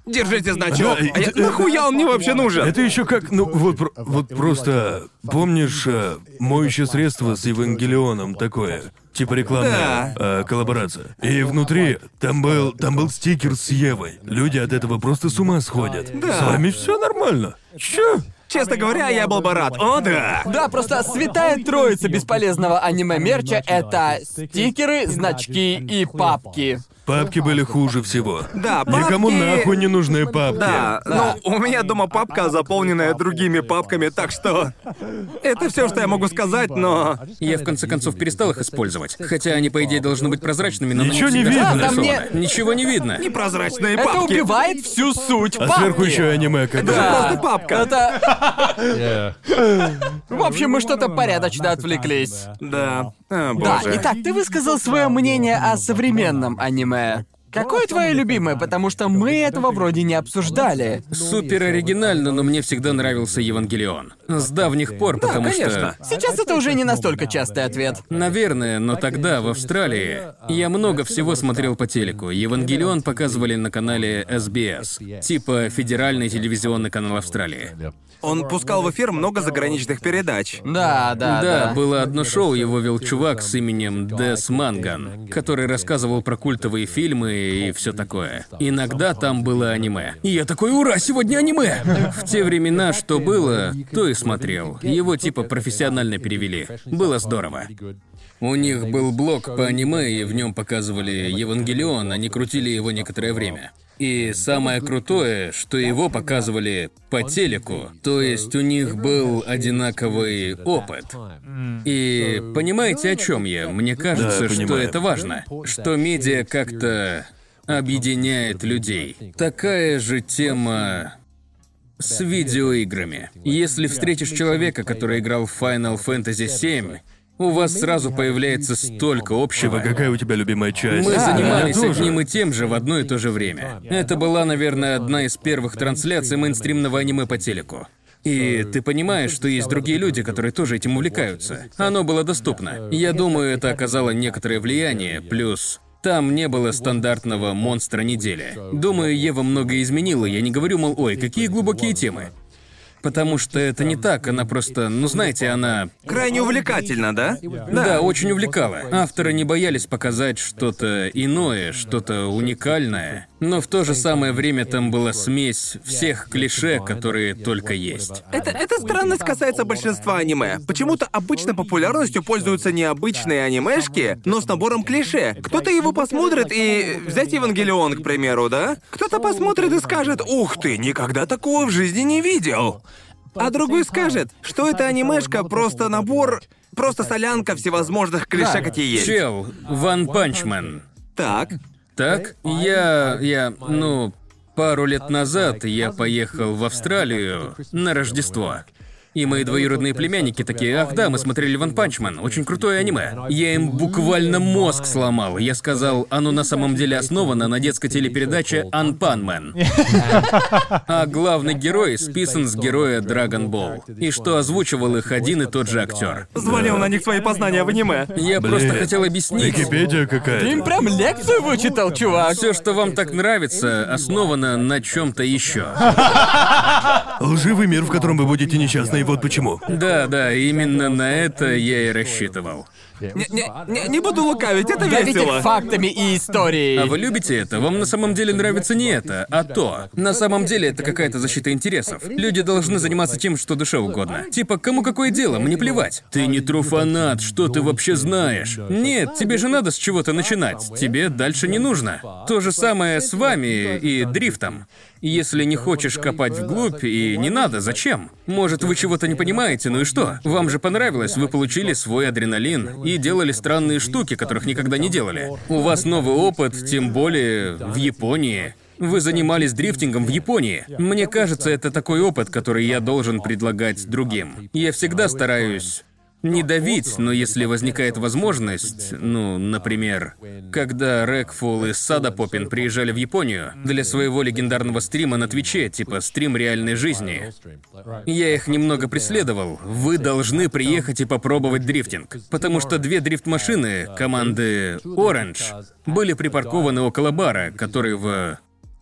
Держите значок. Да, А я- это- Нахуя он мне вообще нужен? Это еще как, ну вот, про- вот просто помнишь э, моющее средство с Евангелионом такое? Типа рекламная э, коллаборация. И внутри там был там был стикер с Евой. Люди от этого просто с ума сходят. Да. С вами все нормально. Чё? Честно говоря, я был бы рад. О, да. Да, просто святая троица бесполезного аниме-мерча — это стикеры, значки и папки. Папки были хуже всего. Да, Никому папки- нахуй не нужны папки. Да, Да. ну, у меня дома папка, заполненная другими папками, так что... Это все, что я могу сказать, но... Я в конце концов перестал их использовать. Хотя они, по идее, должны быть прозрачными, но на Ничего них не всегда видно. что-то Да, там нарисовано. Ничего не видно. Непрозрачные Это папки. убивает всю суть А папки. сверху еще аниме как Это же просто папка. Это... Yeah. В общем, мы что-то порядочно отвлеклись. Да. А, Да, боже. итак, ты высказал свое мнение о современном аниме. Какое твое любимое? Потому что мы этого вроде не обсуждали. Супер оригинально, но мне всегда нравился Евангелион. С давних пор, потому конечно. что... Сейчас это уже не настолько частый ответ. Наверное, но тогда, в Австралии, я много всего смотрел по телеку. Евангелион показывали на канале эс би эс, типа федеральный телевизионный канал Австралии. Он пускал в эфир много заграничных передач. Да, да, Да, да. было одно шоу, его вел чувак с именем Дэс Манган, который рассказывал про культовые фильмы и все такое. Иногда там было аниме. И я такой, ура, сегодня аниме! В те времена, что было, то и смотрел. Его типа профессионально перевели. Было здорово. У них был блог по аниме, и в нем показывали Евангелион, они крутили его некоторое время. И самое крутое, что его показывали по телеку, то есть у них был одинаковый опыт. И понимаете, о чем я? Мне кажется, Да, что понимаю. это важно, что медиа как-то объединяет людей. Такая же тема с видеоиграми. Если встретишь человека, который играл в Final Fantasy семь, у вас сразу появляется столько общего. Типа, какая у тебя любимая часть? Мы Да, занимались я тоже. одним и тем же в одно и то же время. Это была, наверное, одна из первых трансляций мейнстримного аниме по телеку. И ты понимаешь, что есть другие люди, которые тоже этим увлекаются. Оно было доступно. Я думаю, это оказало некоторое влияние, плюс там не было стандартного монстра недели. Думаю, Ева многое изменила, я не говорю, мол, ой, какие глубокие темы. Потому что это не так, она просто, ну знаете, она... Крайне увлекательно, да? Да, очень увлекала. Авторы не боялись показать что-то иное, что-то уникальное. Но в то же самое время там была смесь всех клише, которые только есть. Это, эта странность касается большинства аниме. Почему-то обычно популярностью пользуются не обычные анимешки, но с набором клише. Кто-то его посмотрит и... Взять Евангелион, к примеру, да? Кто-то посмотрит и скажет, ух ты, никогда такого в жизни не видел. А другой скажет, что эта анимешка просто набор... Просто солянка всевозможных клише, какие есть. Чел, Ван Панчмен. Так. Так, я... я... ну... Пару лет назад я поехал в Австралию на Рождество. И мои двоюродные племянники такие, ах да, мы смотрели Ван Панчмен, очень крутое аниме. Я им буквально мозг сломал. Я сказал, оно на самом деле основано на детской телепередаче Анпанмен. А главный герой списан с героя Dragon Ball. И что озвучивал их один и тот же актер. Звалил на них свои познания в аниме. Я Блин, просто хотел объяснить. Википедия Ты им какая-то. прям лекцию вычитал, чувак. Все, что вам так нравится, основано на чем-то еще. Лживый мир, в котором вы будете несчастны, и вот почему. Да, да, именно на это я и рассчитывал. Не, не, не, не буду лукавить, это Давите весело. фактами и историей. А вы любите это? Вам на самом деле нравится не это, а то. На самом деле это какая-то защита интересов. Люди должны заниматься тем, что душе угодно. Типа, кому какое дело, мне плевать. Ты не true фанат, что ты вообще знаешь? Нет, тебе же надо с чего-то начинать. Тебе дальше не нужно. То же самое с вами и дрифтом. Если не хочешь копать вглубь, и не надо, зачем? Может, вы чего-то не понимаете, ну и что? Вам же понравилось, вы получили свой адреналин и делали странные штуки, которых никогда не делали. У вас новый опыт, тем более в Японии. Вы занимались дрифтингом в Японии. Мне кажется, это такой опыт, который я должен предлагать другим. Я всегда стараюсь не давить, но если возникает возможность, ну, например, когда Рекфул и Сада Поппин приезжали в Японию для своего легендарного стрима на Твиче, типа стрим реальной жизни, я их немного преследовал. Вы должны приехать и попробовать дрифтинг, потому что две дрифт-машины команды Orange были припаркованы около бара, который в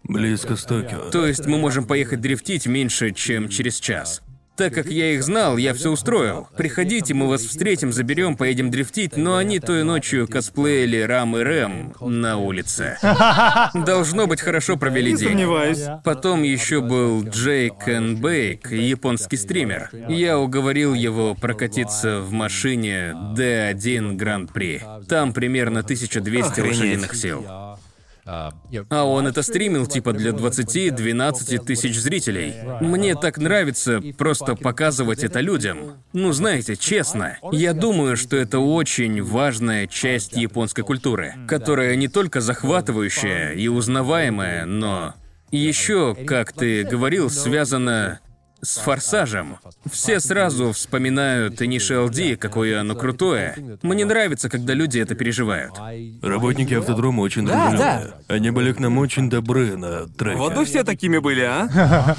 Близко с Токио. То есть мы можем поехать дрифтить меньше, чем через час. Так как я их знал, я все устроил. Приходите, мы вас встретим, заберем, поедем дрифтить, но они той ночью косплеили Рам и Рэм на улице. Должно быть, хорошо провели день. Сомневаюсь. Потом еще был Джейк энд Бейк, японский стример. Я уговорил его прокатиться в машине Д один Гран-при. Там примерно тысяча двести Охренеть. лошадиных сил. Uh, you know, А он это стримил типа для двадцати-двенадцати тысяч зрителей. Мне так нравится просто показывать это людям. Ну, знаете, честно, я думаю, что это очень важная часть японской культуры, которая не только захватывающая и узнаваемая, но еще, как ты говорил, связана с «Форсажем». Все сразу вспоминают Initial D, какое оно крутое. Мне нравится, когда люди это переживают. Работники автодрома очень Да, дружелюбные. Они были к нам очень добры на треке. Вот бы все такими были, а?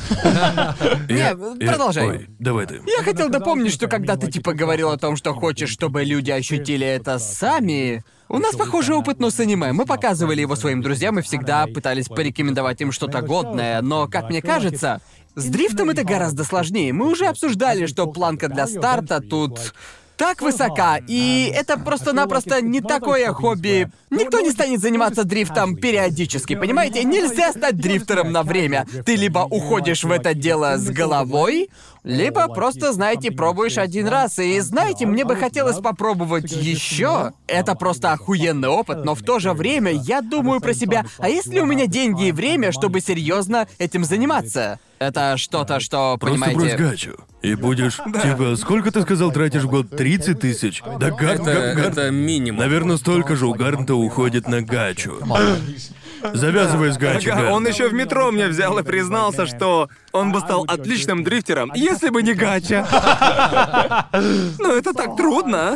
Я- Не, я- продолжай. Ой, давай ты. Я хотел напомнить, что когда ты типа говорил о том, что хочешь, чтобы люди ощутили это сами. У нас похожий опыт, но с аниме. Мы показывали его своим друзьям и всегда пытались порекомендовать им что-то годное, но, как мне кажется, с дрифтом это гораздо сложнее. Мы уже обсуждали, что планка для старта тут так высока, и это просто-напросто не такое хобби. Никто не станет заниматься дрифтом периодически, понимаете? Нельзя стать дрифтером на время. Ты либо уходишь в это дело с головой, либо просто, знаете, пробуешь один раз. И знаете, мне бы хотелось попробовать еще. Это просто охуенный опыт, но в то же время я думаю про себя, а есть ли у меня деньги и время, чтобы серьезно этим заниматься? Это что-то, что, Просто брось понимаете... гачу. И будешь, типа, сколько ты сказал, тратишь в год? тридцать тысяч? Да гад, Это, гад, гад. это минимум. Наверное, столько же у Гарнта уходит на гачу. Завязывай с гачи, Ага, Гарнт. он еще в метро мне взял и признался, что он бы стал отличным дрифтером, если бы не гача. Но это так трудно.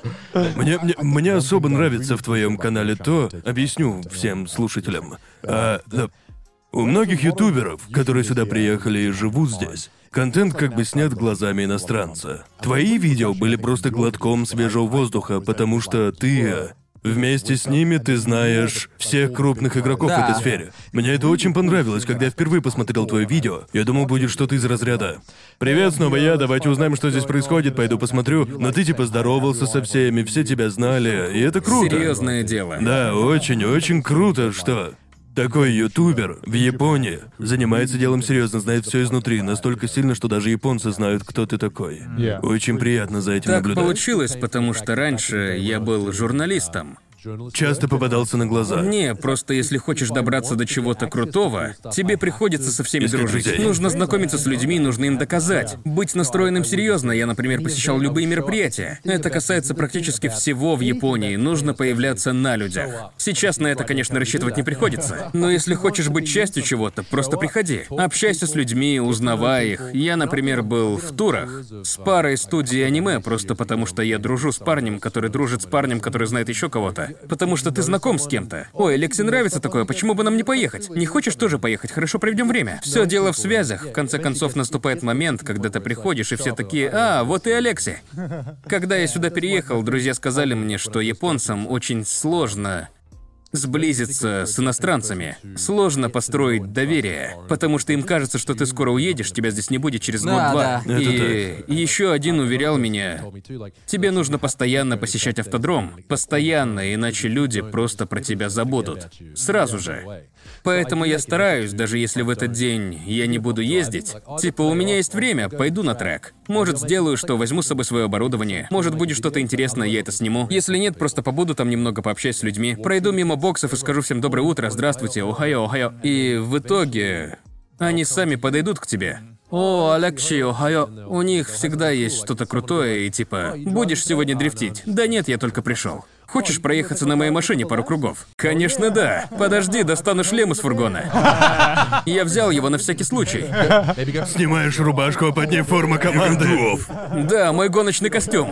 Мне, мне, мне особо нравится в твоем канале то, объясню всем слушателям. А, да, у многих ютуберов, которые сюда приехали и живут здесь, контент как бы снят глазами иностранца. Твои видео были просто глотком свежего воздуха, потому что ты... Вместе с ними ты знаешь всех крупных игроков Да. в этой сфере. Мне это очень понравилось, когда я впервые посмотрел твое видео. Я думал, будет что-то из разряда. «Привет, снова я, давайте узнаем, что здесь происходит, пойду посмотрю». Но ты типа здоровался со всеми, все тебя знали, и это круто. Серьезное дело. Да, очень-очень круто, что такой ютубер в Японии занимается делом серьезно, знает все изнутри, настолько сильно, что даже японцы знают, кто ты такой. Yeah. Очень приятно за этим Так наблюдать. получилось, потому что раньше я был журналистом. Часто попадался на глаза. Не, просто если хочешь добраться до чего-то крутого, тебе приходится со всеми Искать дружить. друзей. Нужно знакомиться с людьми, нужно им доказать. Быть настроенным серьезно. Я, например, посещал любые мероприятия. Это касается практически всего в Японии. Нужно появляться на людях. Сейчас на это, конечно, рассчитывать не приходится. Но если хочешь быть частью чего-то, просто приходи. Общайся с людьми, узнавай их. Я, например, был в турах с парой студий аниме, просто потому что я дружу с парнем, который дружит с парнем, который знает еще кого-то. Потому что ты знаком с кем-то. Ой, Лексе нравится такое, почему бы нам не поехать? Не хочешь тоже поехать? Хорошо проведем время. Все дело в связях. В конце концов, наступает момент, когда ты приходишь, и все такие: а, вот и Алекси. Когда я сюда переехал, друзья сказали мне, что японцам очень сложно сблизиться с иностранцами. Сложно построить доверие, потому что им кажется, что ты скоро уедешь, тебя здесь не будет через Да, год-два. да. И еще один уверял меня: тебе нужно постоянно посещать автодром. Постоянно, иначе люди просто про тебя забудут. Сразу же. Поэтому я стараюсь, даже если в этот день я не буду ездить. Типа, у меня есть время, пойду на трек. Может, сделаю, что возьму с собой свое оборудование. Может, будет что-то интересное, я это сниму. Если нет, просто побуду там немного, пообщаюсь с людьми. Пройду мимо боксов и скажу всем доброе утро, здравствуйте, охайо, охайо. И в итоге они сами подойдут к тебе. О, Алекси, охайо. У них всегда есть что-то крутое и типа: будешь сегодня дрифтить? Да нет, я только пришел. Хочешь проехаться на моей машине пару кругов? Конечно, да. Подожди, достану шлем из фургона. Я взял его на всякий случай. Снимаешь рубашку, а под ней форма команды. Да, мой гоночный костюм.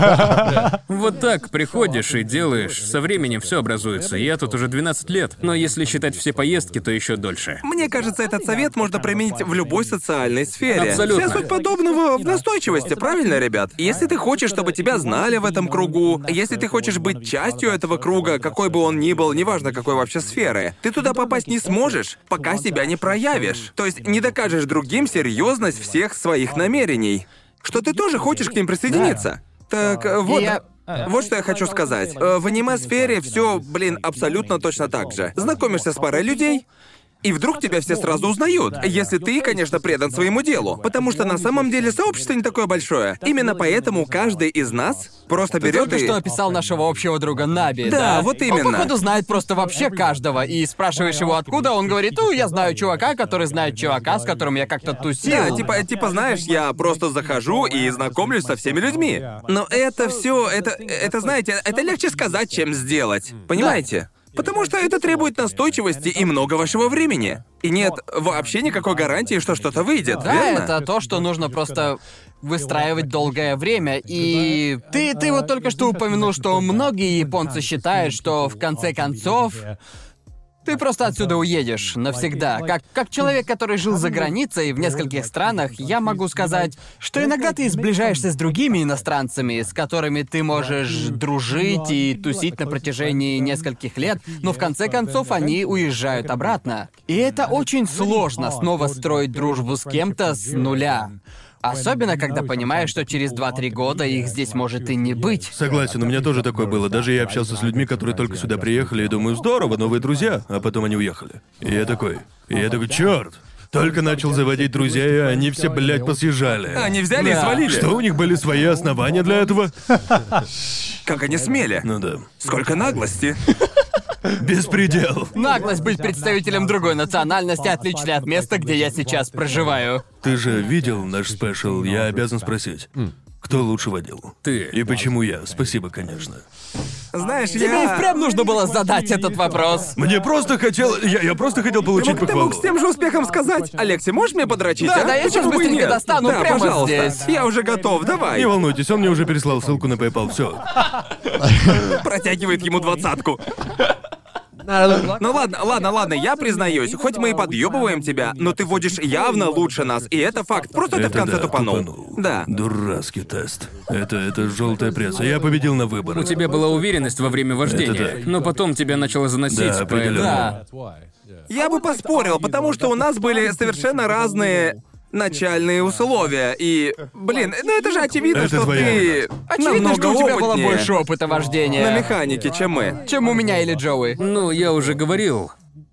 Вот так приходишь и делаешь, со временем все образуется. Я тут уже двенадцать лет, но если считать все поездки, то еще дольше. Мне кажется, этот совет можно применить в любой социальной сфере. Абсолютно. Вся суть подобного в настойчивости, правильно, ребят? Если ты хочешь, чтобы тебя знали в этом кругу, если ты хочешь быть частью этого круга, какой бы он ни был, неважно какой вообще сферы. Ты туда попасть не сможешь, пока себя не проявишь. То есть не докажешь другим серьезность всех своих намерений. Что ты тоже хочешь к ним присоединиться. Так, э, вот... я- Вот что я хочу сказать. Э, В аниме-сфере все, блин, абсолютно точно так же. Знакомишься с парой людей, и вдруг тебя все сразу узнают, если ты, конечно, предан своему делу. Потому что на самом деле сообщество не такое большое. Именно поэтому каждый из нас просто Ты берет только и... что описал нашего общего друга Наби, Да, да? вот Он, именно. походу, знает просто вообще каждого. И спрашиваешь его, откуда, он говорит, ну, я знаю чувака, который знает чувака, с которым я как-то тусил. Да, типа, типа, знаешь, я просто захожу и знакомлюсь со всеми людьми. Но это все, это, это, знаете, это легче сказать, чем сделать. Понимаете? Потому что это требует настойчивости и много вашего времени. И нет вообще никакой гарантии, что что-то выйдет, Да, верно? это то, что нужно просто выстраивать долгое время. И ты, ты вот только что упомянул, что многие японцы считают, что в конце концов ты просто отсюда уедешь навсегда. Как, как человек, который жил за границей в нескольких странах, я могу сказать, что иногда ты сближаешься с другими иностранцами, с которыми ты можешь дружить и тусить на протяжении нескольких лет, но в конце концов они уезжают обратно. И это очень сложно снова строить дружбу с кем-то с нуля. Особенно, когда понимаешь, что через два-три года их здесь может и не быть. Согласен, у меня тоже такое было. Даже я общался с людьми, которые только сюда приехали, и думаю, здорово, новые друзья, а потом они уехали. И я такой, и я такой, черт! Только начал заводить друзей, и они все, блядь, посъезжали. Они взяли и Да. свалили. Что у них были свои основания для этого? Как они смели? Ну да. Сколько наглости. Беспредел. Наглость быть представителем другой национальности отличная от места, где я сейчас проживаю. Ты же видел наш спешл? Я обязан спросить. Кто лучше водил? Ты. И почему я? Спасибо, конечно. Знаешь, Тебе и я... впрямь нужно было задать этот вопрос. Мне просто хотел... Я, я просто хотел Ты получить мог, ты похвалу. мог с тем же успехом сказать: Алекси, можешь мне подрочить, Да, а? да, я Почему сейчас бы и быстренько нет? достану Да, прямо пожалуйста. здесь. Я уже готов, давай. Не волнуйтесь, он мне уже переслал ссылку на PayPal, все. Протягивает ему двадцатку. No, Ну ладно, ладно, ладно, я признаюсь, хоть мы и подъебываем тебя, но ты водишь явно лучше нас, и это факт. Просто ты в конце да, тупанул. Да. Дурацкий тест. Это, это желтая пресса. Я победил на выборах. У тебя была уверенность во время вождения, Это да. но потом тебя начало заносить, Да, поэтому... определенно. Да. that's why. Yeah. Я бы поспорил, потому что у нас были совершенно разные начальные условия, и, блин, ну это же очевидно, Это что твоя ты Очевидно, намного что у тебя было опытнее больше опыта вождения. на механике, чем мы. Чем у меня или Джоуи. Ну, я уже говорил.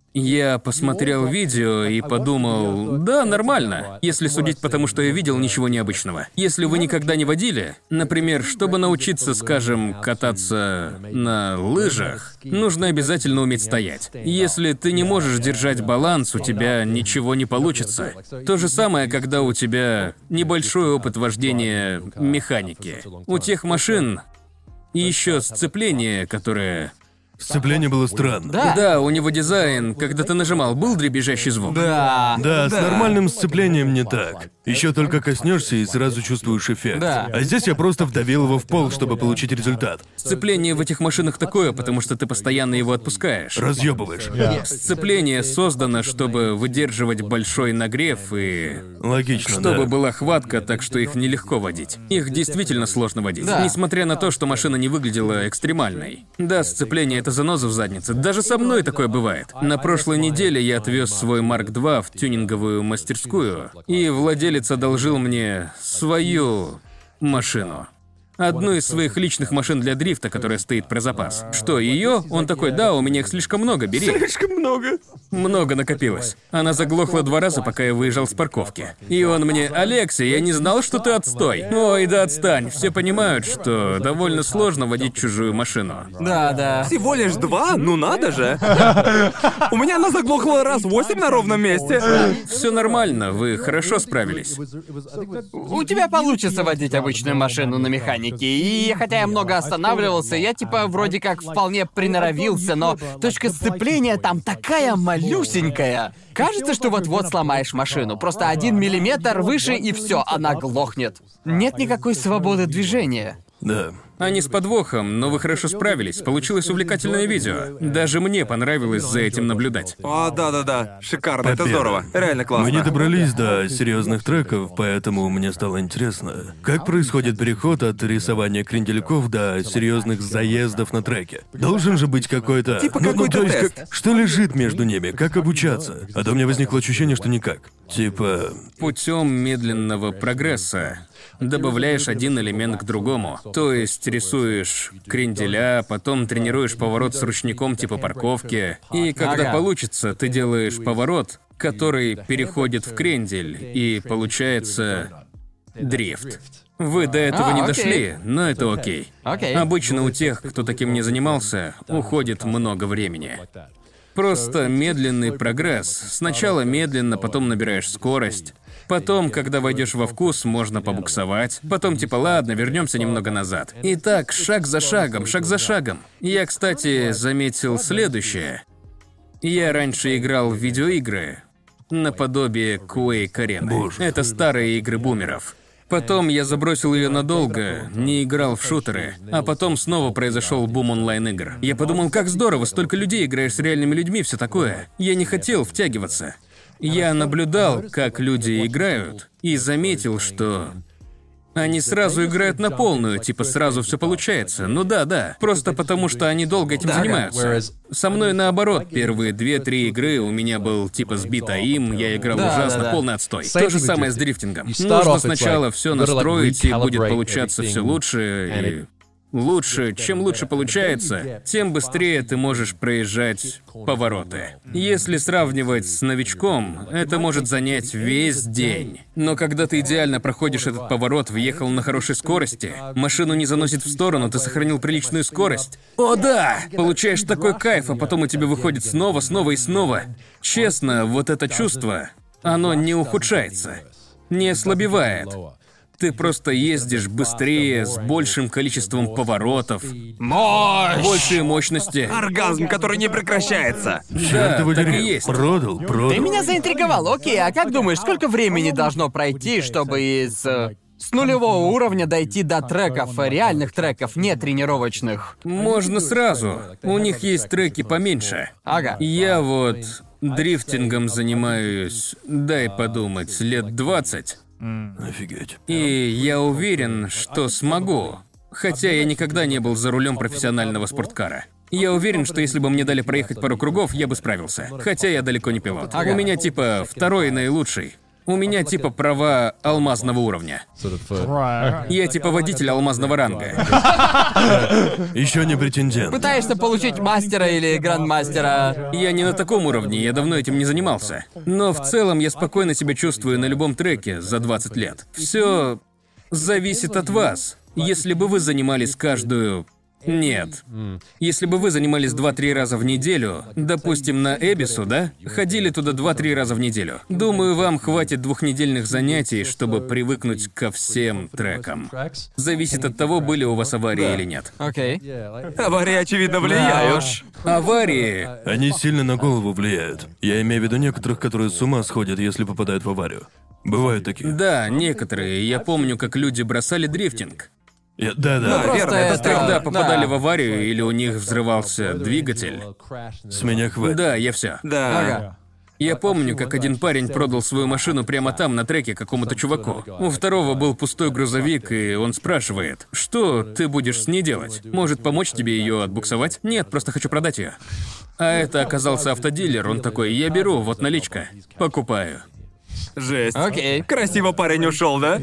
Я посмотрел видео и подумал, да, нормально, если судить по тому, что я видел, ничего необычного. Если вы никогда не водили, например, чтобы научиться, скажем, кататься на лыжах, нужно обязательно уметь стоять. Если ты не можешь держать баланс, у тебя ничего не получится. То же самое, когда у тебя небольшой опыт вождения механики. У тех машин еще сцепление, которое... Сцепление было странно. Да. Да, у него дизайн, когда ты нажимал, был дребезжащий звук. Да. Да, с нормальным сцеплением не так. Еще только коснешься и сразу чувствуешь эффект. Да. А здесь я просто вдавил его в пол, чтобы получить результат. Сцепление в этих машинах такое, потому что ты постоянно его отпускаешь. Разъебываешь. Сцепление создано, чтобы выдерживать большой нагрев и... Логично, Чтобы да. была хватка, так что их нелегко водить. Их действительно сложно водить, Да. несмотря на то, что машина не выглядела экстремальной. Да, сцепление — это заноза в заднице. Даже со мной такое бывает. На прошлой неделе я отвез свой Марк два в тюнинговую мастерскую, и владелец одолжил мне свою машину. Одну из своих личных машин для дрифта, которая стоит про запас. Что, ее? Он такой: да, у меня их слишком много, бери. Слишком много. Много накопилось. Она заглохла два раза, пока я выезжал с парковки. И он мне: Алекси, я не знал, что ты отстой. Ой, да отстань. Все понимают, что довольно сложно водить чужую машину. Да, да. Всего лишь два? Ну надо же. У меня она заглохла раз восемь на ровном месте. Все нормально, вы хорошо справились. У тебя получится водить обычную машину на механике. И хотя я много останавливался, я типа вроде как вполне приноровился, но точка сцепления там такая малюсенькая. Кажется, что вот-вот сломаешь машину. Просто один миллиметр выше, и все, она глохнет. Нет никакой свободы движения. Да. Они с подвохом, но вы хорошо справились. Получилось увлекательное видео. Даже мне понравилось за этим наблюдать. О, да-да-да. Шикарно, это Победа. здорово. Реально классно. Мы не добрались до серьезных треков, поэтому мне стало интересно, как происходит переход от рисования крендельков до серьезных заездов на треке. Должен же быть какой-то... Типа ну, ну, какой-то то есть, тест. как- что лежит между ними, как обучаться? А то у меня возникло ощущение, что никак. Типа... Путем медленного прогресса добавляешь один элемент к другому. То есть рисуешь кренделя, потом тренируешь поворот с ручником типа парковки, и когда Ага. получится, ты делаешь поворот, который переходит в крендель, и получается дрифт. Вы до этого А, не окей. дошли, но это окей. Окей. Обычно у тех, кто таким не занимался, уходит много времени. Просто медленный прогресс. Сначала медленно, потом набираешь скорость. Потом, когда войдешь во вкус, можно побуксовать. Потом типа, ладно, вернемся немного назад. И так, шаг за шагом, шаг за шагом. Я, кстати, заметил следующее. Я раньше играл в видеоигры наподобие Quake Arena. Боже. Это старые игры бумеров. Потом я забросил ее надолго, не играл в шутеры, а потом снова произошел бум онлайн-игр. Я подумал, как здорово, столько людей играешь с реальными людьми, все такое. Я не хотел втягиваться. Я наблюдал, как люди играют, и заметил, что они сразу играют на полную, типа сразу все получается. Ну да, да. Просто потому, что они долго этим Да, занимаются. Whereas- Со мной наоборот, первые две-три игры у меня был типа сбит АИМ, я играл Да, ужасно, да, да. полный отстой. Same То же with самое с drifting. дрифтингом. You start Нужно off, it's сначала like, все you gotta, like, настроить, и будет recalibrate получаться everything, все лучше, and и лучше, чем лучше получается, тем быстрее ты можешь проезжать повороты. Если сравнивать с новичком, это может занять весь день. Но когда ты идеально проходишь этот поворот, въехал на хорошей скорости, машину не заносит в сторону, ты сохранил приличную скорость. О да! Получаешь такой кайф, а потом у тебя выходит снова, снова и снова. Честно, вот это чувство, оно не ухудшается, не ослабевает. Ты просто ездишь быстрее, с большим количеством поворотов, Мощь! большей мощности. Оргазм, который не прекращается. Да, его так и дери. есть. Продал, продал. Ты меня заинтриговал. Окей, а как думаешь, сколько времени должно пройти, чтобы из... э, с нулевого уровня дойти до треков, э, реальных треков, не тренировочных? Можно сразу. У них есть треки поменьше. Ага. Я вот дрифтингом занимаюсь, дай подумать, лет двадцать. Офигеть. И я уверен, что смогу. Хотя я никогда не был за рулем профессионального спорткара. Я уверен, что если бы мне дали проехать пару кругов, я бы справился. Хотя я далеко не пилот. Ага. У меня типа второй наилучший. У меня типа права алмазного уровня. Sort of, uh, Right. Я типа водитель алмазного ранга. Еще не претендент. Пытаешься получить мастера или грандмастера? Я не на таком уровне, я давно этим не занимался. Но в целом я спокойно себя чувствую на любом треке за двадцать лет. Все зависит от вас. Если бы вы занимались каждую... Нет. Если бы вы занимались два-три раза в неделю, допустим, на Эбису, да? Ходили туда два-три раза в неделю. Думаю, вам хватит двухнедельных занятий, чтобы привыкнуть ко всем трекам. tracks. Зависит от того, были у вас аварии или нет. Окей. Yeah, like, Аварии, очевидно, влияют. Аварии... Они сильно на голову влияют. Я имею в виду некоторых, которые с ума сходят, если попадают в аварию. Бывают такие. Да, некоторые. Я помню, как люди бросали дрифтинг. Я- Да-да. Да, Просто верно, это это- стрёмно. Когда попадали да. в аварию или у них взрывался двигатель. С меня хватит. Да, я все. Да. Ага. Я помню, как один парень продал свою машину прямо там, на треке, какому-то чуваку. У второго был пустой грузовик, и он спрашивает, что ты будешь с ней делать? Может, помочь тебе ее отбуксовать? Нет, просто хочу продать ее. А это оказался автодилер, он такой, я беру, вот наличка, покупаю. Жесть. Окей. Красиво парень ушел, да?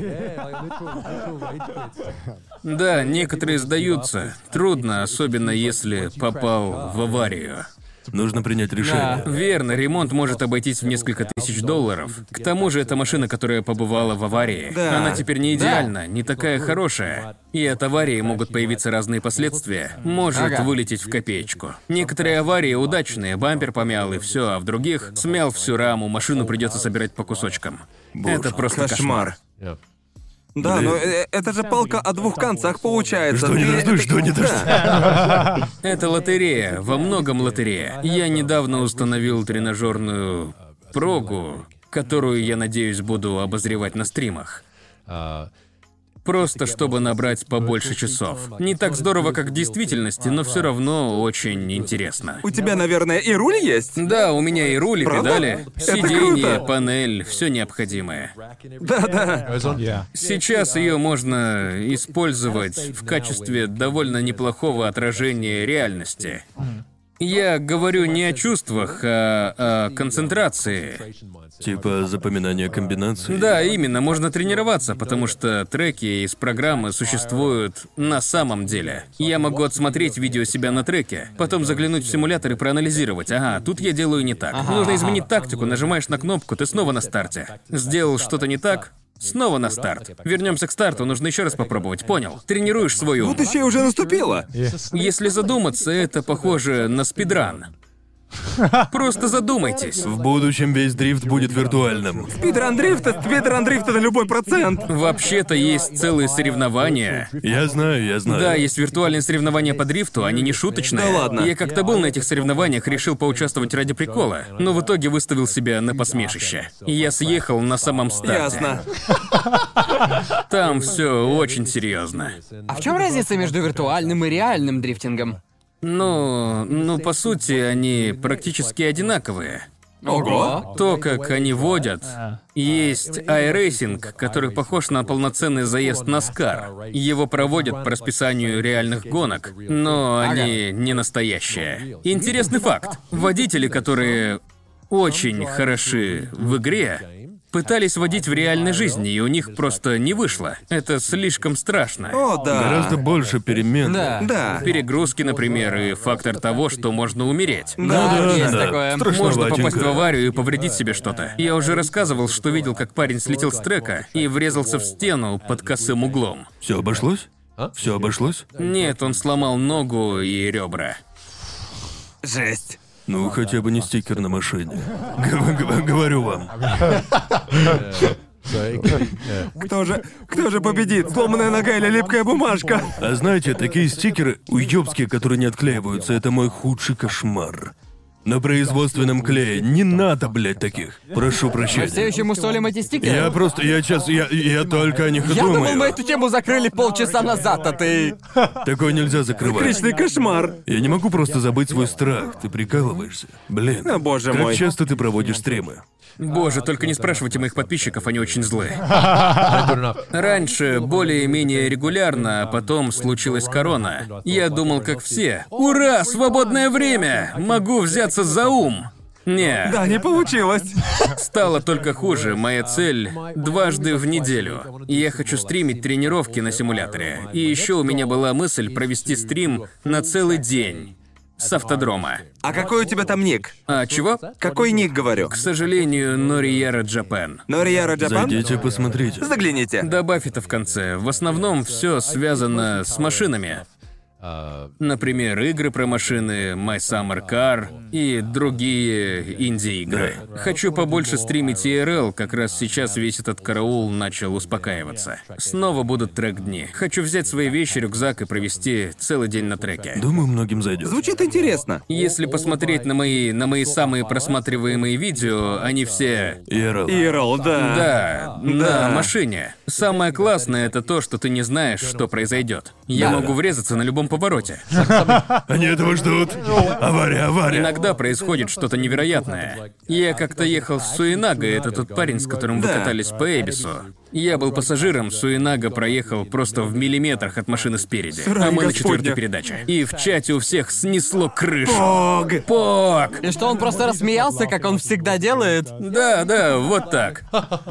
Да, некоторые сдаются. Трудно, особенно если попал в аварию. Нужно принять решение. Верно, ремонт может обойтись в несколько тысяч долларов. К тому же, это машина, которая побывала в аварии. Да. Она теперь не идеальна, не такая хорошая. И от аварии могут появиться разные последствия. Может Ага. вылететь в копеечку. Некоторые аварии удачные, бампер помял и все, а в других смял всю раму, машину придется собирать по кусочкам. Это просто кошмар. Кошмар. yeah. Да, Блин. но э, это же палка о двух концах получается. Что не Ты- дождусь, что не дождусь. Да. Это лотерея, во многом лотерея. Я недавно установил тренажерную прогу, которую я надеюсь буду обозревать на стримах. Uh, Просто чтобы набрать побольше часов. Не так здорово, как в действительности, но все равно очень интересно. У тебя, наверное, и руль есть? Да, у меня и руль, и Правда? педали, Это сиденье, круто. панель, все необходимое. Да-да. Yeah. Сейчас ее можно использовать в качестве довольно неплохого отражения реальности. Я говорю не о чувствах, а о концентрации. Типа запоминание комбинаций. Да, именно, можно тренироваться, потому что треки из программы существуют на самом деле. Я могу отсмотреть видео себя на треке, потом заглянуть в симулятор и проанализировать. Ага, тут я делаю не так. Нужно изменить тактику, нажимаешь на кнопку, ты снова на старте. Сделал что-то не так, снова на старт. Вернемся к старту, нужно еще раз попробовать, понял? Тренируешь свой ум. Будущее уже наступило. Если задуматься, это похоже на спидран. Просто задумайтесь. В будущем весь дрифт будет виртуальным. Спидран дрифта, спидран дрифта на любой процент. Вообще-то есть целые соревнования. Я знаю, я знаю. Да, есть виртуальные соревнования по дрифту, они не шуточные. Да ладно. Я как-то был на этих соревнованиях, решил поучаствовать ради прикола, но в итоге выставил себя на посмешище. И я съехал на самом старте. Ясно. Там все очень серьезно. А в чем разница между виртуальным и реальным дрифтингом? Ну, ну, по сути, они практически одинаковые. Ого! То, как они водят. Есть iRacing, который похож на полноценный заезд NASCAR. Его проводят по расписанию реальных гонок, но они не настоящие. Интересный факт. Водители, которые очень хороши в игре, пытались водить в реальной жизни, и у них просто не вышло. Это слишком страшно. О, да. Гораздо больше перемен. Да. Да. Перегрузки, например, и фактор того, что можно умереть. Да, да, есть да. такое. Можно попасть в Страшноватенько. аварию и повредить себе что-то. Я уже рассказывал, что видел, как парень слетел с трека и врезался в стену под косым углом. Все обошлось? А? Все обошлось? Нет, он сломал ногу и ребра. Жесть. Ну, хотя бы не стикер на машине. Г- г- Говорю вам. So it could be, yeah. Кто же, кто же победит? Сломанная нога или липкая бумажка? А знаете, такие стикеры, уёбские, которые не отклеиваются, это мой худший кошмар. На производственном клее не надо, блядь, таких. Прошу Мы все прощения. еще мусолим эти стикеры? Я просто, я сейчас, я, я только о них и Я думаю. думал, мы эту тему закрыли полчаса назад, а ты... Такое нельзя закрывать. Личный кошмар. Я не могу просто забыть свой страх. Ты прикалываешься? Блин. О, боже как мой. часто ты проводишь стримы? Боже, только не спрашивайте моих подписчиков, они очень злые. Not good enough. Раньше более-менее регулярно, а потом случилась корона. Я думал, как все. Ура, свободное время! Могу взяться за ум. Не, Да, не получилось. стало только хуже. Моя цель — дважды в неделю. И я хочу стримить тренировки на симуляторе. И еще у меня была мысль провести стрим на целый день с автодрома. А какой у тебя там ник? А чего? Какой ник, говорю? К сожалению, Нориера Джапан. Нориера Джапан? Зайдите, посмотрите. Загляните. Добавь это в конце. В основном все связано с машинами. Uh, Например, игры про машины, My Summer Car и другие инди-игры. Хочу побольше стримить и эр эл, как раз сейчас весь этот караул начал успокаиваться. Снова будут трек-дни. Хочу взять свои вещи, рюкзак и провести целый день на треке. Думаю, многим зайдет. Звучит интересно. Если посмотреть на мои, на мои самые просматриваемые видео, они все... Ирл. Ирл, да. Да, Да. на машине. Самое классное — это то, что ты не знаешь, что произойдет. Я Да. могу врезаться на любом повороте. Они этого ждут. Авария, авария. Иногда происходит что-то невероятное. Я как-то ехал с Суинага, это тот парень, с которым вы Да. катались по Эбису. Я был пассажиром, Суинага проехал просто в миллиметрах от машины спереди. Срань А мы на господня. четвертой передаче. И в чате у всех снесло крышу. Ог. Пок! И что, он просто рассмеялся, как он всегда делает? Да, да, вот так.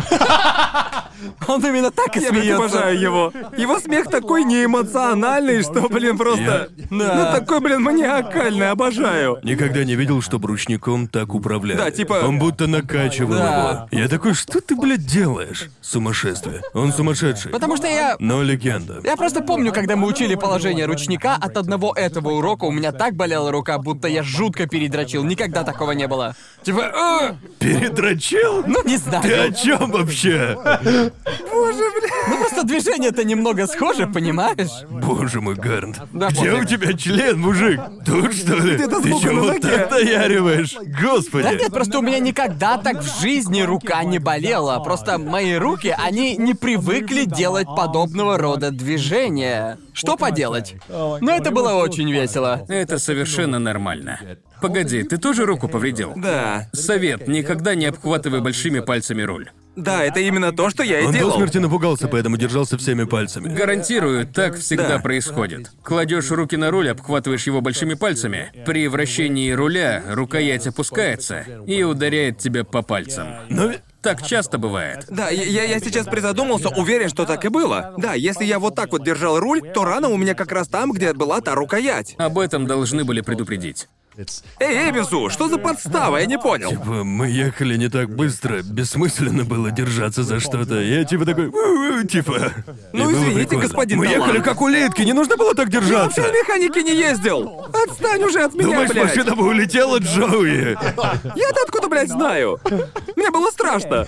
Он именно так и Я так смеется. обожаю его. Его смех такой неэмоциональный, что, блин, просто... Ну, такой, блин, маниакальный, обожаю. Никогда не видел, чтобы ручником так управляли. Да, типа- Он будто накачивал Да. его. Я такой, что ты, блядь, делаешь? Сумасшествие. Он сумасшедший. Потому что я... Но легенда. Я просто помню, когда мы учили положение ручника, от одного этого урока у меня так болела рука, будто я жутко передрочил. Никогда такого не было. Типа, «А!» Передрочил? ну не Ты о знаю. чем вообще? Ну просто движение-то немного схоже, понимаешь? Боже мой, Гарнт. Да, Где пофиг. у тебя член, мужик? Тут, что ли? Где-то Ты сбоку чё на вот ноге. так наяриваешь? Господи. Да нет, просто у меня никогда так в жизни рука не болела. Просто мои руки, они не привыкли делать подобного рода движения. Что поделать? Но это было очень весело. Это совершенно нормально. Погоди, ты тоже руку повредил? Да. Совет, никогда не обхватывай большими пальцами руль. Да, это именно то, что я и Он до делал. смерти напугался, поэтому держался всеми пальцами. Гарантирую, так всегда Да. происходит. Кладешь руки на руль, обхватываешь его большими пальцами. При вращении руля рукоять опускается и ударяет тебя по пальцам. Но ведь- Так часто бывает. Да, я, я я сейчас призадумался, уверен, что так и было. Да, если я вот так вот держал руль, то рана у меня как раз там, где была та рукоять. Об этом должны были предупредить. It's Эй, Эбису, что за подстава? Я не понял. Типа, мы ехали не так быстро, бессмысленно было держаться за что-то. Я типа такой, «У-у», типа. Ну, И было извините, прикольно. господин Мы Талант. ехали как улитки, не нужно было так Я держаться. вообще на механике не ездил. Отстань уже от меня, Думаешь, блядь. машина бы улетела, Джоуи? Я-то откуда, блядь, знаю? Мне было страшно.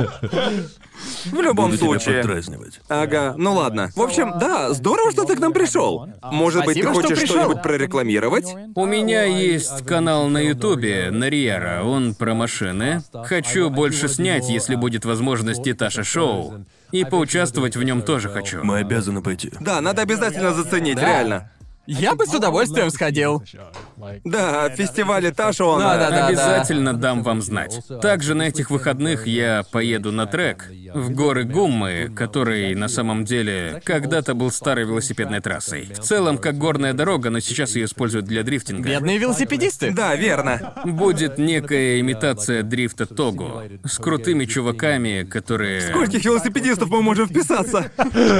В любом Буду тебя случае. поддразнивать. Ага, ну ладно. В общем, да, здорово, что ты к нам пришел. Может быть, ты Спасибо, что хочешь пришел. что-нибудь прорекламировать? У меня есть канал на Ютубе Нариара, он про машины. Хочу больше снять, если будет возможность, и Таша Шоу. И поучаствовать в нем тоже хочу. Мы обязаны пойти. Да, надо обязательно заценить, Да. реально. Я бы с удовольствием сходил. like Да, фестиваль Таша, он... Да, да, да. Обязательно дам вам знать. Также на этих выходных я поеду на трек в горы Гуммы, который на самом деле когда-то был старой велосипедной трассой. В целом как горная дорога, но сейчас ее используют для дрифтинга. Бедные велосипедисты. Да, верно. Будет некая имитация дрифта Того с крутыми чуваками, которые... Скольких велосипедистов мы можем вписаться?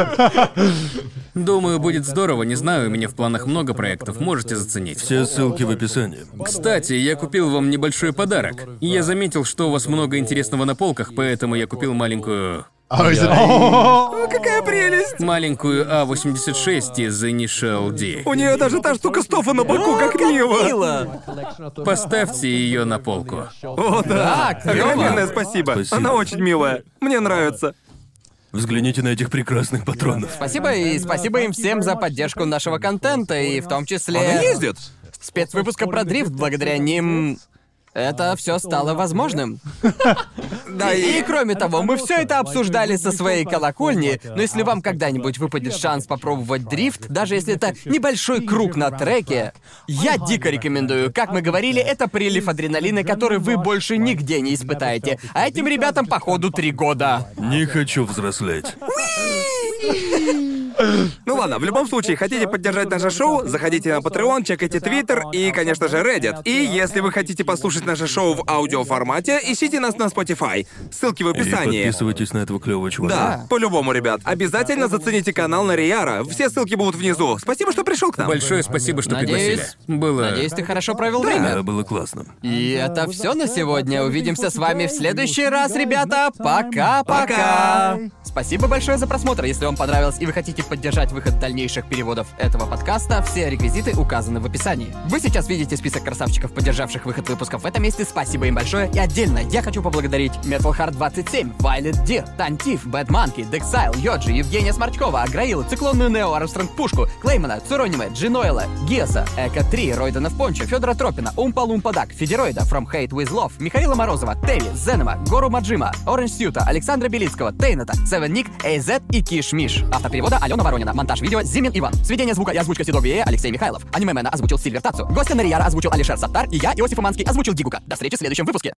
Думаю, будет здорово. Не знаю, у меня в планах много проектов, можете заценить. Все ссылки в описании. Кстати, я купил вам небольшой подарок. И я заметил, что у вас много интересного на полках, поэтому я купил маленькую... Oh, is it? Oh. О, какая прелесть! Маленькую А восемьдесят шесть из Initial D. У нее даже та штука стофа на боку, как мило. Мило. Поставьте ее на полку. О, да. Да, клёво. Огромное спасибо. Спасибо. Она очень милая. Мне нравится. Взгляните на этих прекрасных патронов. Спасибо и спасибо им всем за поддержку нашего контента, и в том числе... Она ездит. Спецвыпуска про дрифт, благодаря ним... Это все стало возможным. Да, И, и... кроме того, мы все это обсуждали со своей колокольни, но если вам когда-нибудь выпадет шанс попробовать дрифт, даже если это небольшой круг на треке, я дико рекомендую. Как мы говорили, это прилив адреналина, который вы больше нигде не испытаете. А этим ребятам, походу, три года. Не хочу взрослеть. Ну ладно, в любом случае, хотите поддержать наше шоу, заходите на Patreon, чекайте Twitter и, конечно же, Reddit. И если вы хотите послушать наше шоу в аудиоформате, ищите нас на Spotify. Ссылки в И описании. подписывайтесь на этого клевого чувака. Да, по-любому, ребят. Обязательно зацените канал на Риара. Все ссылки будут внизу. Спасибо, что пришел к нам. Большое спасибо, что пригласили. Надеюсь, Было... надеюсь, ты хорошо провел Да, время. было классно. И это все на сегодня. Увидимся с вами в следующий раз, ребята. Пока-пока. Пока. Спасибо большое за просмотр. Если вам понравилось и вы хотите поддержать выход дальнейших переводов этого подкаста, все реквизиты указаны в описании. Вы сейчас видите список красавчиков, поддержавших выход выпусков в этом месте. Спасибо им большое. И отдельно я хочу поблагодарить Metal Heart двадцать семь, Violet Deer, Тантиф, Bad Monkey, Dexile, Йоджи, Евгения Сморчкова, Аграила, Циклонную Нео, Армстронг Пушку, Клеймана, Цурониме, Джиноэла, Геса, Эко три, Ройдена в Пончо, Федора Тропина, Умпа Лумпа Дак, Федероида, From Hate With Love, Михаила Морозова, Теви, Зенема, Гору Маджима, Оранж Сьюта, Александра Белицкого, Тейната, Севен Ник, Эйзет и Киш Миш. Автоперевода Алена Воронина. Монтаж видео Зимин Иван. Сведение звука и озвучка Седок Виэ Алексей Михайлов. Анимемена озвучил Сильвер Тацу. Гостя на Риара озвучил Алишер Саттар. И я, Иосиф Уманский, озвучил Дигука. До встречи в следующем выпуске.